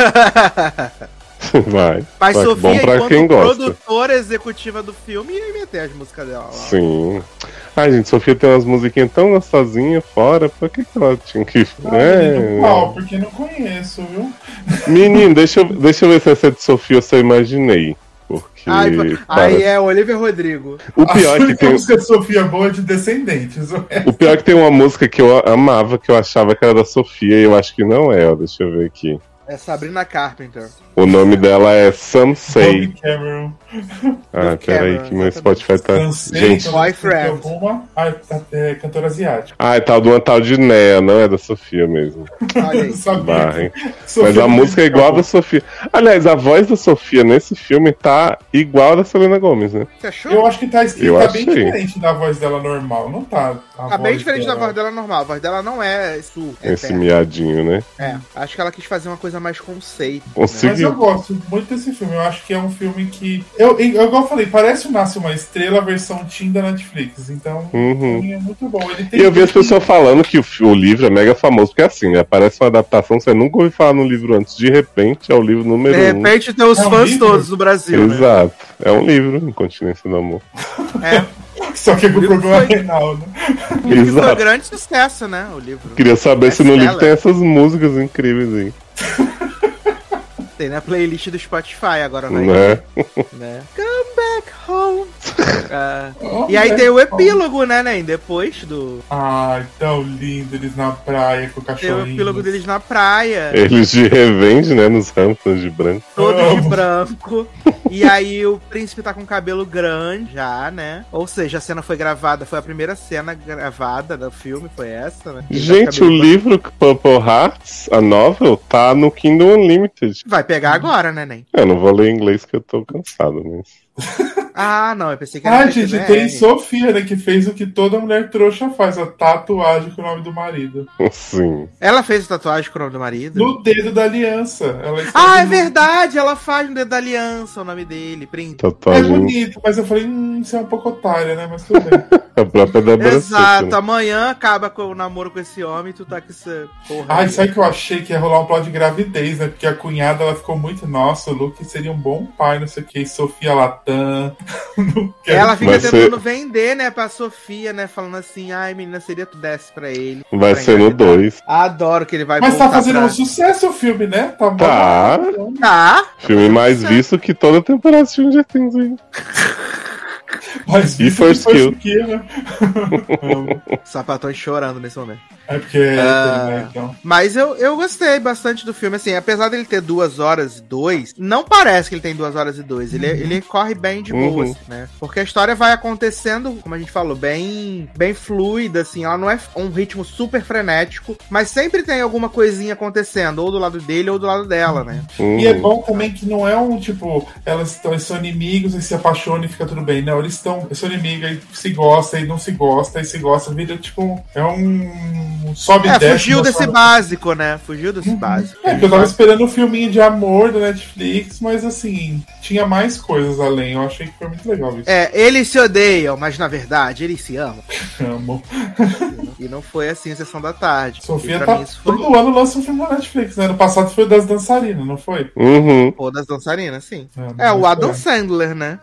Vai. Sofia, bom pra enquanto quem gosta. Produtora executiva do filme, ia meter as músicas dela lá. Sim. Ai, gente, Sofia tem umas musiquinhas tão gostosinhas fora, por que ela tinha que... Porque não conheço, viu? Menino, deixa eu ver se essa é de Sofia ou se eu imaginei. Porque... Aí é Olivia Rodrigo. O pior é que tem... música de Sofia boa é de Descendentes. O pior é que tem uma música que eu amava, que eu achava que era da Sofia, e eu acho que não é, ó. Deixa eu ver aqui. É Sabrina Carpenter. O nome dela é Some Say. Bobby Cameron. Peraí, que meu Spotify tá... Gente, Boyfriend. É cantora asiática. é tal de uma tal de Nea, não é da Sofia mesmo. Olha aí. Mas a música é igual a da Sofia. Aliás, a voz da Sofia nesse filme tá igual a da Selena Gomez, né? Você achou? Eu acho que tá bem diferente da voz dela normal, não tá? Tá bem diferente da voz dela normal. A voz dela não é esse miadinho, né? Acho que ela quis fazer uma coisa mais conceito. Mas eu gosto muito desse filme. Eu acho que é um filme que... Igual eu falei, parece o Nasce Uma Estrela, versão teen da Netflix. Então, é muito bom. E eu vi as pessoas falando que o livro é mega famoso, porque assim, parece uma adaptação, você nunca ouviu falar no livro antes. De repente, é o livro número 1. De repente, tem os fãs todos do Brasil. Exato. Né? É um livro, Incontinência do Amor. Só que com o problema renal, né? O livro foi um grande sucesso, né? O livro. Queria saber se no livro tem essas músicas incríveis aí. Tem na playlist do Spotify agora, né? Come back home. E aí tem o epílogo, né, Nen? Depois do... Ai, tão lindo, eles na praia com o cachorrinho. Tem o epílogo deles na praia. Eles de Revenge, né, nos Hamptons de branco. Todos de branco. E aí o príncipe tá com o cabelo grande já, né? Ou seja, a cena foi gravada, foi a primeira cena gravada do filme, foi essa, né? Gente, o livro Purple Hearts, a novel, tá no Kindle Unlimited. Vai pegar agora, né, Nen? Eu não vou ler em inglês que eu tô cansado, mas... Não, eu pensei que era... gente, tem Sofia, né, que fez o que toda mulher trouxa faz, a tatuagem com o nome do marido. Sim. Ela fez a tatuagem com o nome do marido? No dedo da aliança. É verdade, ela faz no dedo da aliança o nome dele, príncipe. Tatuagem. É bonito, mas eu falei, isso é um pouco otária, né, mas tudo bem. A própria Débora Exato, Seco, né? amanhã acaba com o namoro com esse homem e tu tá com essa porra. Ai, aí. sabe que eu achei que ia rolar um plot de gravidez, né? Porque a cunhada, ela ficou muito, nossa, o Luke seria um bom pai, não sei o que, Sofia Latam. Não quero- Ela fica Vai tentando ser- vender, né, pra Sofia, né? Falando assim, ai, menina, seria tu desse pra ele. Vai pra ser no engravidar. 2. Adoro que ele vai Mas tá voltar fazendo pra... um sucesso o filme, né? Tá bom. Tá. Tá. Filme mais certo. visto que toda temporada de Stranger Things aí. Mas E isso First que foi Kill. aqui, né? Sapatões chorando nesse momento. É porque é hétero, né? Então. Mas eu gostei bastante do filme, assim, apesar dele ter 2h02, não parece que ele tem 2h02, ele corre bem de boas, né? Porque a história vai acontecendo, como a gente falou, bem fluida, assim, ela não é um ritmo super frenético, mas sempre tem alguma coisinha acontecendo, ou do lado dele ou do lado dela, né? E é bom também que não é um tipo, eles são inimigos e se apaixonam e fica tudo bem. Não, eles são inimigos e se gostam e não se gostam e se gostam. Vira tipo, é um sobe e desce. Fugiu desse mostrando- básico, né? Fugiu desse básico. É, que eu tava esperando um filminho de amor da Netflix, mas assim, tinha mais coisas além. Eu achei que foi muito legal isso. É, eles se odeiam, mas na verdade eles se amam. Amo. E não foi assim a Sessão da Tarde. Sofia E pra tá. mim isso foi Todo ano lança um filme na Netflix, né? No passado foi o das dançarinas, não foi? Uhum. Pô, das dançarinas, sim. não É, o foi. Adam Sandler, né?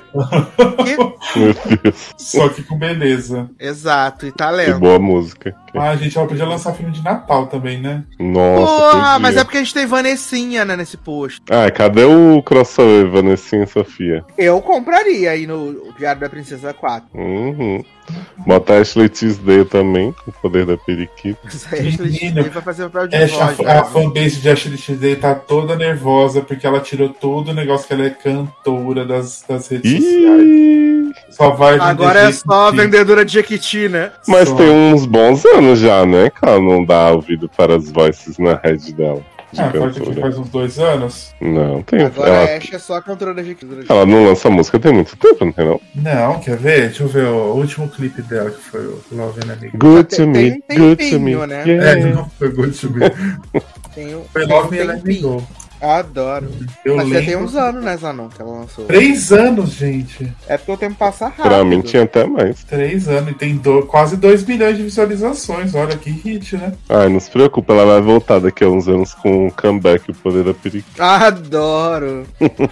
Meu Deus. Só que com beleza. Exato, e Que talento. boa música. Ah, gente, ela podia lançar filme de Natal também, né? Nossa, Porra, podia. mas é porque a gente tem Vanessinha, né, nesse post. Ah, cadê o crossover, Vanessinha e Sofia? Eu compraria aí no Diário da Princesa 4. Uhum. Bota a Ashley Tisdale também, o poder da periquita. Isso aí, Ashley Tisdale vai fazer papel de É, voz. a né? fanbase de Ashley Tisdale tá toda nervosa porque ela tirou todo o negócio que ela é cantora das redes sociais. Ih, Só vai vender Agora é Jequiti. só a vendedora de Jequiti, né? mas Só. tem uns bons anos já, né? Que ela não dá ouvido para as voices na rede dela. De Faz uns 2 anos? Não, tem. Agora a Ela, Ash é só a cantora da Jequiti. ela não lança música tem muito tempo, não tem não? Não, quer ver? Deixa eu ver o último clipe dela, que foi o Love and Amigo. Good Tem- to me, tem good to tempinho, me. né? Yeah. Não foi Good to Me. Tem um... Foi Love tem and um tempinho. Amigo. Adoro. Eu Mas já lembro. tem uns anos, né, Zanon, que ela lançou. 3 anos, gente. É porque o tempo passa rápido. Pra mim tinha até mais. 3 anos e tem quase 2 milhões de visualizações. Olha que hit, né? Ai, não se preocupa, ela vai voltar daqui a uns anos com o comeback, o poder da periquita. Adoro.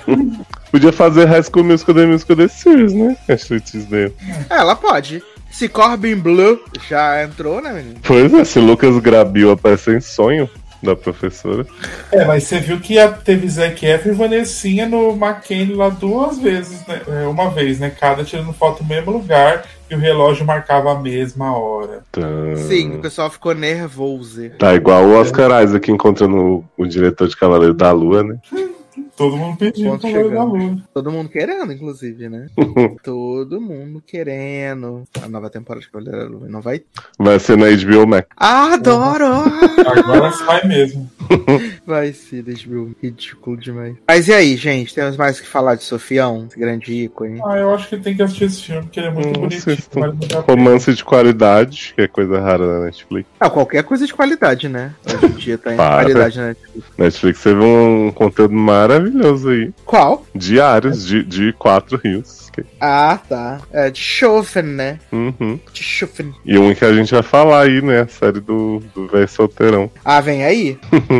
Podia fazer High School Musical The Musical The Series, né? Ashley Tisdale. Ela pode. Se Corbin Blue já entrou, né, menino? Pois é, se Lucas Grabil aparecer em sonho da professora. É, mas você viu que teve Zac Efron e Vanessinha no McCain lá 2 vezes, né? Uma vez, né? Cada tirando foto no mesmo lugar e o relógio marcava a mesma hora. Tá. Sim, o pessoal ficou nervoso. Tá igual o Oscar Isaac encontrando o diretor de Cavaleiro da Lua, né? Todo mundo pedindo Ponto o Cavaleiro da chegando. Lua. Todo mundo querendo, inclusive, né? Todo mundo querendo. A nova temporada de Cavaleiro da Lua não vai. Vai ser na HBO Max. Adoro! Agora sai mesmo. Vai ser, deixa eu ver. Ridículo demais. Mas e aí, gente? Temos mais o que falar de Sofião? Esse grande ícone. Ah, eu acho que tem que assistir esse filme, porque ele é muito bonitinho. assistam. Vale muito a pena. Romance de qualidade, que é coisa rara na Netflix. Ah, qualquer coisa de qualidade, né? Hoje em dia tá em Para. qualidade na Netflix. Netflix teve um conteúdo maravilhoso aí. Qual? Diários de 4 rios. Ah, tá. É de Schofen, né? Uhum. De Schofen. E um que a gente vai falar aí, né? A série do velho solteirão. Ah, vem aí?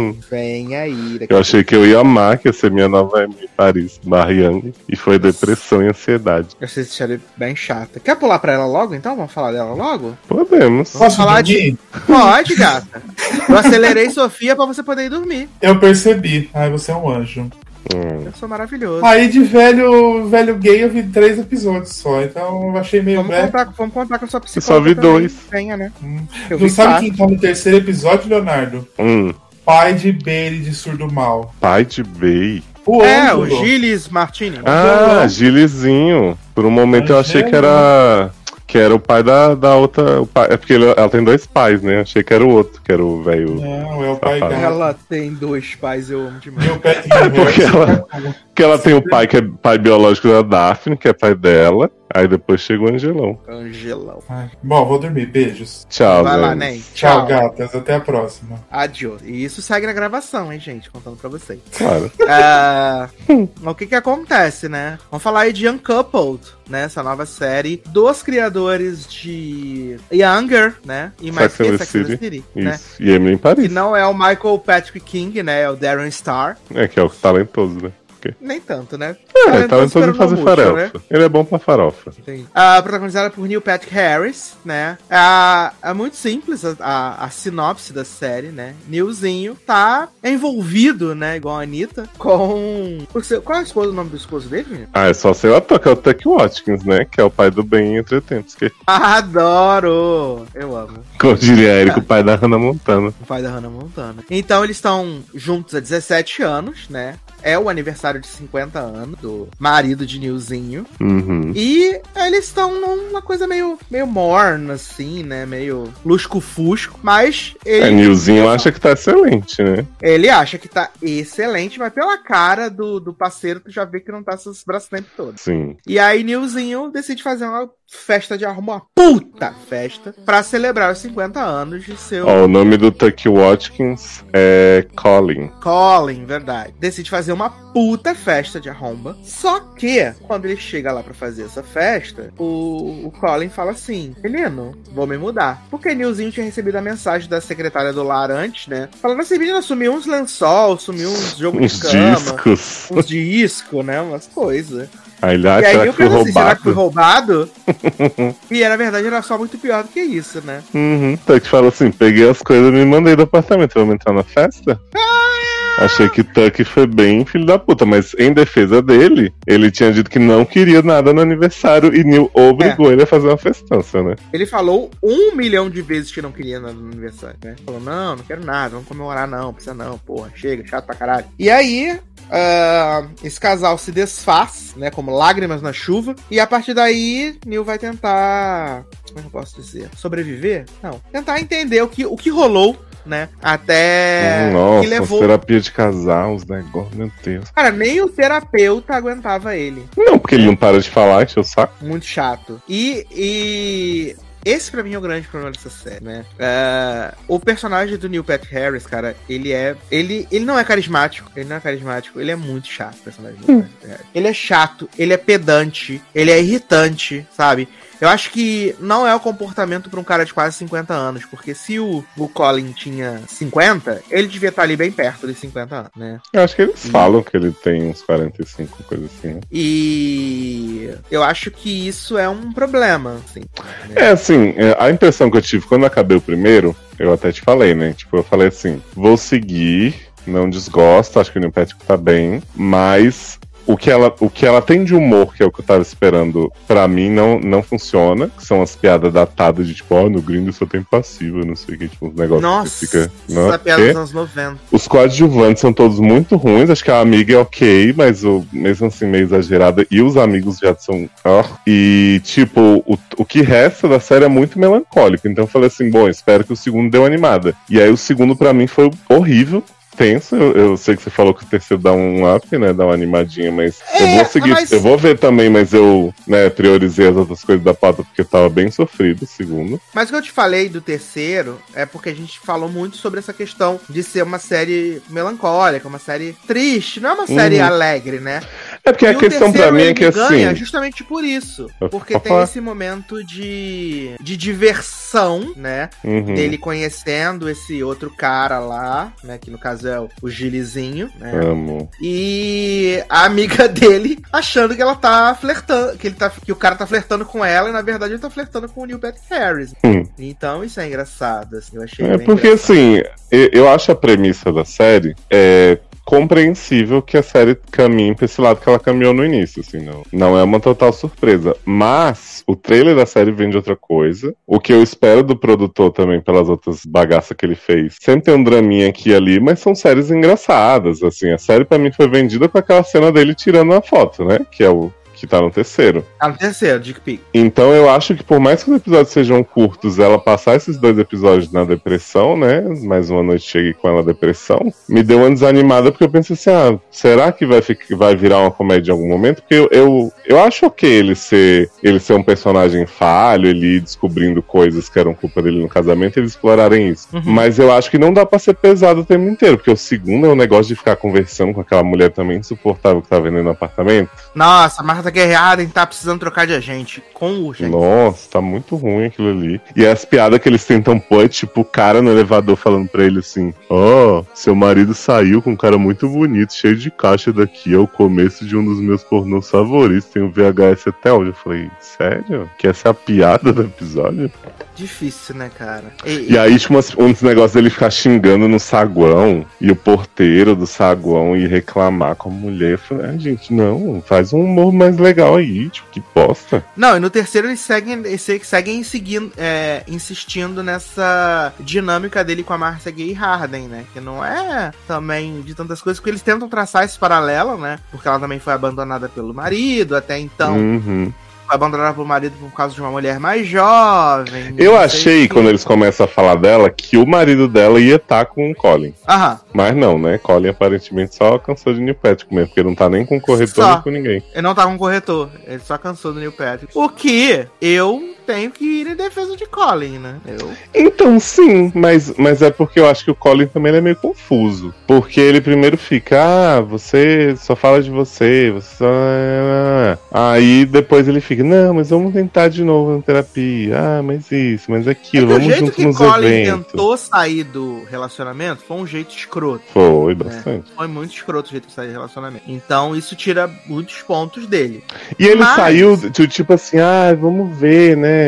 Vem aí. Daqui Eu achei que eu ia amar, que ia ser minha nova Emily Paris, Young, e foi depressão e ansiedade. Eu sei se ela bem chata. Quer pular pra ela logo, então? Vamos falar dela logo? Podemos. Vamos falar dormir? Pode, gata. Eu acelerei Sofia pra você poder ir dormir. Eu percebi. Ai, você é um anjo. Eu sou maravilhoso. Aí de velho gay eu vi 3 episódios só, então eu achei meio velho. Vamos contar com a sua Eu psicóloga. só vi também. 2. Venha, né? Eu Não vi sabe 4. quem tá no 3º episódio, Leonardo? Pai de Bailey de Surdo Mal. Pai de Bay. O É, o Ângelo. Gilles Martini. Ah, Gilizinho. Por um momento eu achei que era o pai da outra. É porque ela tem 2 pais, né? Eu achei que era o outro, que era o velho. Não, é o pai Safado. dela. Ela tem 2 pais, eu amo demais. Meu pé Porque ela tem o pai que é pai biológico da Daphne, que é pai dela. Aí depois chegou o Angelão. Angelão. Ai, bom, vou dormir. Beijos. Tchau, Vai lá, gente. Ney. Tchau, gatas. Até a próxima. Adiós. E isso segue na gravação, hein, gente? Contando pra vocês. Claro. O que acontece, né? Vamos falar aí de Uncoupled, né? Essa nova série dos criadores de Younger, né? E mais Sex and que the Sex and the City. City, Isso. né? E Emily em Que Paris. não é o Michael Patrick King, né? É o Darren Star. É, que é o talentoso, né? Nem tanto, né? É, talentoso em fazer pelo farofa. Né? Ele é bom pra farofa. Protagonizada por Neil Patrick Harris, né? É muito simples a sinopse da série, né? Neilzinho tá envolvido, né? Igual a Anitta, com o seu... Qual é o nome do esposo dele, menino? Ah, é só ser o ator, que é o Tuck Watkins, né? Que é o pai do Ben em Entretempos. Que... Adoro! Eu amo. Como diria Eric, o pai da Hannah Montana. O pai da Hannah Montana. Então eles estão juntos há 17 anos, né? É o aniversário de 50 anos do marido de Neilzinho. Uhum. E eles estão numa coisa meio morna, assim, né? Meio lusco-fusco. Mas ele... Neilzinho acha que tá excelente, né? Ele acha que tá excelente, mas pela cara do parceiro, tu já vê que não tá seus braços o tempo todo. Sim. E aí Neilzinho decide fazer uma festa de arruma, uma puta festa, pra celebrar os 50 anos de seu... Ó, o nome do Tuck Watkins é Colin. Colin, verdade. Decide fazer uma puta festa de arromba. Só que, quando ele chega lá pra fazer essa festa, o Colin fala assim: menino, vou me mudar. Porque Neilzinho tinha recebido a mensagem da secretária do lar antes, né? Falando assim: menino, sumiu uns lençol, sumiu uns jogos de cama. Discos. Uns discos, né? Umas coisas. Aí ele E aí será eu que foi penso assim, será que foi roubado? roubado? E na verdade era só muito pior do que isso, né? Uhum. Tuck fala assim, peguei as coisas e me mandei do apartamento. Vamos entrar na festa? Achei que Tuck foi bem filho da puta, mas em defesa dele, ele tinha dito que não queria nada no aniversário e Neil obrigou ele a fazer uma festança, né? Ele falou 1 milhão de vezes que não queria nada no aniversário, né? Falou, não quero nada, vamos comemorar não, precisa não, porra, chega, chato pra caralho. E aí, esse casal se desfaz, né, como lágrimas na chuva, e a partir daí, Neil vai tentar, como é que eu posso dizer? Sobreviver? Não. Tentar entender o que rolou, né? Até Nossa, que levou... terapia de casal, os negócios, meu Deus. Cara, nem o terapeuta aguentava ele. Não, porque ele não para de falar, enche o saco. Muito chato. E esse pra mim é o grande problema dessa série, né? O personagem do Neil Patrick Harris, cara, ele não é carismático. Ele não é carismático, ele é muito chato, o personagem do Neil Patrick Harris. Ele é chato, ele é pedante, ele é irritante, sabe? Eu acho que não é o comportamento pra um cara de quase 50 anos, porque se o Colin tinha 50, ele devia estar ali bem perto dos 50 anos, né? Eu acho que eles falam que ele tem uns 45, coisa assim, né? E eu acho que isso é um problema, assim. Né? É, assim, a impressão que eu tive quando eu acabei o primeiro, eu até te falei, né? Tipo, eu falei assim, vou seguir, não desgosto, acho que o Neil Patrick tá bem, mas... O que ela tem de humor, que é o que eu tava esperando, pra mim não funciona. Que são as piadas datadas de tipo, no gringo só tem passiva, não sei o que, tipo, uns negócios Nossa, que fica. essa piada dos anos 90. Os coadjuvantes são todos muito ruins, acho que a amiga é ok, mas mesmo assim meio exagerada, e os amigos já são. E, tipo, o que resta da série é muito melancólico. Então eu falei assim, bom, espero que o segundo dê uma animada. E aí o segundo, pra mim, foi horrível. Tenso, eu sei que você falou que o terceiro dá um up, né, dá uma animadinha, mas eu vou seguir, eu vou ver também, mas eu, né, priorizei as outras coisas da pauta porque tava bem sofrido o segundo. Mas o que eu te falei do terceiro é porque a gente falou muito sobre essa questão de ser uma série melancólica, uma série triste, não é uma série alegre, né? É porque a questão pra mim é que ganha assim... justamente por isso, porque tem esse momento de diversão, né, dele conhecendo esse outro cara lá, né, que no caso é o Gilizinho, né? Amo. E a amiga dele achando que ela tá flertando, que o cara tá flertando com ela e na verdade ele tá flertando com o Neil Patrick Harris. Então isso é engraçado, assim, eu achei bem porque engraçado. assim, eu acho a premissa da série compreensível que a série caminhe pra esse lado que ela caminhou no início, assim, não é uma total surpresa, mas o trailer da série vem de outra coisa, o que eu espero do produtor também pelas outras bagaças que ele fez, sempre tem um draminha aqui e ali, mas são séries engraçadas, assim, a série pra mim foi vendida com aquela cena dele tirando a foto, né, que Que tá no terceiro. Tá no terceiro, Dick Pick. Então eu acho que por mais que os episódios sejam curtos, ela passar esses 2 episódios na depressão, né? Mais uma noite cheguei com ela depressão, me deu uma desanimada porque eu pensei assim, será que vai virar uma comédia em algum momento? Porque eu acho ok ele ser um personagem falho, ele ir descobrindo coisas que eram culpa dele no casamento e eles explorarem isso. Uhum. Mas eu acho que não dá pra ser pesado o tempo inteiro, porque o segundo é o negócio de ficar conversando com aquela mulher também insuportável que tá vendendo no apartamento. Nossa, a Martha Guerreada tá precisando trocar de agente. Com urgência. Nossa, tá muito ruim aquilo ali. E as piadas que eles tentam pôr, tipo, o cara no elevador falando pra ele assim: seu marido saiu com um cara muito bonito, cheio de caixa daqui, é o começo de um dos meus pornôs favoritos, tem o VHS até hoje. Eu falei, sério? Que essa é a piada do episódio? Difícil, né, cara? E aí, tipo, uns negócios dele ficar xingando no saguão, e o porteiro do saguão ir reclamar com a mulher. Eu falei, gente, não, faz um humor mais legal aí, tipo, que bosta. Não, e no terceiro eles seguem insistindo nessa dinâmica dele com a Marcia Gay Harden, né? Que não é também de tantas coisas, porque eles tentam traçar esse paralelo, né? Porque ela também foi abandonada pelo marido, até então. Uhum. Abandonada pelo marido por causa de uma mulher mais jovem. Eu achei, quando eles começam a falar dela, que o marido dela ia estar com o Colin. Aham. Mas não, né? Colin aparentemente só cansou de Neil Patrick mesmo, porque ele não tá nem com corretor nem com ninguém. Ele não tá com corretor, ele só cansou do Neil Patrick. O que eu tenho que ir em defesa de Colin, né? Então sim, mas é porque eu acho que o Colin também é meio confuso. Porque ele primeiro fica, você só fala de você só... Aí depois ele fica, não, mas vamos tentar de novo na terapia. Mas isso, mas aquilo, vamos junto nos eventos. O jeito que Colin tentou sair do relacionamento foi um jeito escroto. Foi, bastante. Foi muito escroto o jeito que saiu do relacionamento. Então isso tira muitos pontos dele. E ele saiu, tipo assim, vamos ver, né?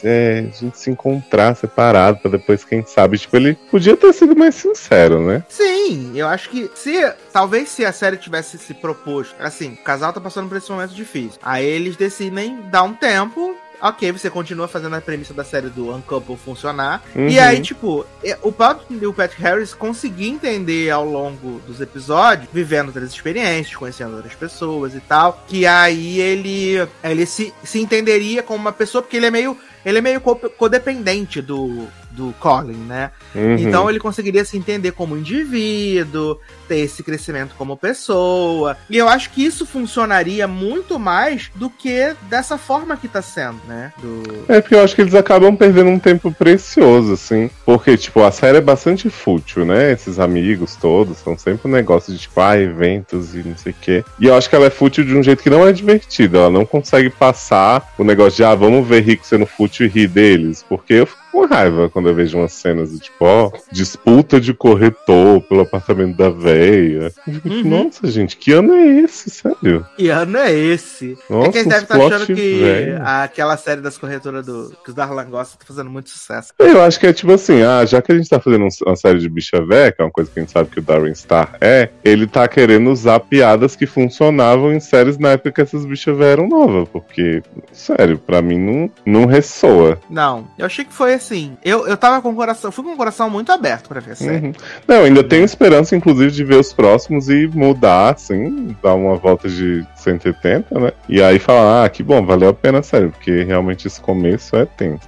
A gente se encontrar separado pra depois, quem sabe. Tipo, ele podia ter sido mais sincero, né? Sim, eu acho que talvez se a série tivesse se proposto, assim, o casal tá passando por esse momento difícil. Aí eles decidem dar um tempo. Ok, você continua fazendo a premissa da série do Uncouple funcionar. Uhum. E aí, tipo, o próprio Patrick Harris conseguia entender ao longo dos episódios, vivendo outras experiências, conhecendo outras pessoas e tal, que aí ele se entenderia como uma pessoa, porque ele é meio codependente do Colin, né? Uhum. Então ele conseguiria se entender como indivíduo, ter esse crescimento como pessoa. E eu acho que isso funcionaria muito mais do que dessa forma que tá sendo, né? Porque eu acho que eles acabam perdendo um tempo precioso, assim. Porque, tipo, a série é bastante fútil, né? Esses amigos todos são sempre um negócio de, tipo, eventos e não sei o quê. E eu acho que ela é fútil de um jeito que não é divertido. Ela não consegue passar o negócio de, vamos ver rico sendo fútil e rir deles. Porque eu fico com raiva quando eu vejo umas cenas de, tipo, disputa de corretor pelo apartamento da véia. Nossa, gente, que ano é esse, sério? Que ano é esse? Nossa, que eles devem estar achando que aquela série das corretoras que os Darlan gostam tá fazendo muito sucesso. Eu acho que é tipo assim, já que a gente tá fazendo uma série de bicha véia, que é uma coisa que a gente sabe que o Darren Star ele tá querendo usar piadas que funcionavam em séries na época que essas bichas véias eram novas, porque, sério, pra mim não ressoa. Não, eu achei que foi assim, eu tava com o coração, fui com o coração muito aberto pra ver a série. Uhum. Não, ainda tenho esperança, inclusive, de ver os próximos e mudar, assim, dar uma volta de 180, né? E aí falar, que bom, valeu a pena a série, porque realmente esse começo é tenso.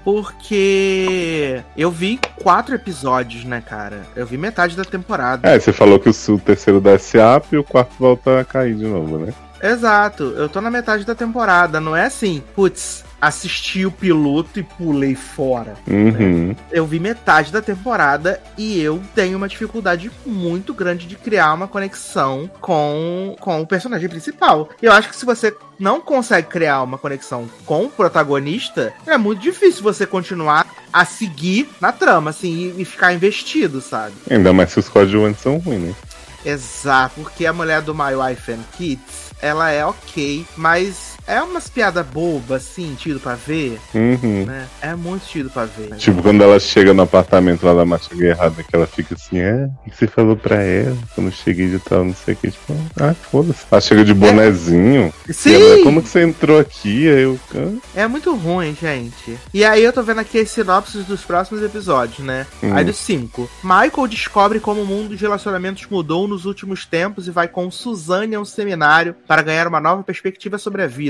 Porque eu vi 4 episódios, né, cara? Eu vi metade da temporada. Você falou que o terceiro desce up e o quarto volta a cair de novo, né? Exato, eu tô na metade da temporada, não é assim, putz, assisti o piloto e pulei fora. Uhum. Né? Eu vi metade da temporada e eu tenho uma dificuldade muito grande de criar uma conexão com o personagem principal. Eu acho que se você não consegue criar uma conexão com o protagonista, é muito difícil você continuar a seguir na trama, assim, e ficar investido, sabe? Ainda mais se os coadjuvantes são ruins, né? Exato, porque a mulher do My Wife and Kids, ela é ok, mas é umas piadas bobas, assim, tido pra ver, né? É muito tido pra ver. Tipo, quando ela chega no apartamento lá da Marcia Guerrada, que ela fica assim, o que você falou pra ela? Quando eu cheguei de tal, não sei o que, tipo, foda-se. Ela chega de bonezinho. Sim! Ela, como que você entrou aqui? Aí eu... É muito ruim, gente. E aí eu tô vendo aqui as sinopses dos próximos episódios, né? Aí dos 5. Michael descobre como o mundo dos relacionamentos mudou nos últimos tempos e vai com Suzanne a um seminário para ganhar uma nova perspectiva sobre a vida.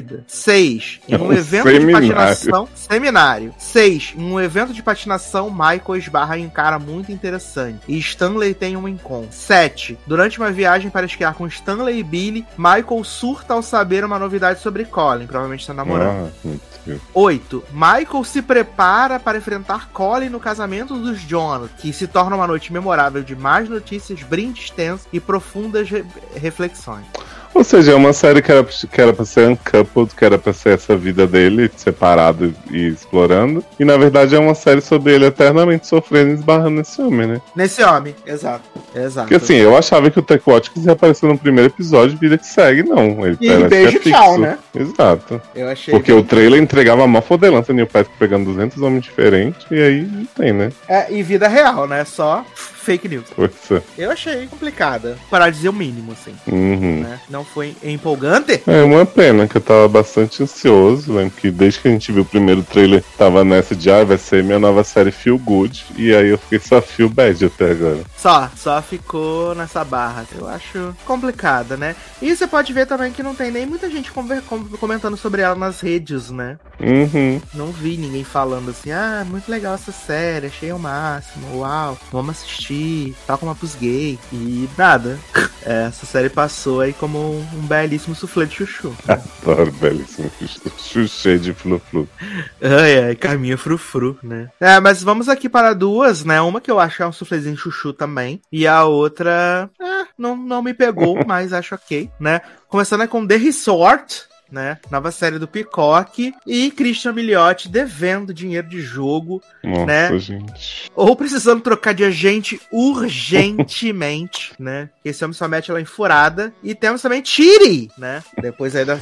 vida. 6. Em um Um evento seminário. de patinação... Seminário. 6. Em um evento de patinação, Michael esbarra em um cara muito interessante. E Stanley tem um encontro. 7. Durante uma viagem para esquiar com Stanley e Billy, Michael surta ao saber uma novidade sobre Colin. Provavelmente está namorando. Meu Deus. 8. Michael se prepara para enfrentar Colin no casamento dos Jonas, que se torna uma noite memorável de mais notícias, brindes tensos e profundas reflexões. Ou seja, é uma série que era pra ser uncoupled, que era pra ser essa vida dele, separado e explorando. E na verdade é uma série sobre ele eternamente sofrendo e esbarrando nesse homem, né? Nesse homem, exato. Porque assim, eu achava que o Tech Watkins ia aparecer no primeiro episódio, vida que segue, não. Ele E parece beijo, que é tchau, fixo. né? Exato. Eu achei. Porque o trailer entregava a mó fodelança Neil Patrick pegando 200 homens diferentes, e aí não tem, né? E vida real, né? Só fake news. Força. Eu achei complicada, para dizer o mínimo, assim. Uhum. Né? Não foi empolgante? É uma pena, que eu tava bastante ansioso. Lembro que desde que a gente viu o primeiro trailer, tava nessa de vai ser minha nova série Feel Good. E aí eu fiquei só Feel Bad até agora. Só ficou nessa barra. Eu acho complicada, né? E você pode ver também que não tem nem muita gente comentando sobre ela nas redes, né? Uhum. Não vi ninguém falando assim, muito legal essa série, achei o máximo, uau, vamos assistir, tal como a pros gay. E nada. Essa série passou aí como um belíssimo soufflé de chuchu. Adoro belíssimo chuchu de flu-flu. Ai, caminho frufru, né? Mas vamos aqui para duas, né? Uma que eu acho que é um soufflézinho chuchu também. E a outra, não me pegou, mas acho ok, né? Começando com The Resort, né? Nova série do Peacock. E Christian Milioti devendo dinheiro de jogo. Nossa, né? gente. Ou precisando trocar de agente urgentemente, né? Esse homem só mete ela em furada. E temos também Chiri, né? Depois aí da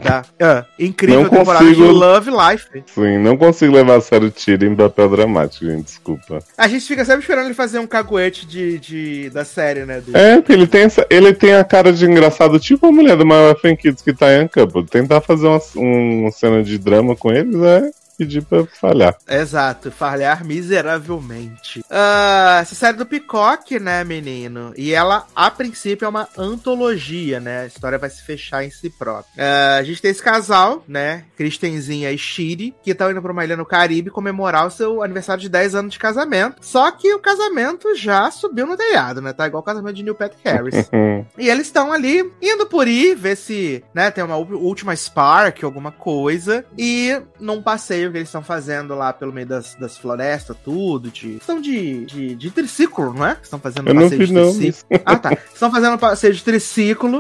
incrível Não temporada de consigo- Love Life. Sim, não consigo levar a sério o tiro em papel dramático, gente. Desculpa. A gente fica sempre esperando ele fazer um caguete da série, né? Porque ele tem a cara de engraçado, tipo a mulher do My Wife and Kids que tá em Uncoupled. Tentar fazer uma cena de drama com eles é pedir pra falhar. Exato, falhar miseravelmente. Essa série do Peacock, né, menino? E ela, a princípio, é uma antologia, né? A história vai se fechar em si própria. A gente tem esse casal, né? Kristenzinha e Shiri, que estão indo pra uma ilha no Caribe comemorar o seu aniversário de 10 anos de casamento. Só que o casamento já subiu no telhado, né? Tá igual o casamento de Neil Patrick Harris. E eles estão ali indo por ir, ver se, né, tem uma última spark, alguma coisa. E num passeio que eles estão fazendo lá pelo meio das florestas, tudo, questão de triciclo, não é? Estão fazendo Eu não passeio vi, de não. triciclo. Tá. Estão fazendo um passeio de triciclo.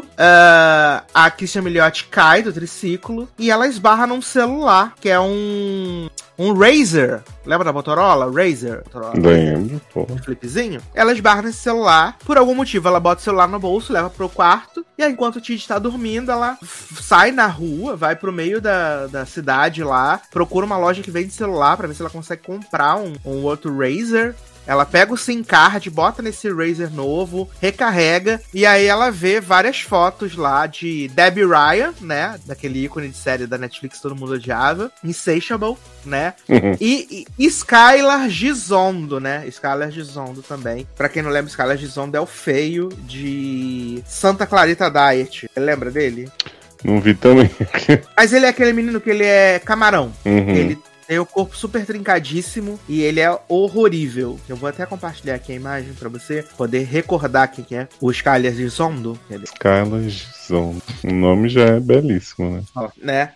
A Christian Milioti cai do triciclo e ela esbarra num celular, que é um Razer. Lembra da Motorola? Razer. Lembro, pô. Um flipzinho. Ela esbarra nesse celular. Por algum motivo, ela bota o celular no bolso, leva pro quarto. E aí, enquanto o Tid tá dormindo, ela sai na rua, vai pro meio da cidade lá, procura uma loja que vende celular pra ver se ela consegue comprar um outro Razer. Ela pega o SIM card, bota nesse Razer novo, recarrega, e aí ela vê várias fotos lá de Debbie Ryan, né? Daquele ícone de série da Netflix que todo mundo odiava. Insatiable, né? E Skylar Gisondo, né? Skylar Gisondo também. Pra quem não lembra, Skylar Gisondo é o feio de Santa Clarita Diet. Você lembra dele? Não vi também. Mas ele é aquele menino que ele é camarão. Uhum. Ele tem o corpo super trincadíssimo e ele é horrorível. Eu vou até compartilhar aqui a imagem pra você poder recordar quem é o Skylar Gisondo. Skylar Gisondo. O nome já é belíssimo, né?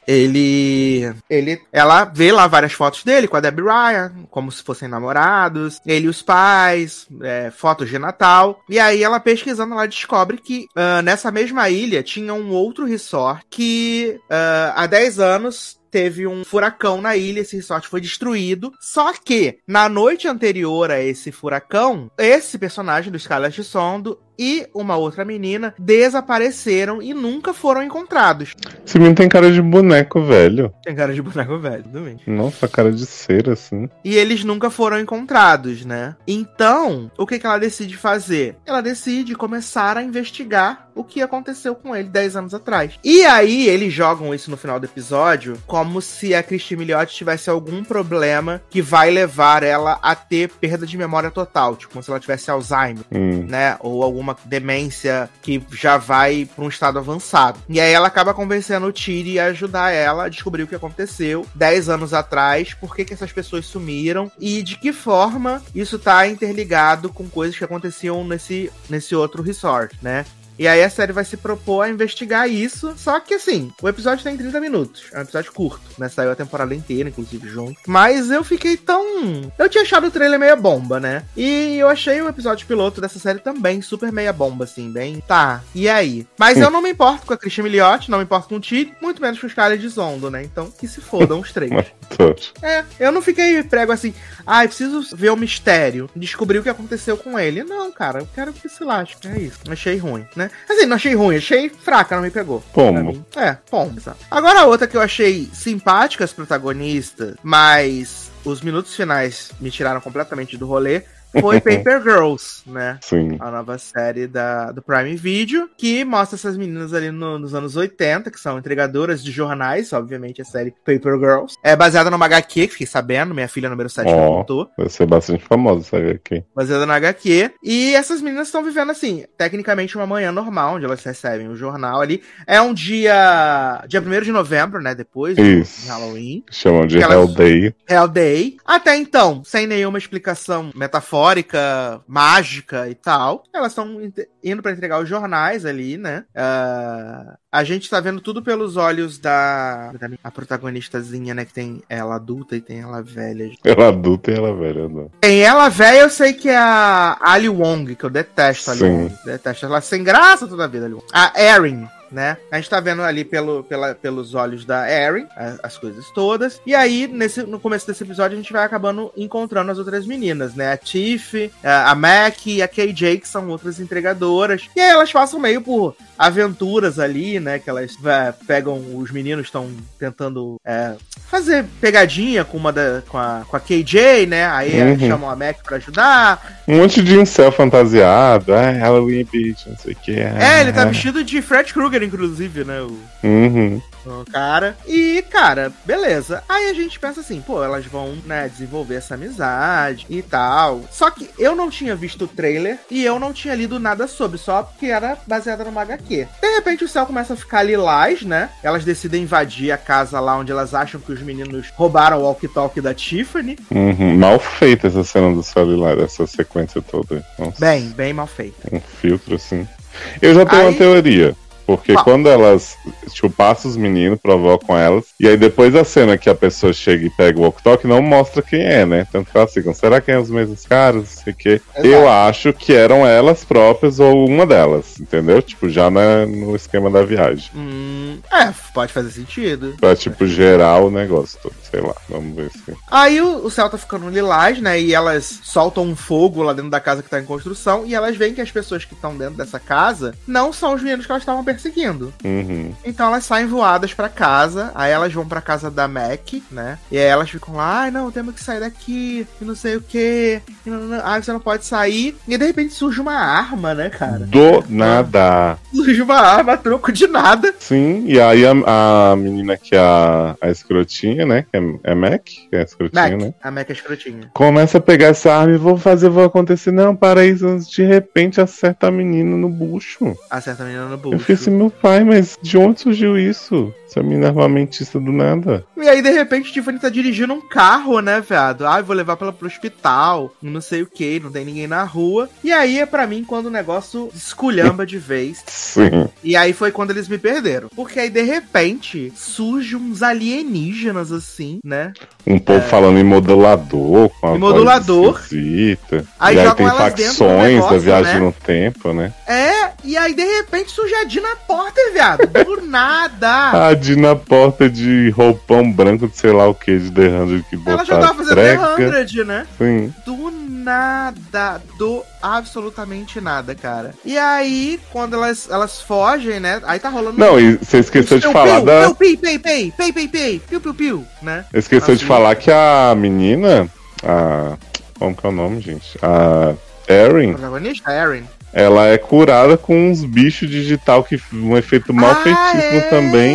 Ela vê lá várias fotos dele com a Debbie Ryan, como se fossem namorados, ele e os pais, fotos de Natal. E aí ela pesquisando, ela descobre que nessa mesma ilha tinha um outro resort que há 10 anos teve um furacão na ilha, esse resort foi destruído. Só que, na noite anterior a esse furacão, esse personagem do Skylar Gisondo e uma outra menina desapareceram e nunca foram encontrados. Esse menino tem cara de boneco velho. Tem cara de boneco velho, também. Nossa, cara de cera, assim. E eles nunca foram encontrados, né? Então, o que ela decide fazer? Ela decide começar a investigar o que aconteceu com ele 10 anos atrás. E aí, eles jogam isso no final do episódio como se a Christine Milioti tivesse algum problema que vai levar ela a ter perda de memória total. Tipo, como se ela tivesse Alzheimer, né? Ou algum alguma demência que já vai pra um estado avançado. E aí ela acaba convencendo o Tiri a ajudar ela a descobrir o que aconteceu 10 anos atrás, por que essas pessoas sumiram e de que forma isso tá interligado com coisas que aconteciam nesse outro resort, né? E aí a série vai se propor a investigar isso. Só que assim, o episódio tem 30 minutos. É um episódio curto, né? Saiu a temporada inteira, inclusive, junto. Mas eu fiquei tão... Eu tinha achado o trailer meia bomba, né? E eu achei o episódio piloto dessa série também super meia bomba, assim, bem... Tá, e aí? Mas eu não me importo com a Christian Milioti, não me importo com o Tiri, muito menos com os caras de Zondo, né? Então, que se fodam os três. Eu não fiquei prego assim... Ah, eu preciso ver o mistério, descobrir o que aconteceu com ele. Não, cara, eu quero que se lasque, é isso. Achei ruim, né? Assim, não achei ruim, achei fraca, não me pegou. Pombo. Pombo, exato. Agora a outra que eu achei simpática, as protagonistas, mas os minutos finais me tiraram completamente do rolê, foi Paper Girls, né? Sim. A nova série do Prime Video, que mostra essas meninas ali nos anos 80, que são entregadoras de jornais, obviamente a série Paper Girls. É baseada numa HQ, que fiquei sabendo, minha filha número 7 me contou. Vai ser bastante famosa essa HQ. Baseada na HQ. E essas meninas estão vivendo, assim, tecnicamente uma manhã normal, onde elas recebem o jornal ali. É um dia 1º de novembro, né? Depois de Halloween. Chamam de Hell Day. Hell Day. Até então, sem nenhuma explicação metafórica, mágica e tal. Elas estão indo pra entregar os jornais ali, né? A gente tá vendo tudo pelos olhos da a protagonistazinha, né? Que tem ela adulta e tem ela velha. Ela adulta e ela velha, não. Tem ela velha, eu sei que é a Ali Wong, que eu detesto a Ali Wong. Detesto ela sem graça toda a vida, Ali Wong. A Erin, né? A gente tá vendo ali pelos olhos da Erin as coisas todas. E aí, no começo desse episódio, a gente vai acabando encontrando as outras meninas, né? A Tiff, a Mac e a KJ, que são outras entregadoras. E aí elas passam meio por aventuras ali, né? Que elas pegam... Os meninos estão tentando fazer pegadinha com a KJ, né? Aí chamam a Mac pra ajudar. Um monte de incel fantasiado. Halloween Beach, não sei o que. Ele tá vestido de Fred Krueger, inclusive, né? O cara. E, cara, beleza. Aí a gente pensa assim, pô, elas vão, né, desenvolver essa amizade e tal. Só que eu não tinha visto o trailer e eu não tinha lido nada sobre, só porque era baseada numa HQ. De repente o céu começa a ficar lilás, né? Elas decidem invadir a casa lá onde elas acham que os meninos roubaram o walkie-talkie da Tiffany. Mal feita essa cena do céu lilás, essa sequência toda. Nossa. Bem mal feita. Um filtro, assim. Eu já tenho uma teoria. Porque quando elas, passam os meninos, provocam elas, e aí depois da cena que a pessoa chega e pega o walkie-talkie, não mostra quem é, né? Tanto que elas ficam, será que é os mesmos caras? Não sei o quê. Exato. Eu acho que eram elas próprias ou uma delas, entendeu? Já no esquema da viagem. Pode fazer sentido. Pra, gerar o negócio todo, sei lá, vamos ver se... Aí o céu tá ficando lilás, né? E elas soltam um fogo lá dentro da casa que tá em construção, e elas veem que as pessoas que estão dentro dessa casa não são os meninos que elas estavam perseguindo. Então elas saem voadas pra casa. Aí elas vão pra casa da Mac, né? E aí elas ficam lá, não, temos que sair daqui, e não sei o que. Você não pode sair. E de repente surge uma arma, né, cara? Do nada. Surge uma arma a troco de nada. Sim, e aí a menina que é a escrotinha, né? Que é Mac? Que é a escrotinha, né? A Mac é a escrotinha. Começa a pegar essa arma e vou acontecer. Não, para isso, de repente acerta a menina no bucho. Acerta a menina no bucho. Eu fiz assim, meu pai, mas de onde surgiu isso? Essa menina armamentista do nada. E aí, de repente, Tiffany tá dirigindo um carro, né, viado? Vou levar ela pro hospital, não sei o que, não tem ninguém na rua. E aí é pra mim quando o negócio esculhamba de vez. Sim. E aí foi quando eles me perderam. Porque aí, de repente, surge uns alienígenas, assim, né? Um povo falando em modulador, com a modulador. Esquisita. Aí e aí jogam tem facções da viagem no tempo, né? E aí, de repente, surge a Dina Porter, viado. Do nada. A Dina Porter de roupão branco de sei lá o que, de The 100 que botaram. Ela já tava fazendo The 100, né? Sim. Do nada. Do absolutamente nada, cara. E aí, quando elas fogem, né? Aí tá rolando... Não, e você esqueceu de falar da... Piu, né? Esqueceu de falar que a menina... Como que é o nome, gente? A Erin... Protagonista, Erin. Ela é curada com uns bichos digital que um efeito mal feitíssimo também.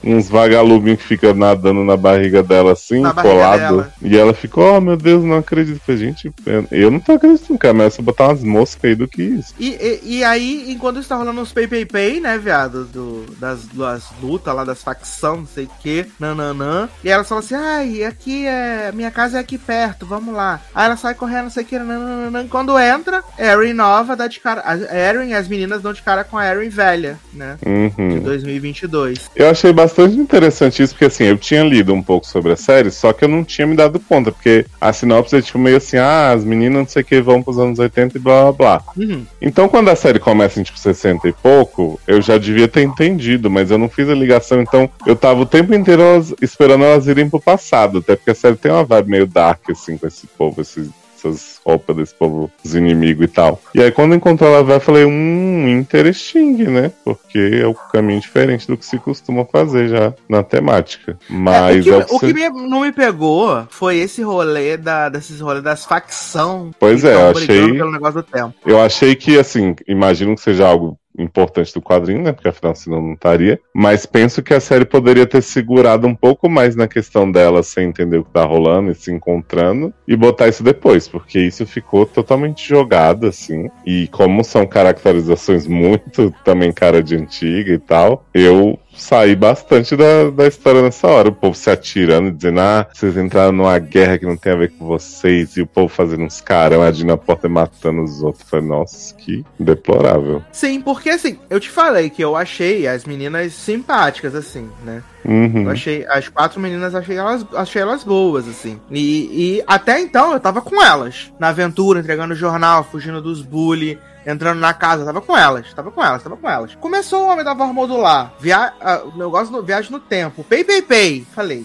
uns vagalumes que ficam nadando na barriga dela assim, colado. E ela ficou, oh meu Deus, não acredito. Falei, gente, eu não tô acreditando, cara, mas é só botar umas moscas aí do que isso. E aí, enquanto está rolando uns pay, né, viado, das lutas lá, das facções, não sei o que, nananã. E ela fala assim, ai, aqui minha casa é aqui perto, vamos lá. Aí ela sai correndo, não sei o que, nananã. Quando entra, Erin nova dá de cara, a Erin e as meninas dão de cara com a Erin velha, né, de 2022. Eu achei bastante interessante isso, porque assim, eu tinha lido um pouco sobre a série, só que eu não tinha me dado conta, porque a sinopse é tipo meio assim, as meninas não sei o que vão pros anos 80 e blá blá blá. Então quando a série começa em tipo 60 e pouco, eu já devia ter entendido, mas eu não fiz a ligação, então eu tava o tempo inteiro esperando elas irem pro passado, até porque a série tem uma vibe meio dark, assim, com esse povo, essas roupas desse povo, os inimigos e tal. E aí quando encontrou ela, eu falei, interesting, né? Porque é um caminho diferente do que se costuma fazer já na temática. Mas o que não me pegou foi esse rolê desses rolês das facções. Pois é, eu achei. Pelo negócio do tempo. Eu achei que, assim, imagino que seja algo importante do quadrinho, né? Porque afinal senão não estaria. Mas penso que a série poderia ter segurado um pouco mais na questão dela sem entender o que tá rolando e se encontrando e botar isso depois, porque isso ficou totalmente jogado, assim. E como são caracterizações muito também cara de antiga e tal, eu saí bastante da história nessa hora. O povo se atirando, dizendo, vocês entraram numa guerra que não tem a ver com vocês, e o povo fazendo uns carão, agindo na porta e matando os outros. Eu falei, nossa, que deplorável. Sim, porque assim, eu te falei que eu achei as meninas simpáticas, assim, né? Eu achei, as 4 meninas, achei elas boas, assim. E até então eu tava com elas, na aventura, entregando jornal, fugindo dos bully, entrando na casa, tava com elas. Começou o Homem da Voz Modular, o negócio do Viagem no Tempo, pay. Falei,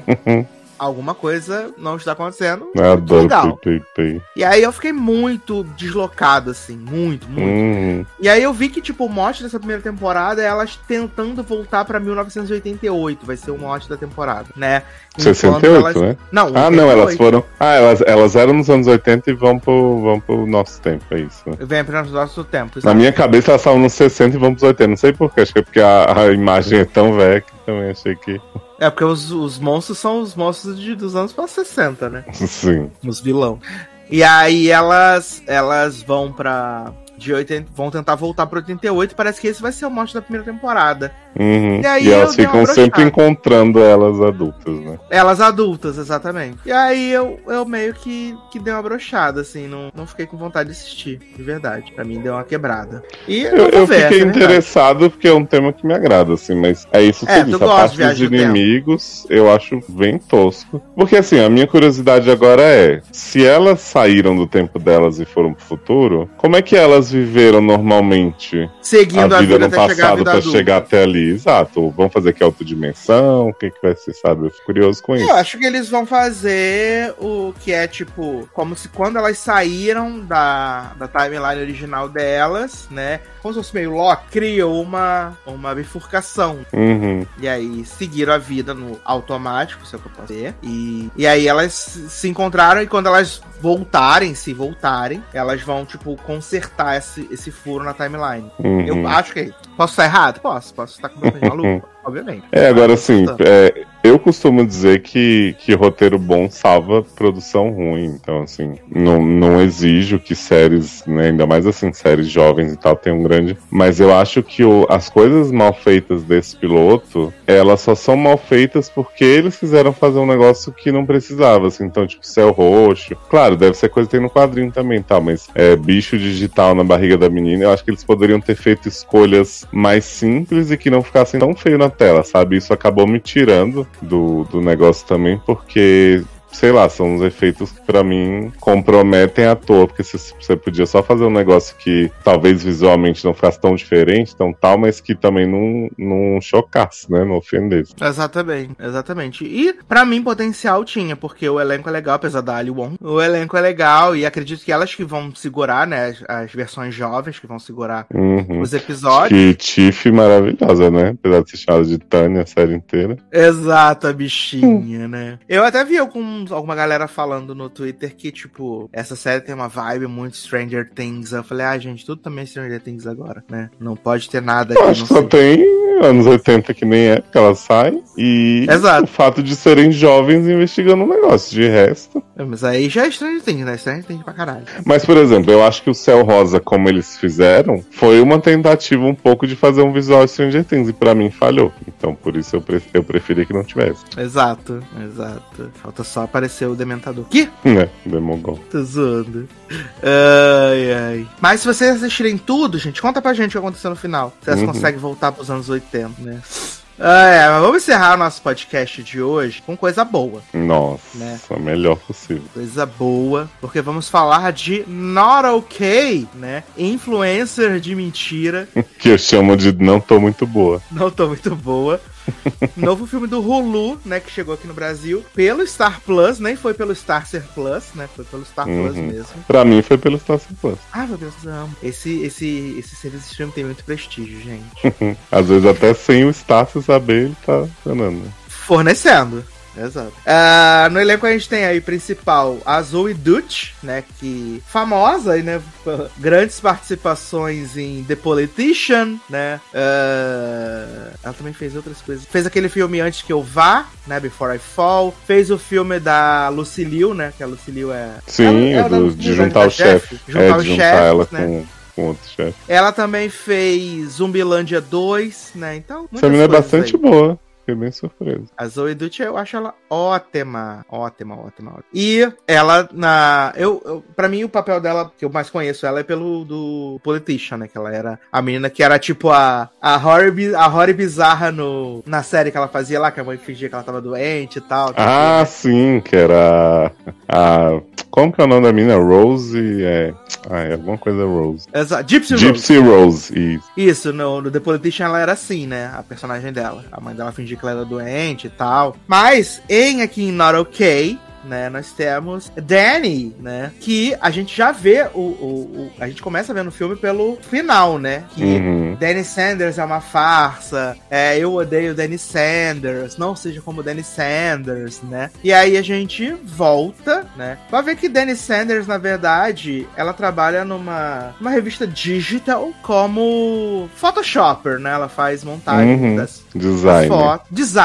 alguma coisa não está acontecendo. Eu adoro pay. E aí eu fiquei muito deslocado, assim, muito. E aí eu vi que, tipo, o mote dessa primeira temporada é elas tentando voltar pra 1988, vai ser o mote da temporada, né? 68, né? Não, 88. Não, elas foram... elas eram nos anos 80 e vão pro nosso tempo, é isso, né? Vem pro nosso tempo. Na minha cabeça elas estavam nos 60 e vão pros 80, não sei porquê, acho que é porque a imagem é tão velha que também achei que... É, porque os monstros são os monstros dos anos 60, né? Sim. Os vilão. E aí elas vão pra... vão tentar voltar pro 88, parece que esse vai ser o mote da primeira temporada. E aí elas ficam sempre encontrando elas adultas, né? Elas adultas, exatamente. E aí eu meio que dei uma brochada, assim, não fiquei com vontade de assistir, de verdade. Pra mim deu uma quebrada. E eu fiquei interessado porque é um tema que me agrada, assim, mas é isso que você disse. A parte dos inimigos eu acho bem tosco. Porque assim, a minha curiosidade agora é, se elas saíram do tempo delas e foram pro futuro, como é que elas viveram normalmente seguindo a vida no passado pra chegar até ali? Exato. Vão fazer que outra dimensão? O que vai ser, sabe? Eu fico curioso com isso. Eu acho que eles vão fazer o que é, tipo, como se quando elas saíram da timeline original delas, né? Como se fosse meio Loki, criou uma bifurcação. E aí seguiram a vida no automático, se é o que eu posso dizer. E aí elas se encontraram e quando elas voltarem, elas vão, tipo, consertar esse furo na timeline. Eu acho que é isso. Posso estar errado? Posso estar completamente maluco, obviamente. Agora assim, eu costumo dizer que roteiro bom salva produção ruim. Então, assim, não exijo que séries, né, ainda mais assim, séries jovens e tal, tenham um grande... Mas eu acho que as coisas mal feitas desse piloto, elas só são mal feitas porque eles quiseram fazer um negócio que não precisava, assim. Então, tipo, céu roxo. Claro, deve ser coisa que tem no quadrinho também, tal, mas bicho digital na barriga da menina, eu acho que eles poderiam ter feito escolhas mais simples e que não ficassem tão feio na tela, sabe? Isso acabou me tirando do negócio também, porque sei lá, são uns efeitos que pra mim comprometem à toa, porque você podia só fazer um negócio que talvez visualmente não ficasse tão diferente, tão tal, mas que também não chocasse, né, não ofendesse. Exatamente. E pra mim potencial tinha, porque o elenco é legal, apesar da Ali Wong. O elenco é legal e acredito que elas que vão segurar, né, as versões jovens que vão segurar os episódios. Que Tiff maravilhosa, né, apesar de ser chamada de Tânia a série inteira. Exato, a bichinha, né. Eu até vi alguma galera falando no Twitter que, tipo, essa série tem uma vibe muito Stranger Things. Eu falei, gente, tudo também é Stranger Things agora, né? Não pode ter nada Eu acho que só tem anos 80 que nem é, porque ela sai. E Exato. o fato de serem jovens investigando um negócio. De resto. Mas aí já é Stranger Things, né? Stranger Things pra caralho. Mas, por exemplo, eu acho que o Céu Rosa, como eles fizeram, foi uma tentativa um pouco de fazer um visual Stranger Things. E pra mim falhou. Então, por isso eu preferia que não tivesse. Exato. Falta só aparecer o Dementador. Que? Demogorgon. Tô zoando. Ai. Mas se vocês assistirem tudo, gente, conta pra gente o que aconteceu no final. Vocês conseguem voltar pros anos 80, né? Mas vamos encerrar o nosso podcast de hoje com coisa boa. Nossa, né? A melhor possível. Coisa boa, porque vamos falar de Not Okay, né? Influencer de mentira. Que eu chamo de Não Tô Muito Boa. Não tô muito boa. Novo filme do Hulu, né? Que chegou aqui no Brasil pelo Star Plus, nem foi pelo Starcer Plus, né? Foi pelo Star Plus mesmo. Pra mim foi pelo Starcer Plus. Ah, meu Deus, amo. Esse serviço de streaming tem muito prestígio, gente. Às vezes até sem o Starcer saber, ele tá funcionando. Fornecendo. Exato. No elenco a gente tem aí principal a Zoe Deutch, né, que famosa aí, né, grandes participações em The Politician, né, ela também fez outras coisas, fez aquele filme Antes Que Eu Vá, né, Before I Fall, fez o filme da Lucy Liu, né, que a Lucy Liu é... Sim, de juntar o chefe. Juntar os chefes, ela né? Com outro chefe. Ela também fez Zumbilândia 2, né, então... Essa menina é bastante boa. Fiquei bem surpreso. A Zoe Deutch, eu acho ela ótima. E ela, pra mim, o papel dela, que eu mais conheço ela, é pelo do Politician, né? Que ela era a menina que era tipo a Rory bizarra na série que ela fazia lá, que a mãe fingia que ela tava doente e tal. Sim, que era a... Como que é o nome da menina? Rose, alguma coisa Rose. Exato, Gypsy Rose, isso. No The Politician ela era assim, né? A personagem dela. A mãe dela fingia que ela era doente e tal. Mas, aqui em Not Okay, né, nós temos Danny, né, que a gente já vê a gente começa vendo o filme pelo final, né, que Danny Sanders é uma farsa, eu odeio Danny Sanders, não seja como Danny Sanders, né, e aí a gente volta, né, pra ver que Danny Sanders, na verdade, ela trabalha numa revista digital como photoshopper, né, ela faz montagem das fotos,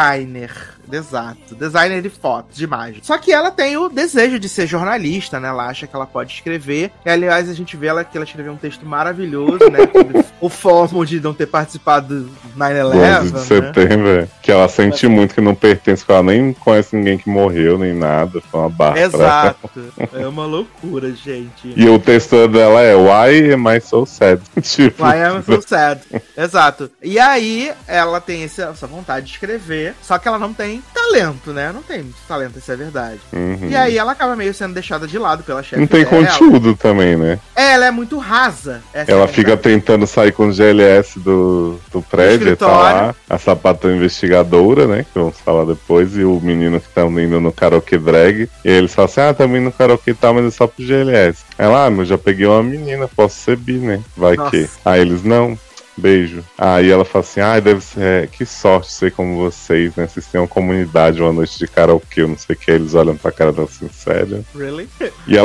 designer de fotos, de imagem. Só que ela tem o desejo de ser jornalista, né? Ela acha que ela pode escrever. E, aliás, a gente vê que ela escreveu um texto maravilhoso, né? Sobre o fórum de não ter participado do 9/11, 12 de setembro, que ela sente muito que não pertence, que ela nem conhece ninguém que morreu, nem nada. Foi uma barra. Exato. É uma loucura, gente. E o texto dela é Why am I so sad? Tipo... Why am I so sad? Exato. E aí, ela tem essa vontade de escrever, só que ela não tem talento, né? Não tem muito talento, isso é verdade. E aí ela acaba meio sendo deixada de lado pela chefe. Não tem conteúdo também, né? Ela é muito rasa. Ela fica tentando sair com o GLS do prédio, tá lá, a sapatão investigadora, né? Que vamos falar depois, e o menino que tá indo no karaokê drag. E eles falam assim, também no karaokê tá, mas é só pro GLS. Ela, mas já peguei uma menina, posso ser bi, né? Vai que. Aí eles, não. Beijo. Aí ela fala assim, deve ser, que sorte ser como vocês, né? Vocês têm uma comunidade, uma noite de karaokê, eu não sei o que, eles olham pra cara dela assim, sério. Really? E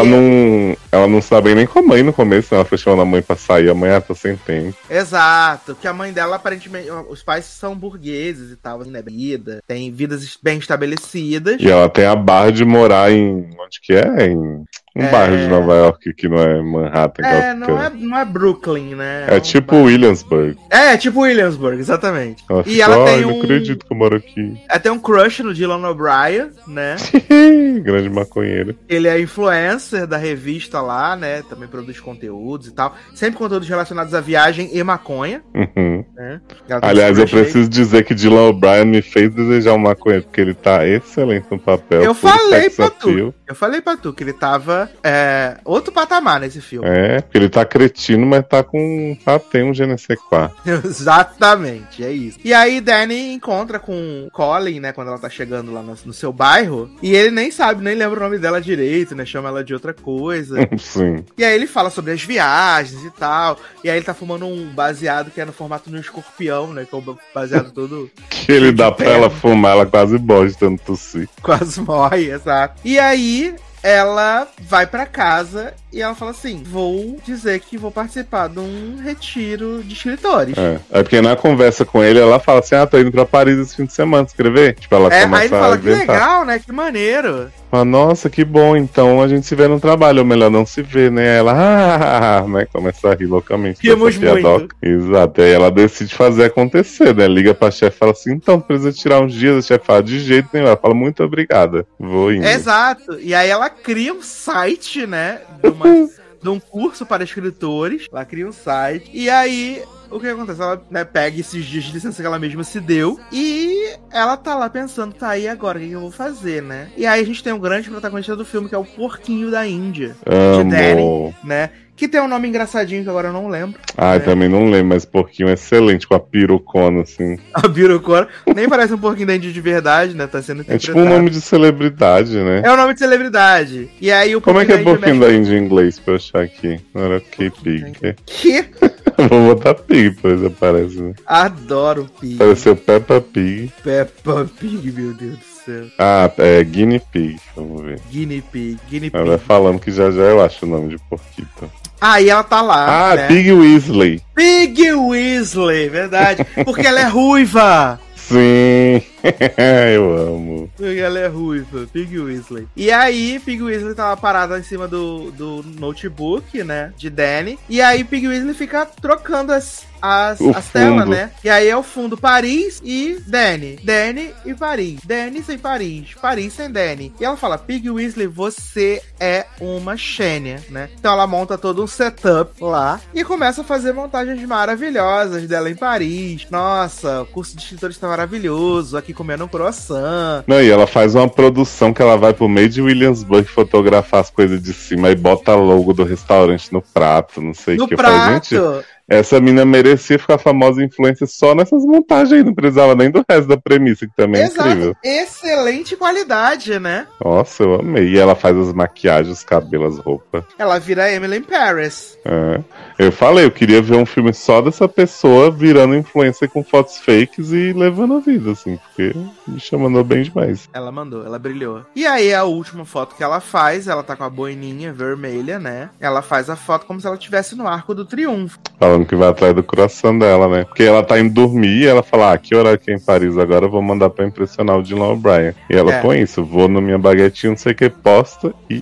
ela não sabe nem com a mãe no começo, né? Ela foi chamando a mãe pra sair, a mãe tá sem tempo. Exato, que a mãe dela, aparentemente, os pais são burgueses e tal, né? Tem vidas bem estabelecidas. E ela tem a barra de morar em, onde que é? Em... bairro de Nova York que não é Manhattan. Não é Brooklyn, né? É tipo Williamsburg. Tipo Williamsburg, exatamente. E ela tem não acredito que eu moro aqui. Ela tem um crush no Dylan O'Brien, né? Grande maconheiro. Ele é influencer da revista lá, né? Também produz conteúdos e tal. Sempre conteúdos relacionados à viagem e maconha. Né? Aliás, eu preciso dizer que Dylan O'Brien me fez desejar um maconheiro, porque ele tá excelente no papel. Eu falei pra tu que ele tava outro patamar nesse filme. Porque ele tá cretino, mas tá com... tem um GNC4. Exatamente, é isso. E aí Danny encontra com Colin, né, quando ela tá chegando lá no seu bairro, e ele nem sabe, nem lembra o nome dela direito, né, chama ela de outra coisa. Sim. E aí ele fala sobre as viagens e tal, e aí ele tá fumando um baseado que é no formato escorpião, né? Que é baseado todo... Que ele dá pra ela fumar, ela quase morre de tanto tossir. Quase morre, exato. E aí... ela vai pra casa e ela fala assim, vou dizer que vou participar de um retiro de escritores. É porque na conversa com ele, ela fala assim, tô indo pra Paris esse fim de semana escrever. Tipo, ela começa aí ele fala, a que legal, né, que maneiro. Fala, nossa, que bom, então a gente se vê no trabalho, ou melhor, não se vê, né? Ela, né, começa a rir loucamente. Rimos muito. Exato, aí ela decide fazer acontecer, né? Liga pra chefe e fala assim, então, precisa tirar uns dias. A chefe fala, de jeito nenhum. Ela fala, muito obrigada, vou indo. Exato, e aí ela cria um site, né, de um curso para escritores. Ela cria um site, e aí... o que acontece? Ela, né, pega esses dias de licença que ela mesma se deu e ela tá lá pensando, tá, e agora? O que eu vou fazer, né? E aí a gente tem um grande protagonista do filme, que é o Porquinho da Índia. De Danny, né? Que tem um nome engraçadinho que agora eu não lembro. Ai, também não lembro, mas Porquinho é excelente, com a pirocona, assim. A pirocona. Nem parece um Porquinho da Índia de verdade, né? Tá sendo interpretado. É tipo um nome de celebridade, né? É o nome de celebridade. E aí o Como é que é Porquinho da Índia em inglês, pra eu achar aqui? Não era K-Pig. Que? Vou botar Pig, pois aparece, né? Adoro Pig. Pareceu Peppa Pig. Peppa Pig, meu Deus do céu. É Guinea Pig, vamos ver. Guinea Pig. Ela vai falando que já eu acho o nome de Porquito. E ela tá lá. Né? Pig Weasley. Pig Weasley, verdade. Porque ela é ruiva. Sim, eu amo. Porque ela é ruiva, Pig Weasley. E aí, Pig Weasley tava parada em cima do notebook, né, de Danny. E aí, Pig Weasley fica trocando as telas, né? E aí é o fundo Paris e Danny. Danny e Paris. Danny sem Paris. Paris sem Danny. E ela fala, Pig Weasley, você é uma Xênia, né? Então ela monta todo um setup lá e começa a fazer montagens maravilhosas dela em Paris. Nossa, o curso de escritores tá maravilhoso. Aqui comendo um croissant. Não, e ela faz uma produção que ela vai pro meio de Williamsburg fotografar as coisas de cima e bota logo do restaurante no prato, não sei o que. Prato? Eu falo, gente, essa mina merecia ficar famosa influência só nessas montagens aí, não precisava nem do resto da premissa, que também é incrível. Excelente qualidade, né? Nossa, eu amei. E ela faz as maquiagens, os cabelos, as roupas. Ela vira Emily in Paris. Eu falei, eu queria ver um filme só dessa pessoa virando influencer com fotos fakes e levando a vida, assim, porque me chamando bem demais. Ela mandou, ela brilhou. E aí, a última foto que ela faz, ela tá com a boininha vermelha, né? Ela faz a foto como se ela estivesse no Arco do Triunfo. Falando que vai atrás do coração dela, né? Porque ela tá indo dormir e ela fala, que horário que é em Paris agora, eu vou mandar pra impressionar o Dylan O'Brien. E ela põe isso, vou na minha baguetinha, não sei o que, posta e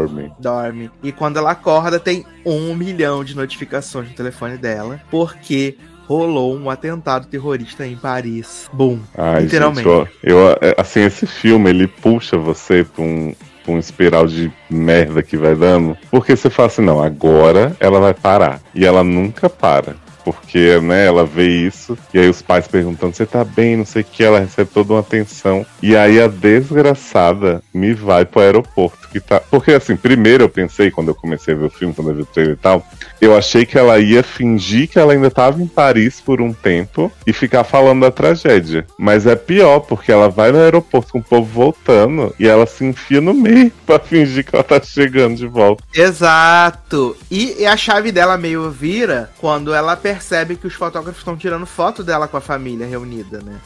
dorme. E quando ela acorda, tem 1 milhão de notificações no telefone dela, porque rolou um atentado terrorista em Paris. Bum. Literalmente. Gente, assim, esse filme, ele puxa você pra um espiral de merda que vai dando, porque você fala assim, não, agora ela vai parar. E ela nunca para. Porque, né, ela vê isso, e aí os pais perguntando, você tá bem, não sei o que, ela recebe toda uma atenção. E aí a desgraçada me vai pro aeroporto, que tá... Porque, assim, primeiro eu pensei, quando eu comecei a ver o filme, quando eu vi o trailer e tal, eu achei que ela ia fingir que ela ainda tava em Paris por um tempo e ficar falando da tragédia. Mas é pior, porque ela vai no aeroporto com o povo voltando e ela se enfia no meio pra fingir que ela tá chegando de volta. Exato! E a chave dela meio vira quando ela percebe que os fotógrafos estão tirando foto dela com a família reunida, né?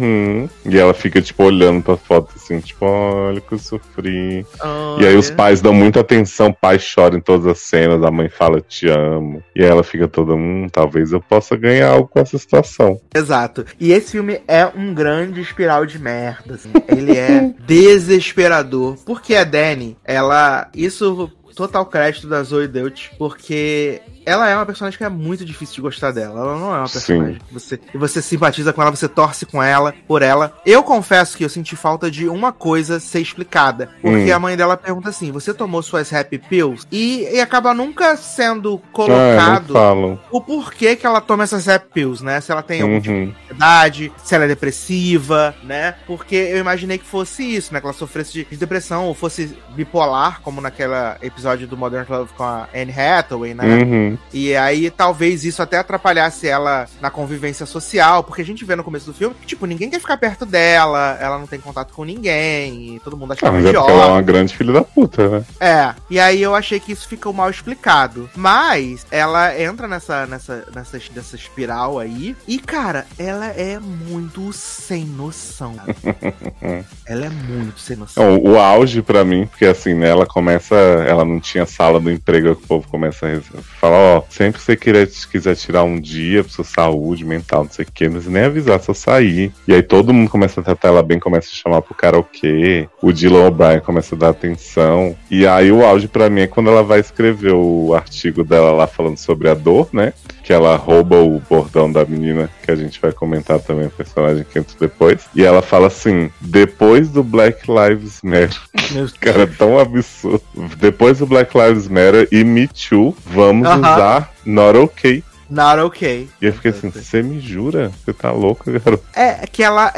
E ela fica, tipo, olhando pra foto assim, tipo, olha que eu sofri. E aí os pais dão muita atenção, o pai chora em todas as cenas, a mãe fala, te amo. E aí ela fica toda, talvez eu possa ganhar algo com essa situação. Exato. E esse filme é um grande espiral de merda, assim. Ele é desesperador. Porque a Danny, isso... Total crédito da Zoe Deutsch, porque ela é uma personagem que é muito difícil de gostar dela. Ela não é uma personagem que você simpatiza com ela, você torce com ela, por ela. Eu confesso que eu senti falta de uma coisa ser explicada. Porque a mãe dela pergunta assim, você tomou suas Happy Pills? E acaba nunca sendo colocado o porquê que ela toma essas Happy Pills, né? Se ela tem algum tipo de ansiedade, se ela é depressiva, né? Porque eu imaginei que fosse isso, né? Que ela sofresse de depressão ou fosse bipolar, como naquele episódio do Modern Love com a Anne Hathaway, né? Uhum. E aí talvez isso até atrapalhasse ela na convivência social, porque a gente vê no começo do filme que, tipo, ninguém quer ficar perto dela, ela não tem contato com ninguém, e todo mundo acha que Mas ela é porque ela é uma grande filha da puta, né? e aí eu achei que isso ficou mal explicado. Mas ela entra nessa espiral aí, e, cara, ela é muito sem noção. Ela é muito sem noção. Não, o auge pra mim, porque assim, né, ela não tinha sala do emprego, que o povo começa a falar, ó, sempre que você quiser tirar um dia pra sua saúde mental, não sei o que, não precisa nem avisar se eu sair. E aí todo mundo começa a tratar ela bem, começa a chamar pro karaokê, o Dylan O'Brien começa a dar atenção. E aí o auge pra mim é quando ela vai escrever o artigo dela lá falando sobre a dor, né? Que ela rouba o bordão da menina, que a gente vai comentar também, o personagem que entra depois. E ela fala assim, depois do Black Lives Matter. Cara, tão absurdo. Depois do Black Lives Matter e Me Too, vamos usar Not Okay. Not okay. E eu fiquei assim, você me jura? Você tá louco, garoto? É que ela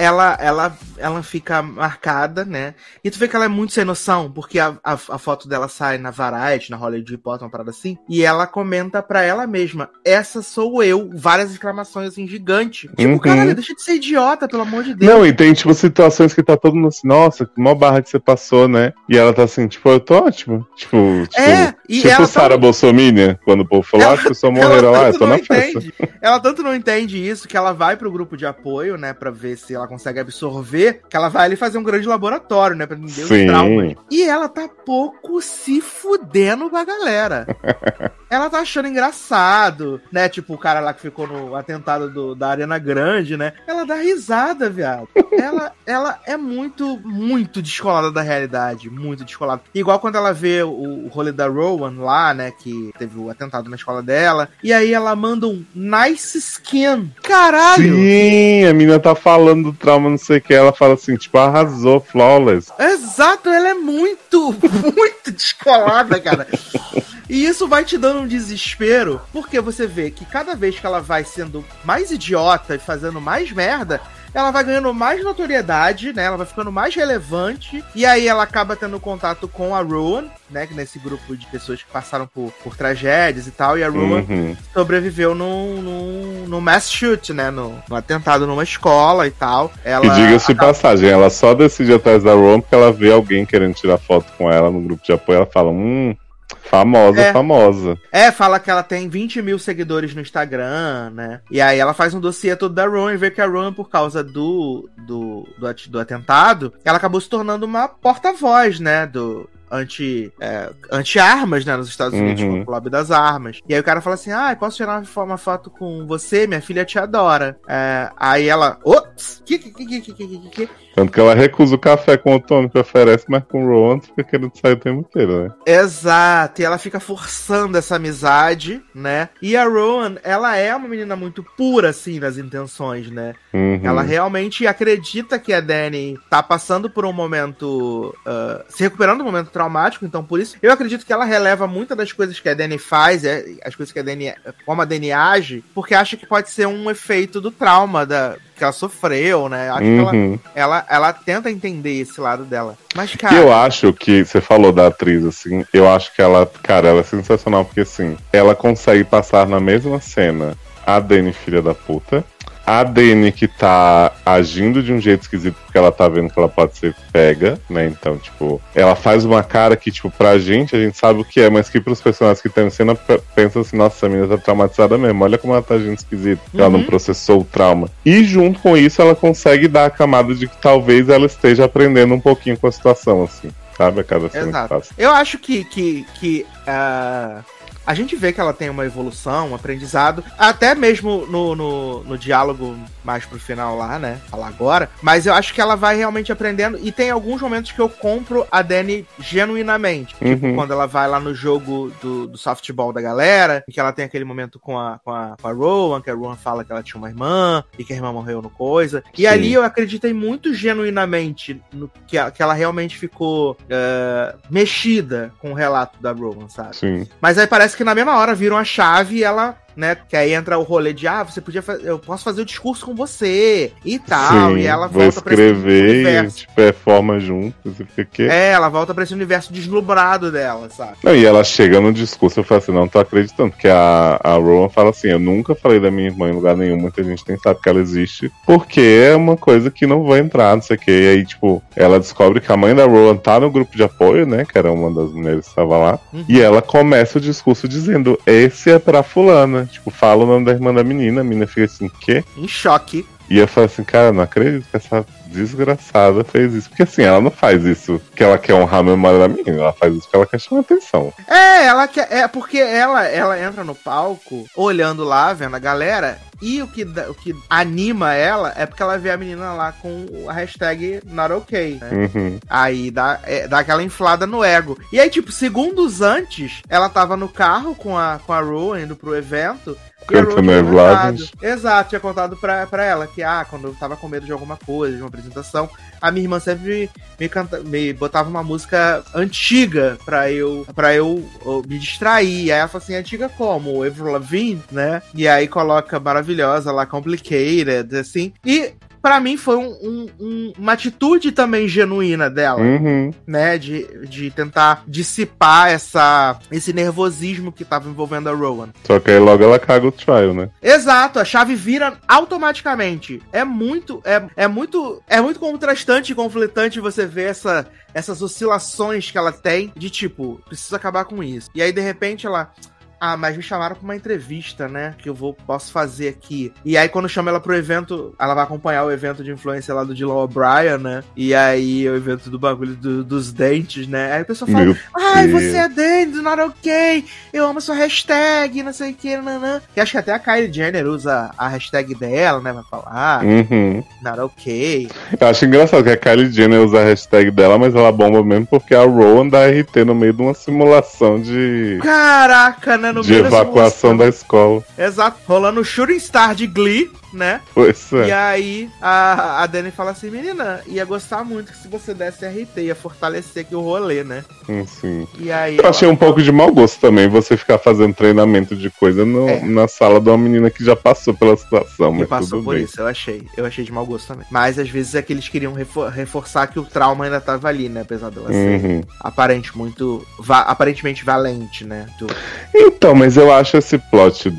fica marcada, né? E tu vê que ela é muito sem noção, porque a foto dela sai na Variety, na Hollywood Reporter, uma parada assim, e ela comenta pra ela mesma, essa sou eu, várias exclamações assim, gigante. Tipo, caralho, deixa de ser idiota, pelo amor de Deus. Não, e tem, tipo, situações que tá todo mundo assim, nossa, que mó barra que você passou, né? E ela tá assim, tipo, eu tô ótimo. Tipo Sarah Bolsominion, quando o povo falou, as pessoas morreram lá, eu tô na festa. Ela tanto não entende isso, que ela vai pro grupo de apoio, né, pra ver se ela consegue absorver, que ela vai ali fazer um grande laboratório, né, pra entender os traumas. E ela tá pouco se fudendo pra galera. Ela tá achando engraçado, né, tipo o cara lá que ficou no atentado da Arena Grande, né, ela dá risada, viado. Ela é muito, muito descolada da realidade, muito descolada. Igual quando ela vê o rolê da Rowan lá, né, que teve o atentado na escola dela, e aí ela manda um nice skin. Caralho! Sim, a menina tá falando do trauma, não sei o que, ela fala assim, tipo, arrasou, flawless. Exato, ela é muito, muito descolada, cara. E isso vai te dando um desespero, porque você vê que cada vez que ela vai sendo mais idiota e fazendo mais merda, ela vai ganhando mais notoriedade, né? Ela vai ficando mais relevante. E aí ela acaba tendo contato com a Rowan, né? Nesse grupo de pessoas que passaram por tragédias e tal. E a Rowan sobreviveu no mass shoot, né? No atentado numa escola e tal. E diga-se de passagem, ela só decide atrás da Rowan porque ela vê alguém querendo tirar foto com ela no grupo de apoio. Ela fala, famosa. Fala que ela tem 20 mil seguidores no Instagram, né? E aí ela faz um dossiê todo da Rowan e vê que a Rowan, por causa do atentado, ela acabou se tornando uma porta-voz, né? Anti-armas, né, nos Estados Unidos, com o lobby das armas. E aí o cara fala assim, posso tirar uma foto com você? Minha filha te adora. Aí ela, ops, que? Tanto que ela recusa o café com o Tony que oferece, mas com o Rowan fica querendo sair o tempo inteiro, né? Exato, e ela fica forçando essa amizade, né? E a Rowan, ela é uma menina muito pura, assim, nas intenções, né? Ela realmente acredita que a Dani tá passando por um momento, se recuperando de um momento traumático, então por isso eu acredito que ela releva muitas das coisas que a Dani faz, as coisas que a Dani, como a Dani age, porque acha que pode ser um efeito do trauma que ela sofreu, né? Acho que ela tenta entender esse lado dela. Mas, cara... Eu acho que, você falou da atriz, assim, eu acho que ela é sensacional, porque, assim, ela consegue passar na mesma cena a Dani, filha da puta, a Dani que tá agindo de um jeito esquisito porque ela tá vendo que ela pode ser pega, né? Então, tipo, ela faz uma cara que, tipo, pra gente, a gente sabe o que é, mas que pros personagens que estão em cena pensam assim, nossa, a menina tá traumatizada mesmo, olha como ela tá agindo esquisito, ela não processou o trauma. E junto com isso, ela consegue dar a camada de que talvez ela esteja aprendendo um pouquinho com a situação, assim, sabe? A cada cena que passa. Eu acho que a gente vê que ela tem uma evolução, um aprendizado, até mesmo no diálogo mais pro final lá, né? Falar agora. Mas eu acho que ela vai realmente aprendendo. E tem alguns momentos que eu compro a Dani genuinamente. Tipo, quando ela vai lá no jogo do softball da galera, e que ela tem aquele momento com a Rowan, que a Rowan fala que ela tinha uma irmã, e que a irmã morreu no coisa. E ali eu acreditei muito genuinamente no que ela realmente ficou mexida com o relato da Rowan, sabe? Sim. Mas aí parece que na mesma hora viram a chave e ela né? Que aí entra o rolê de, você podia fazer, eu posso fazer o discurso com você e tal. Sim, E ela vou volta pra esse escrever e universo. tipo, performa juntos e fica quê? Ela volta pra esse universo deslumbrado dela, sabe? Não, e ela chega no discurso, eu falo assim, não tô acreditando, porque a Rowan fala assim, eu nunca falei da minha irmã em lugar nenhum, muita gente nem sabe que ela existe, porque é uma coisa que não vai entrar, não sei o que. E aí, tipo, ela descobre que a mãe da Rowan tá no grupo de apoio, né, que era uma das mulheres que estava lá, e ela começa o discurso dizendo, esse é pra fulana, tipo, fala o nome da irmã da menina, a menina fica assim, quê? Em choque. E eu falo assim, cara, não acredito que essa desgraçada fez isso. Porque assim, ela não faz isso porque ela quer honrar a memória da menina, ela faz isso porque ela quer chamar atenção. Ela quer. Porque ela entra no palco, olhando lá, vendo a galera, e o que anima ela é porque ela vê a menina lá com a hashtag not okay, né? Aí dá aquela inflada no ego. E aí, tipo, segundos antes, ela tava no carro com a Rowan indo pro evento. Cantando Evlados. Exato, tinha contado pra ela que, quando eu tava com medo de alguma coisa, de uma apresentação, a minha irmã sempre me botava uma música antiga pra eu me distrair. Aí ela falou assim, antiga como? Avril Lavigne, né? E aí coloca maravilhosa lá, Complicated, assim. E pra mim foi uma atitude também genuína dela, né? De tentar dissipar esse nervosismo que tava envolvendo a Rowan. Só que aí logo ela caga o trial, né? Exato, a chave vira automaticamente. É muito contrastante e conflitante você ver essas oscilações que ela tem de tipo, preciso acabar com isso. E aí de repente ela... mas me chamaram pra uma entrevista, né? Que eu posso fazer aqui. E aí, quando chama ela pro evento, ela vai acompanhar o evento de influência lá do Dylan O'Brien, né? E aí, o evento do bagulho dos dentes, né? Aí a pessoa fala, você é Dani, do Not Okay, eu amo sua hashtag, não sei o que, nanã. E acho que até a Kylie Jenner usa a hashtag dela, né? Vai falar, Not Okay. Eu acho engraçado que a Kylie Jenner usa a hashtag dela, mas ela bomba mesmo porque a Rowan dá RT no meio de uma simulação de... Caraca, né? No de evacuação da escola. Exato. Rolando o Shooting Star de Glee, né? Pois é. E aí a Dani fala assim, menina, ia gostar muito que se você desse RT, ia fortalecer aqui o rolê, né? Sim. E aí eu achei um pouco de mau gosto também você ficar fazendo treinamento de coisa na sala de uma menina que já passou pela situação. Mas passou tudo por bem. isso, eu achei de mau gosto também. Mas às vezes é que eles queriam reforçar que o trauma ainda tava ali, né? Apesar dela ser aparentemente valente, né? Então, mas eu acho esse plot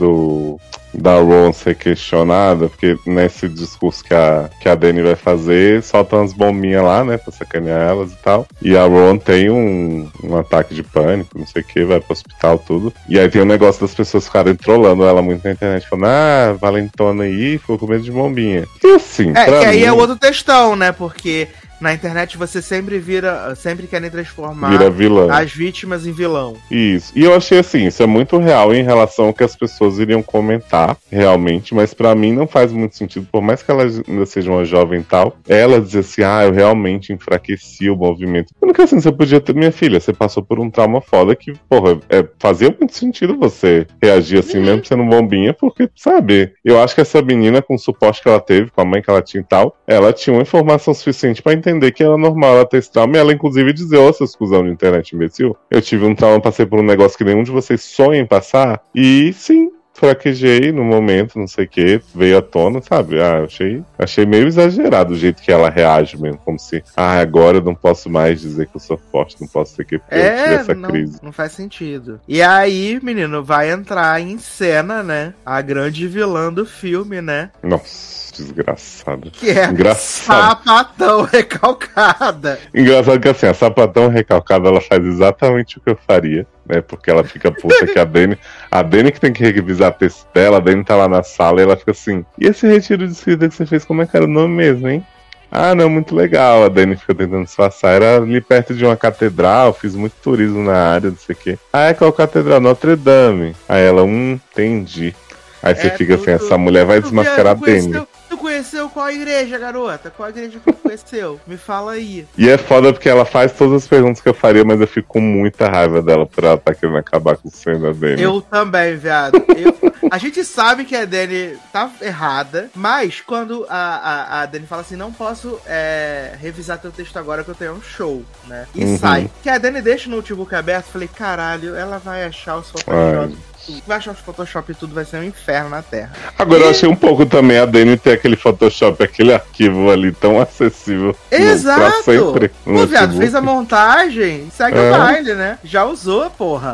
da Rowan ser questionada, porque nesse discurso que a Dani vai fazer, solta umas bombinhas lá, né, pra sacanear elas e tal. E a Rowan tem um ataque de pânico, não sei o que, vai pro hospital, tudo. E aí tem um negócio das pessoas ficarem trolando ela muito na internet, falando, valentona aí, ficou com medo de bombinha. E assim, que aí é outro textão, né, porque... Na internet você sempre querem transformar as vítimas em vilão. Isso. E eu achei assim, isso é muito real em relação ao que as pessoas iriam comentar, realmente, mas pra mim não faz muito sentido, por mais que ela ainda seja uma jovem e tal, ela dizer assim, eu realmente enfraqueci o movimento. Porque assim, você podia ter, minha filha, você passou por um trauma foda que, porra, fazia muito sentido você reagir assim, mesmo sendo bombinha, porque, sabe, eu acho que essa menina, com o suporte que ela teve, com a mãe que ela tinha e tal, ela tinha uma informação suficiente pra entender que era normal ela ter esse trauma, e ela inclusive dizer, seus cuzão de internet imbecil, eu tive um trauma, passei por um negócio que nenhum de vocês sonha em passar, e sim, fraquejei no momento, não sei o que, veio à tona, sabe? Achei meio exagerado o jeito que ela reage mesmo, como se, agora eu não posso mais dizer que eu sou forte, não posso ser que porque eu tive essa crise. Não faz sentido. E aí, menino, vai entrar em cena, né, a grande vilã do filme, né? Nossa. Desgraçada. Que é Sapatão Recalcada. Engraçado que assim, a Sapatão Recalcada, ela faz exatamente o que eu faria, né? Porque ela fica puta que a Dani que tem que revisar texto dela, a Dani tá lá na sala e ela fica assim, e esse retiro de escrita que você fez, como é que era o nome mesmo, hein? Não, muito legal. A Dani fica tentando disfarçar. Era ali perto de uma catedral, fiz muito turismo na área, não sei o quê. Qual catedral? Notre Dame. Aí ela, entendi. Aí você fica assim, essa mulher vai desmascarar a Dani. Tu conheceu qual igreja, garota? Qual igreja que tu conheceu? Me fala aí. E é foda porque ela faz todas as perguntas que eu faria, mas eu fico com muita raiva dela por ela estar querendo acabar com o sonho da Dani. Eu também, viado. A gente sabe que a Dani tá errada, mas quando a Dani fala assim, não posso revisar teu texto agora que eu tenho um show, né? E sai. Que a Dani deixa o notebook aberto, falei, caralho, ela vai achar o sol Vai achar os Photoshop e tudo, vai ser um inferno na Terra. Agora eu achei um pouco também a Dani ter aquele Photoshop, aquele arquivo ali tão acessível. Exato! Pra sempre. Pô, viado, fez a montagem, segue o baile, né? Já usou, porra.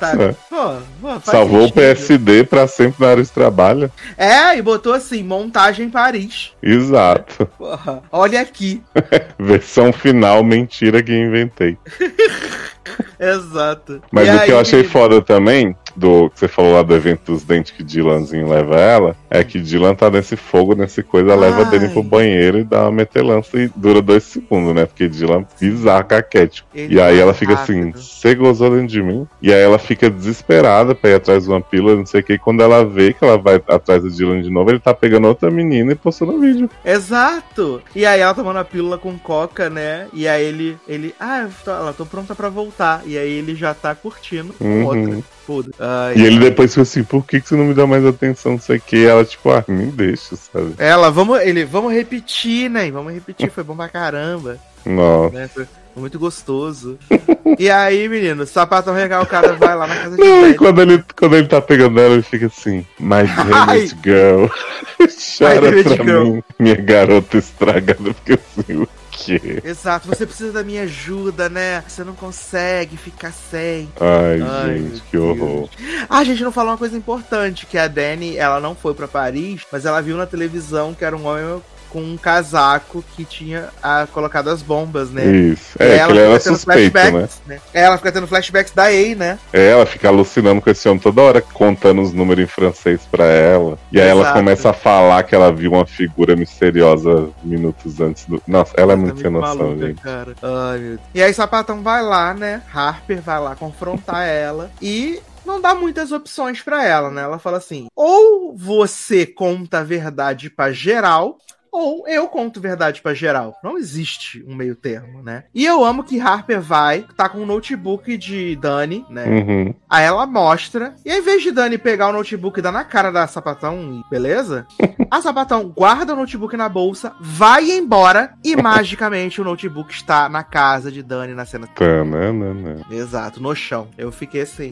Faz salvou sentido. o PSD pra sempre na área de trabalho. E botou assim, montagem Paris. Exato. Porra, olha aqui. Versão final, mentira que inventei. Exato. Mas E o aí, que eu achei foda também, do que você falou lá do evento dos dentes que Dylanzinho leva ela, é que Dylan tá nesse fogo, nesse coisa, leva a Dani pro banheiro e dá uma metelança e dura 2 segundos, né? Porque Dylan bizarra caquético. E aí ela fica assim, você gozou dentro de mim? E aí ela fica desesperada pra ir atrás de uma pílula, não sei o que, e quando ela vê que ela vai atrás do Dylan de novo, ele tá pegando outra menina e postando o vídeo. Exato! E aí ela tomando a pílula com coca, né? E aí ele ela tô pronta pra voltar. E aí ele já tá curtindo com outra. Foda. E ele depois fica assim, por que você não me dá mais atenção, não sei o que? Ela tipo, me deixa, sabe? Vamos repetir, né? Vamos repetir, foi bom pra caramba. Nossa. Né? Foi muito gostoso. E aí, menino, o sapatão recalcado vai lá na casa de Dani. Quando ele tá pegando ela, ele fica assim, my favorite girl. Chora pra mim, minha garota estragada, porque assim, o quê? Exato, você precisa da minha ajuda, né? Você não consegue ficar sem. Ai gente, que horror. A gente não falou uma coisa importante, que a Dani, ela não foi pra Paris, mas ela viu na televisão que era um homem com um casaco que tinha colocado as bombas, né? Isso. Que ele era suspeito, né? Ela fica tendo flashbacks da EI, né? Ela fica alucinando com esse homem toda hora, contando os números em francês pra ela. E aí ela começa a falar que ela viu uma figura misteriosa minutos antes do... Nossa, ela é muito sem noção, maluca, gente. Cara. Ai, meu Deus. E aí Sapatão vai lá, né? Harper vai lá confrontar ela e... não dá muitas opções pra ela, né? Ela fala assim, ou você conta a verdade pra geral, ou eu conto verdade pra geral. Não existe um meio termo, né? E eu amo que Harper tá com um notebook de Dani, né? Uhum. Aí ela mostra, e ao invés de Dani pegar o notebook e dar na cara da Sapatão, beleza? A Sapatão guarda o notebook na bolsa, vai embora, e magicamente o notebook está na casa de Dani na cena. Exato, no chão. Eu fiquei assim...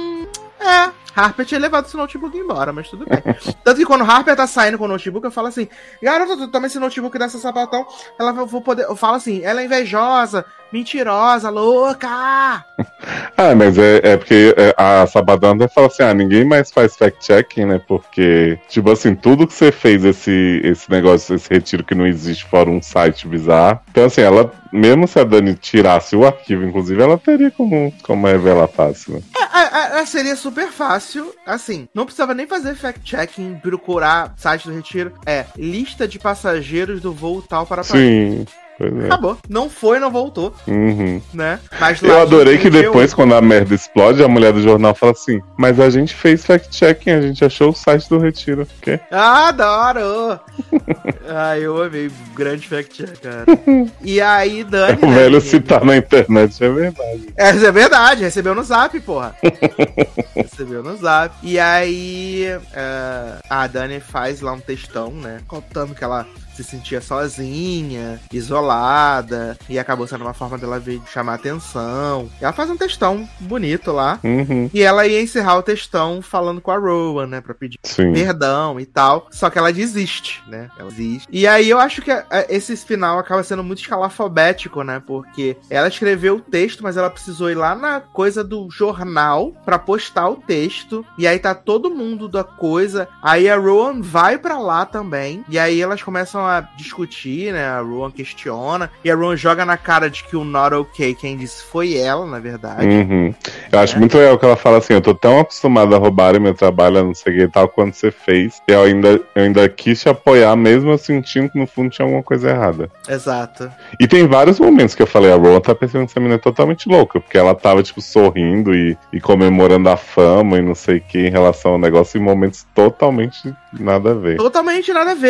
Harper tinha levado esse notebook embora, mas tudo bem. Tanto que quando Harper tá saindo com o notebook, eu falo assim, garota, tu toma esse notebook dessa Sapatão, eu falo assim, ela é invejosa, mentirosa, louca! Mas é porque a Sapatão fala assim, ninguém mais faz fact-checking, né, porque, tipo assim, tudo que você fez, esse negócio, esse retiro que não existe fora um site bizarro, então assim, ela, mesmo se a Dani tirasse o arquivo, inclusive, ela teria como revelar fácil, né? Seria super fácil, assim, não precisava nem fazer fact-checking, procurar site do retiro, lista de passageiros do voo tal para Paris. Sim. Acabou. Não foi, não voltou. Né? Mas lá eu adorei que depois, quando a merda explode, a mulher do jornal fala assim, mas a gente fez fact-checking, a gente achou o site do retiro. O quê? Adoro! Eu amei. Grande fact-check, cara. E aí, Dani... O velho citar na internet, é verdade. É verdade, recebeu no zap, porra. Recebeu no zap. E aí, a Dani faz lá um textão, né? Contando que ela se sentia sozinha, isolada, e acabou sendo uma forma dela vir chamar atenção. E ela faz um textão bonito lá, e ela ia encerrar o textão falando com a Rowan, né, pra pedir perdão e tal, só que ela desiste, né, ela desiste. E aí eu acho que esse final acaba sendo muito escalafobético, né, porque ela escreveu o texto, mas ela precisou ir lá na coisa do jornal pra postar o texto, e aí tá todo mundo da coisa, aí a Rowan vai pra lá também, e aí elas começam a discutir, né? A Rowan questiona e a Rowan joga na cara de que o not okay, quem disse foi ela, na verdade. Eu acho muito legal que ela fala assim, eu tô tão acostumada a roubar meu trabalho, não sei o que tal, quando você fez, eu ainda quis te apoiar, mesmo eu sentindo que no fundo tinha alguma coisa errada. Exato. E tem vários momentos que eu falei, a Rowan tá pensando que essa menina é totalmente louca, porque ela tava, tipo, sorrindo e comemorando a fama e não sei o que em relação ao negócio, em momentos totalmente nada a ver. Totalmente nada a ver.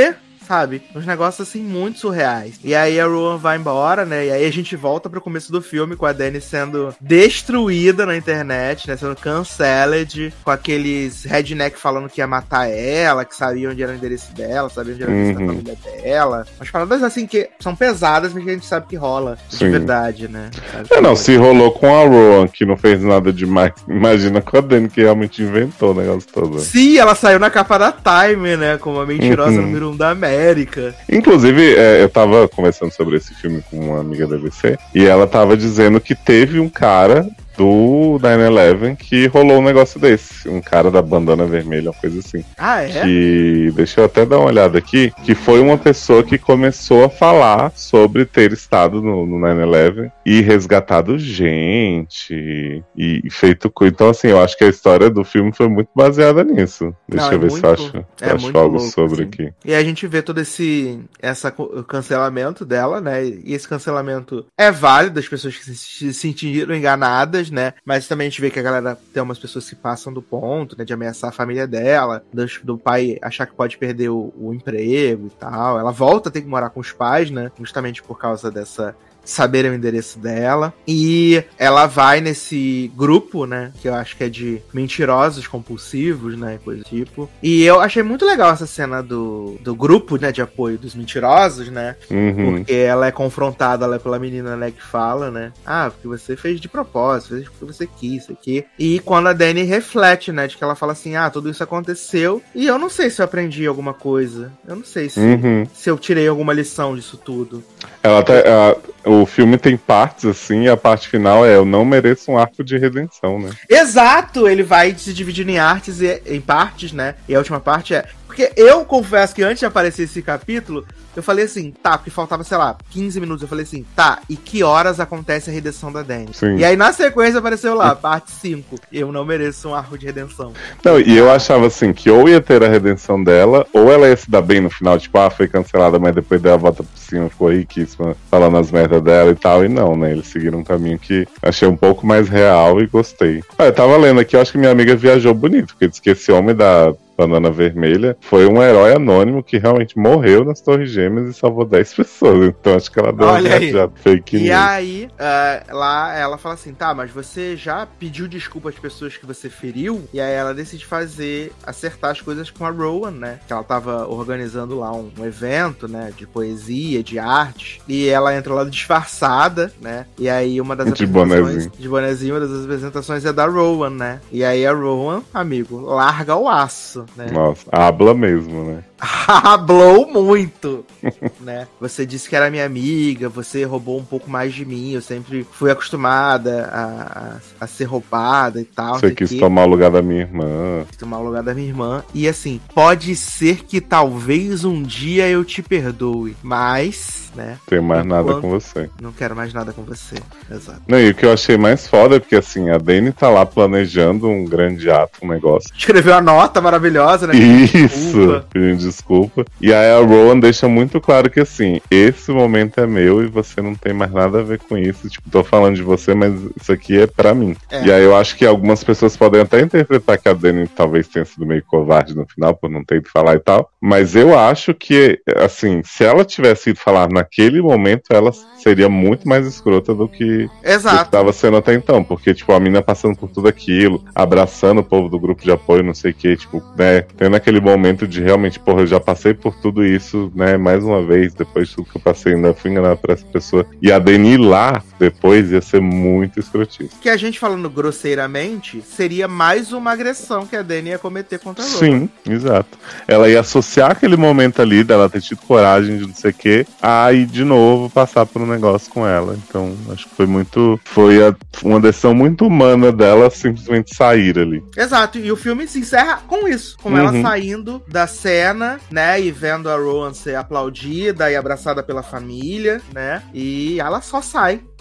sabe? Uns negócios, assim, muito surreais. E aí a Rowan vai embora, né? E aí a gente volta pro começo do filme com a Dani sendo destruída na internet, né? Sendo canceled, com aqueles redneck falando que ia matar ela, que sabia onde era o endereço dela, sabia onde era o endereço da família dela. Umas paradas, assim, que são pesadas, mas que a gente sabe que rola de verdade, né? Não, se rolou com a Rowan, que não fez nada demais, imagina com a Dani, que realmente inventou o negócio todo. Sim, ela saiu na capa da Time, né? Como a mentirosa número 1 da América. Inclusive, eu tava conversando sobre esse filme com uma amiga da ABC, e ela tava dizendo que teve um cara do 9/11 que rolou um negócio desse. Um cara da bandana vermelha, uma coisa assim. Ah, é? Que, deixa eu até dar uma olhada aqui, que foi uma pessoa que começou a falar sobre ter estado no 9/11 e resgatado gente e feito coisa. Então, assim, eu acho que a história do filme foi muito baseada nisso. Deixa eu ver se eu acho algo louco, sobre assim. aqui. E a gente vê todo esse cancelamento dela, né? E esse cancelamento é válido, as pessoas que se sentiram enganadas, né? Mas também a gente vê que a galera tem umas pessoas que passam do ponto, né? De ameaçar a família dela, do pai achar que pode perder o emprego e tal. Ela volta a ter que morar com os pais, né? Justamente por causa dessa... saberem o endereço dela. E ela vai nesse grupo, né? Que eu acho que é de mentirosos compulsivos, né? Coisa do tipo. E eu achei muito legal essa cena do grupo, né? De apoio dos mentirosos, né? Porque ela é confrontada lá pela menina, né? Que fala, né? Ah, porque você fez de propósito, fez porque você quis, isso aqui. E quando a Dani reflete, né? De que ela fala assim, ah, tudo isso aconteceu e eu não sei se eu aprendi alguma coisa. Eu não sei se eu tirei alguma lição disso tudo. O filme tem partes assim, e a parte final é eu não mereço um arco de redenção, né? Exato! Ele vai se dividindo em partes, né? E a última parte é... Porque eu confesso que antes de aparecer esse capítulo, eu falei assim, tá, porque faltava, sei lá, 15 minutos. Eu falei assim, tá, e que horas acontece a redenção da Dani? Sim. E aí na sequência apareceu lá, parte 5. Eu não mereço um arco de redenção. Não, e eu achava assim, que ou ia ter a redenção dela, ou ela ia se dar bem no final, tipo, foi cancelada, mas depois dela volta por cima, ficou riquíssima, falando as merdas dela e tal, e não, né? Eles seguiram um caminho que achei um pouco mais real e gostei. Eu tava lendo aqui, eu acho que minha amiga viajou bonito, porque disse que esse homem da Bandana Vermelha foi um herói anônimo que realmente morreu nas Torres Gêmeas e salvou 10 pessoas. Então acho que ela deu uma viajada fake news. E aí, lá ela fala assim, tá, mas você já pediu desculpa às pessoas que você feriu? E aí ela decide acertar as coisas com a Rowan, né? Que ela tava organizando lá um evento, né? De poesia, de arte. E ela entra lá disfarçada, né? E aí uma das apresentações... De bonezinho. Uma das apresentações é da Rowan, né? E aí a Rowan, amigo, larga o aço. Né? Nossa, habla mesmo, né? Hablou muito, né? Você disse que era minha amiga, você roubou um pouco mais de mim, eu sempre fui acostumada a ser roubada e tal. Você quis tomar o lugar da minha irmã. Quis tomar o lugar da minha irmã. E assim, pode ser que talvez um dia eu te perdoe, mas, né? Não tenho mais nada com você. Não quero mais nada com você, exato. Não, e o que eu achei mais foda é porque assim, a Dani tá lá planejando um grande ato, um negócio. Escreveu a nota maravilhosa, né? Isso, pedindo desculpa. E aí a Rowan deixa muito claro que assim, esse momento é meu e você não tem mais nada a ver com isso. Tipo, tô falando de você, mas isso aqui é pra mim. E aí eu acho que algumas pessoas podem até interpretar que a Dani talvez tenha sido meio covarde no final, por não ter ido falar e tal. Mas eu acho que, assim, se ela tivesse ido falar naquele momento, ela seria muito mais escrota do que estava sendo até então. Porque, tipo, a mina passando por tudo aquilo, abraçando o povo do grupo de apoio, não sei o que, tipo, né, tendo aquele momento de realmente, porra, eu já passei por tudo isso, né, mais uma vez, depois de tudo que eu passei, ainda fui enganado por essa pessoa. E a Dani lá, depois, ia ser muito escrotíssimo. Que a gente falando grosseiramente, seria mais uma agressão que a Dani ia cometer contra a Rowan. Sim, exato. Ela ia associar aquele momento ali dela ter tido coragem de não sei o que, aí de novo passar por um negócio com ela. Então, acho que foi uma decisão muito humana dela simplesmente sair ali. Exato, e o filme se encerra com isso, com ela saindo da cena, né, e vendo a Rowan ser aplaudida e abraçada pela família, né, e ela só sai.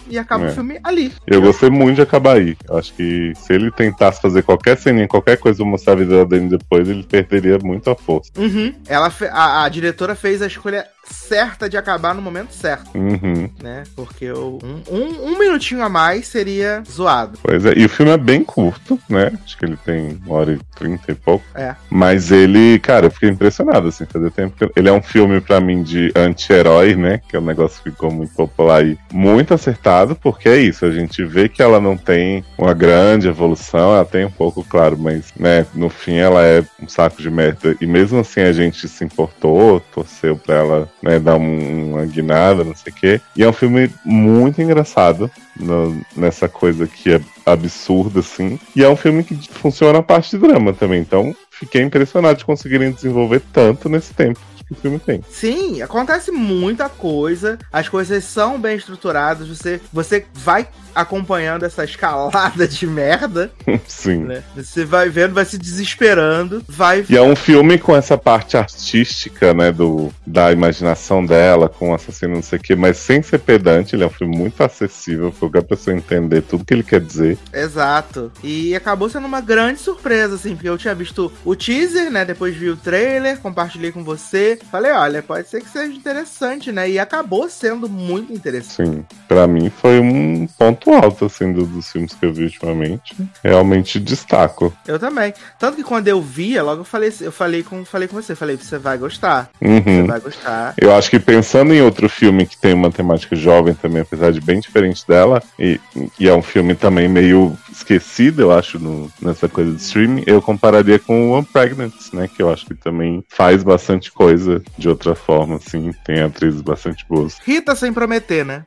e acaba o filme ali. Eu gostei muito de acabar aí. Acho que se ele tentasse fazer qualquer ceninha, qualquer coisa, mostrar a vida dele depois, ele perderia muito a força. Uhum. A diretora fez a escolha certa de acabar no momento certo, né? Porque um minutinho a mais seria zoado. Pois é, e o filme é bem curto, né? Acho que ele tem 1h30 e pouco. É. Mas ele, cara, eu fiquei impressionado, assim, fazer tempo. Ele é um filme, pra mim, de anti-herói, né? Que é um negócio que ficou muito popular e muito acertado, porque é isso, a gente vê que ela não tem uma grande evolução, ela tem um pouco, claro, mas, né, no fim ela é um saco de merda. E mesmo assim a gente se importou, torceu pra ela, né, dar uma guinada, não sei o quê. E é um filme muito engraçado, nessa coisa que é absurda, assim. E é um filme que funciona a parte de drama também. Então, fiquei impressionado de conseguirem desenvolver tanto nesse tempo que o filme tem. Sim, acontece muita coisa. As coisas são bem estruturadas. Você vai acompanhando essa escalada de merda. Sim. Né? Você vai vendo, vai se desesperando, E é um filme com essa parte artística, né, da imaginação dela, com o assassino, não sei o quê, mas sem ser pedante. Ele é um filme muito acessível, pra qualquer pessoa entender tudo que ele quer dizer. Exato. E acabou sendo uma grande surpresa, assim, porque eu tinha visto o teaser, né, depois vi o trailer, compartilhei com você, falei, olha, pode ser que seja interessante, né, e acabou sendo muito interessante. Sim, pra mim foi um ponto alto, assim, dos filmes que eu vi ultimamente. Realmente destaco. Eu também. Tanto que quando eu via, logo eu falei com você, você vai gostar. Você vai gostar. Eu acho que pensando em outro filme que tem uma temática jovem também, apesar de bem diferente dela, e é um filme também meio esquecido, eu acho, nessa coisa de streaming, eu compararia com o Unpregnant, né, que eu acho que também faz bastante coisa de outra forma, assim, tem atrizes bastante boas. Rita sem prometer, né?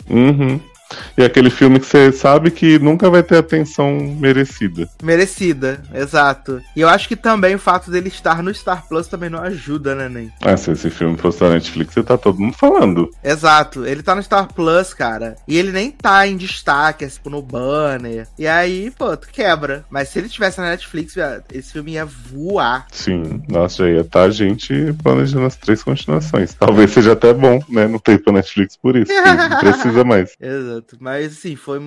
E aquele filme que você sabe que nunca vai ter atenção merecida. Merecida, exato. E eu acho que também o fato dele estar no Star Plus também não ajuda, né, Nen? Se esse filme fosse da Netflix, você tá todo mundo falando. Exato, ele tá no Star Plus, cara. E ele nem tá em destaque, assim, no banner. E aí, pô, tu quebra. Mas se ele tivesse na Netflix, esse filme ia voar. Sim, nossa, já ia estar a gente planejando as 3 continuações. Talvez seja até bom, né, não ter pra Netflix por isso. Não precisa mais. Exato. Mas, assim, foi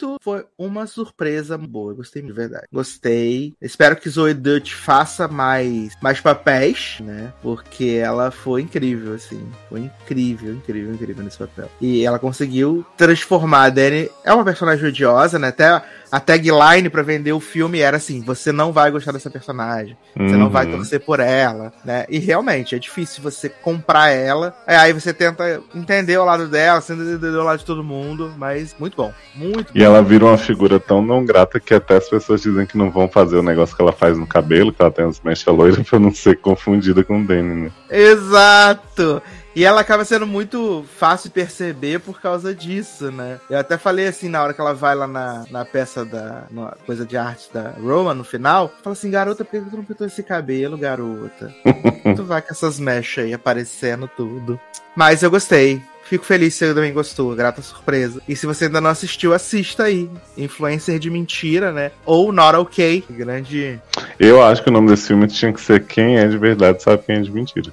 uma surpresa boa. Eu gostei de verdade. Gostei. Espero que Zoe Dutch faça mais papéis, né? Porque ela foi incrível, assim. Foi incrível nesse papel. E ela conseguiu transformar a Dani. É uma personagem odiosa, né? Até a tagline pra vender o filme era assim: você não vai gostar dessa personagem. Você não vai torcer por ela, né? E realmente, é difícil você comprar ela. Aí você tenta entender o lado dela, você entender o lado de todo mundo. Mas muito bom. Muito bom. E ela vira uma figura tão não grata que até as pessoas dizem que não vão fazer o negócio que ela faz no cabelo, que ela tem as mechas loiras, pra não ser confundida com o Danny, né? Exato! E ela acaba sendo muito fácil de perceber por causa disso, né? Eu até falei assim, na hora que ela vai lá na peça na coisa de arte da Roma, no final, fala assim, garota, por que tu não pintou esse cabelo, garota? Tu vai com essas mechas aí aparecendo tudo. Mas eu gostei. Fico feliz se você também gostou, grata surpresa. E se você ainda não assistiu, assista aí. Influencer de mentira, né? Ou Not Okay. Grande... Eu acho que o nome desse filme tinha que ser Quem é de verdade sabe quem é de mentira.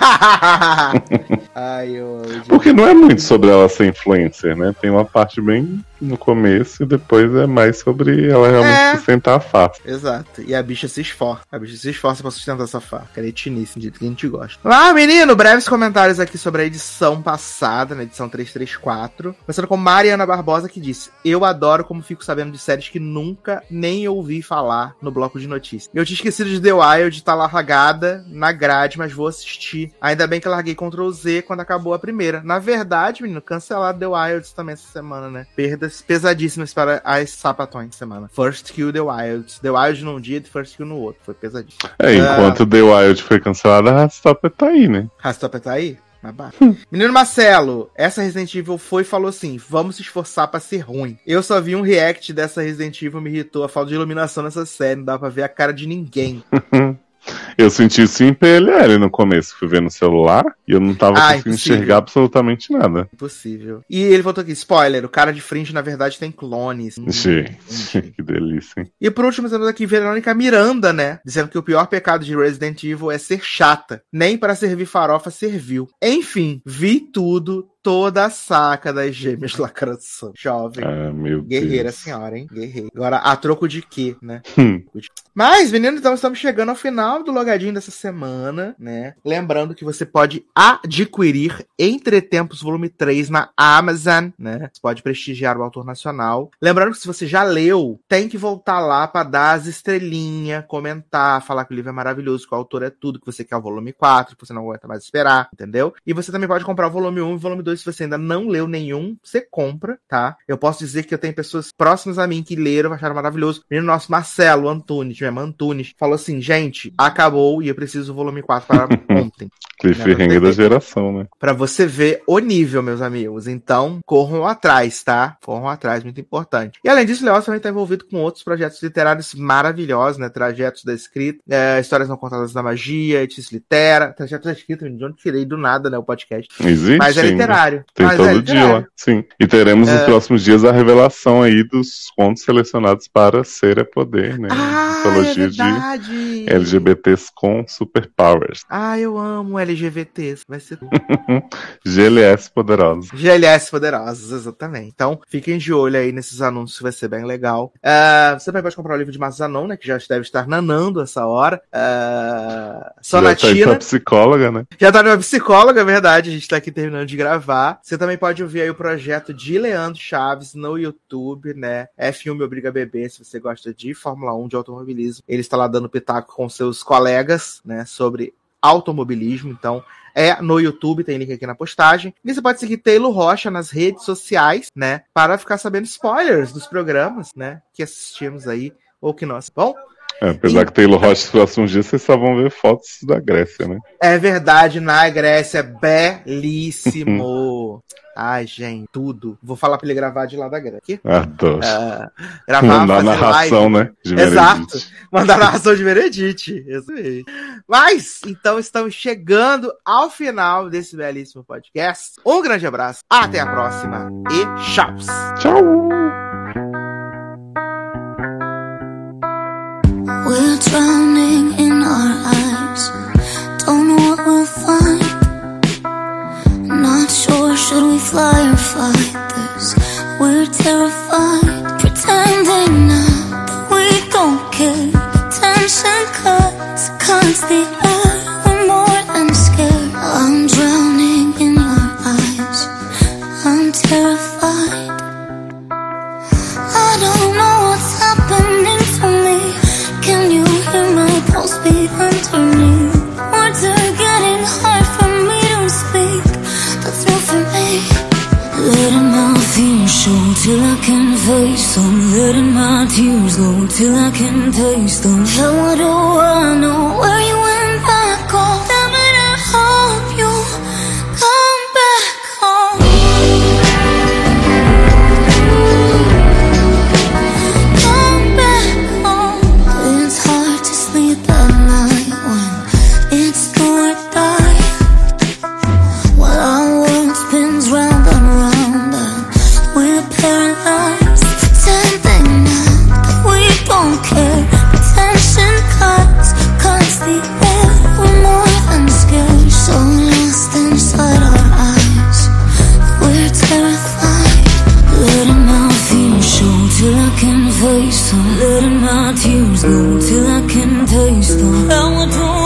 Ai, porque não é muito sobre ela ser influencer, né? Tem uma parte bem no começo e depois é mais sobre ela realmente sustentar a faca. Exato. E a bicha se esforça. A bicha se esforça pra sustentar essa faca. Cretinice, de jeito que a gente gosta. Ah, menino, breves comentários aqui sobre a edição passada, na edição 334. Começando com Mariana Barbosa, que disse: eu adoro como fico sabendo de séries que nunca nem ouvi falar no bloco de notícias. Eu tinha esquecido de The Wild, tá largada na grade, mas vou assistir. Ainda bem que eu larguei Ctrl Z quando acabou a primeira. Na verdade, menino, cancelado The Wild também essa semana, né? Perdas pesadíssimas para as sapatões essa semana. First Kill The Wild. The Wild num dia e First Kill no outro. Foi pesadíssimo. Enquanto The Wild foi cancelada, a Rastopper tá aí, né? Rastopper tá aí? Menino Marcelo, essa Resident Evil foi e falou assim: vamos se esforçar pra ser ruim. Eu só vi um react dessa Resident Evil, me irritou a falta de iluminação nessa série, não dá pra ver a cara de ninguém. Eu senti isso em PLL no começo. Fui ver no celular e eu não tava conseguindo enxergar absolutamente nada. Impossível. E ele voltou aqui, spoiler, o cara de Fringe na verdade tem clones. Gente, que delícia, hein? E por último temos aqui Verônica Miranda, né? Dizendo que o pior pecado de Resident Evil é ser chata. Nem para servir farofa serviu. Enfim, vi tudo. Toda a saca das gêmeas lacração. Jovem. Ah, meu Guerreira Deus. senhora, hein? Guerreira. Agora, a troco de quê, né? Mas, meninos, então estamos chegando ao final do Logadinho dessa semana, né? Lembrando que você pode adquirir Entretempos Volume 3 na Amazon, né? Você pode prestigiar o autor nacional. Lembrando que se você já leu, tem que voltar lá para dar as estrelinhas, comentar, falar que o livro é maravilhoso, que o autor é tudo, que você quer o volume 4, que você não aguenta mais esperar, entendeu? E você também pode comprar o volume 1 e o volume 2. Se você ainda não leu nenhum, você compra, tá? Eu posso dizer que eu tenho pessoas próximas a mim que leram, acharam maravilhoso. O menino nosso, Marcelo Antunes, falou assim, gente, acabou e eu preciso do volume 4 para ontem. Cliffhanger da geração, né? Pra você ver o nível, meus amigos. Então, corram atrás, tá? Corram atrás, muito importante. E além disso, o Leoz também tá envolvido com outros projetos literários maravilhosos, né? Trajetos da escrita, Histórias Não Contadas da Magia, Etis Litera, Trajetos da Escrita, de onde tirei do nada, né? O podcast. Existe. Mas é literário. Tem Mas todo dia lá. Sim. E teremos nos próximos dias a revelação aí dos contos selecionados para Ser é Poder, né? Mitologia de LGBTs com superpowers. Eu amo LGBTs. Vai ser tudo. GLS poderosos. GLS poderosos, exatamente. Então, fiquem de olho aí nesses anúncios, que vai ser bem legal. Você também pode comprar o livro de Massa Zanon, né? Que já deve estar nanando essa hora. Sonatina. Já tá psicóloga, né? Já tá numa psicóloga, é verdade. A gente tá aqui terminando de gravar. Você também pode ouvir aí o projeto de Leandro Chaves no YouTube, né? F1 Obriga Bebê, se você gosta de Fórmula 1, de automobilismo. Ele está lá dando pitaco com seus colegas, né? Sobre automobilismo. Então, no YouTube, tem link aqui na postagem. E você pode seguir Taylor Rocha nas redes sociais, né? Para ficar sabendo spoilers dos programas, né? Que assistimos aí, ou que nós. Bom? Apesar que Taylor Rocha, nos próximos dias, vocês só vão ver fotos da Grécia, né? É verdade, na Grécia, belíssimo. Ai, gente, tudo. Vou falar pra ele gravar de lá da Grécia. Aqui? Adoro. Gravar, mandar a narração, live, né? De Exato. Mandar a narração de Meredith. Isso aí. Mas, então, estamos chegando ao final desse belíssimo podcast. Um grande abraço, até a próxima e tchau. Tchau. We're drowning in our eyes. Don't know what we'll find. Not sure, should we fly or fight this? We're terrified, pretending now that we don't care. Tension cuts the air. We're more than scared. I'm drowning in your eyes. I'm terrified. I don't know what's happening to me. Can you hear my pulse beat underneath? Words are getting hard for me to speak. That's new for me. Letting my fears show till I can face them. Letting my tears go till I can taste them. Hell, what do I know? Where you went back home? Damn it, I hope you come back home. Come back home. It's hard to sleep at night when it's do or die. While our world spins round and round and we're paralyzed, pretending now that we don't care. Tension cuts the air. We're more than scared, so lost inside our eyes. We're terrified. Letting my fears show till I can face them. Letting my tears go till I can taste them. How would you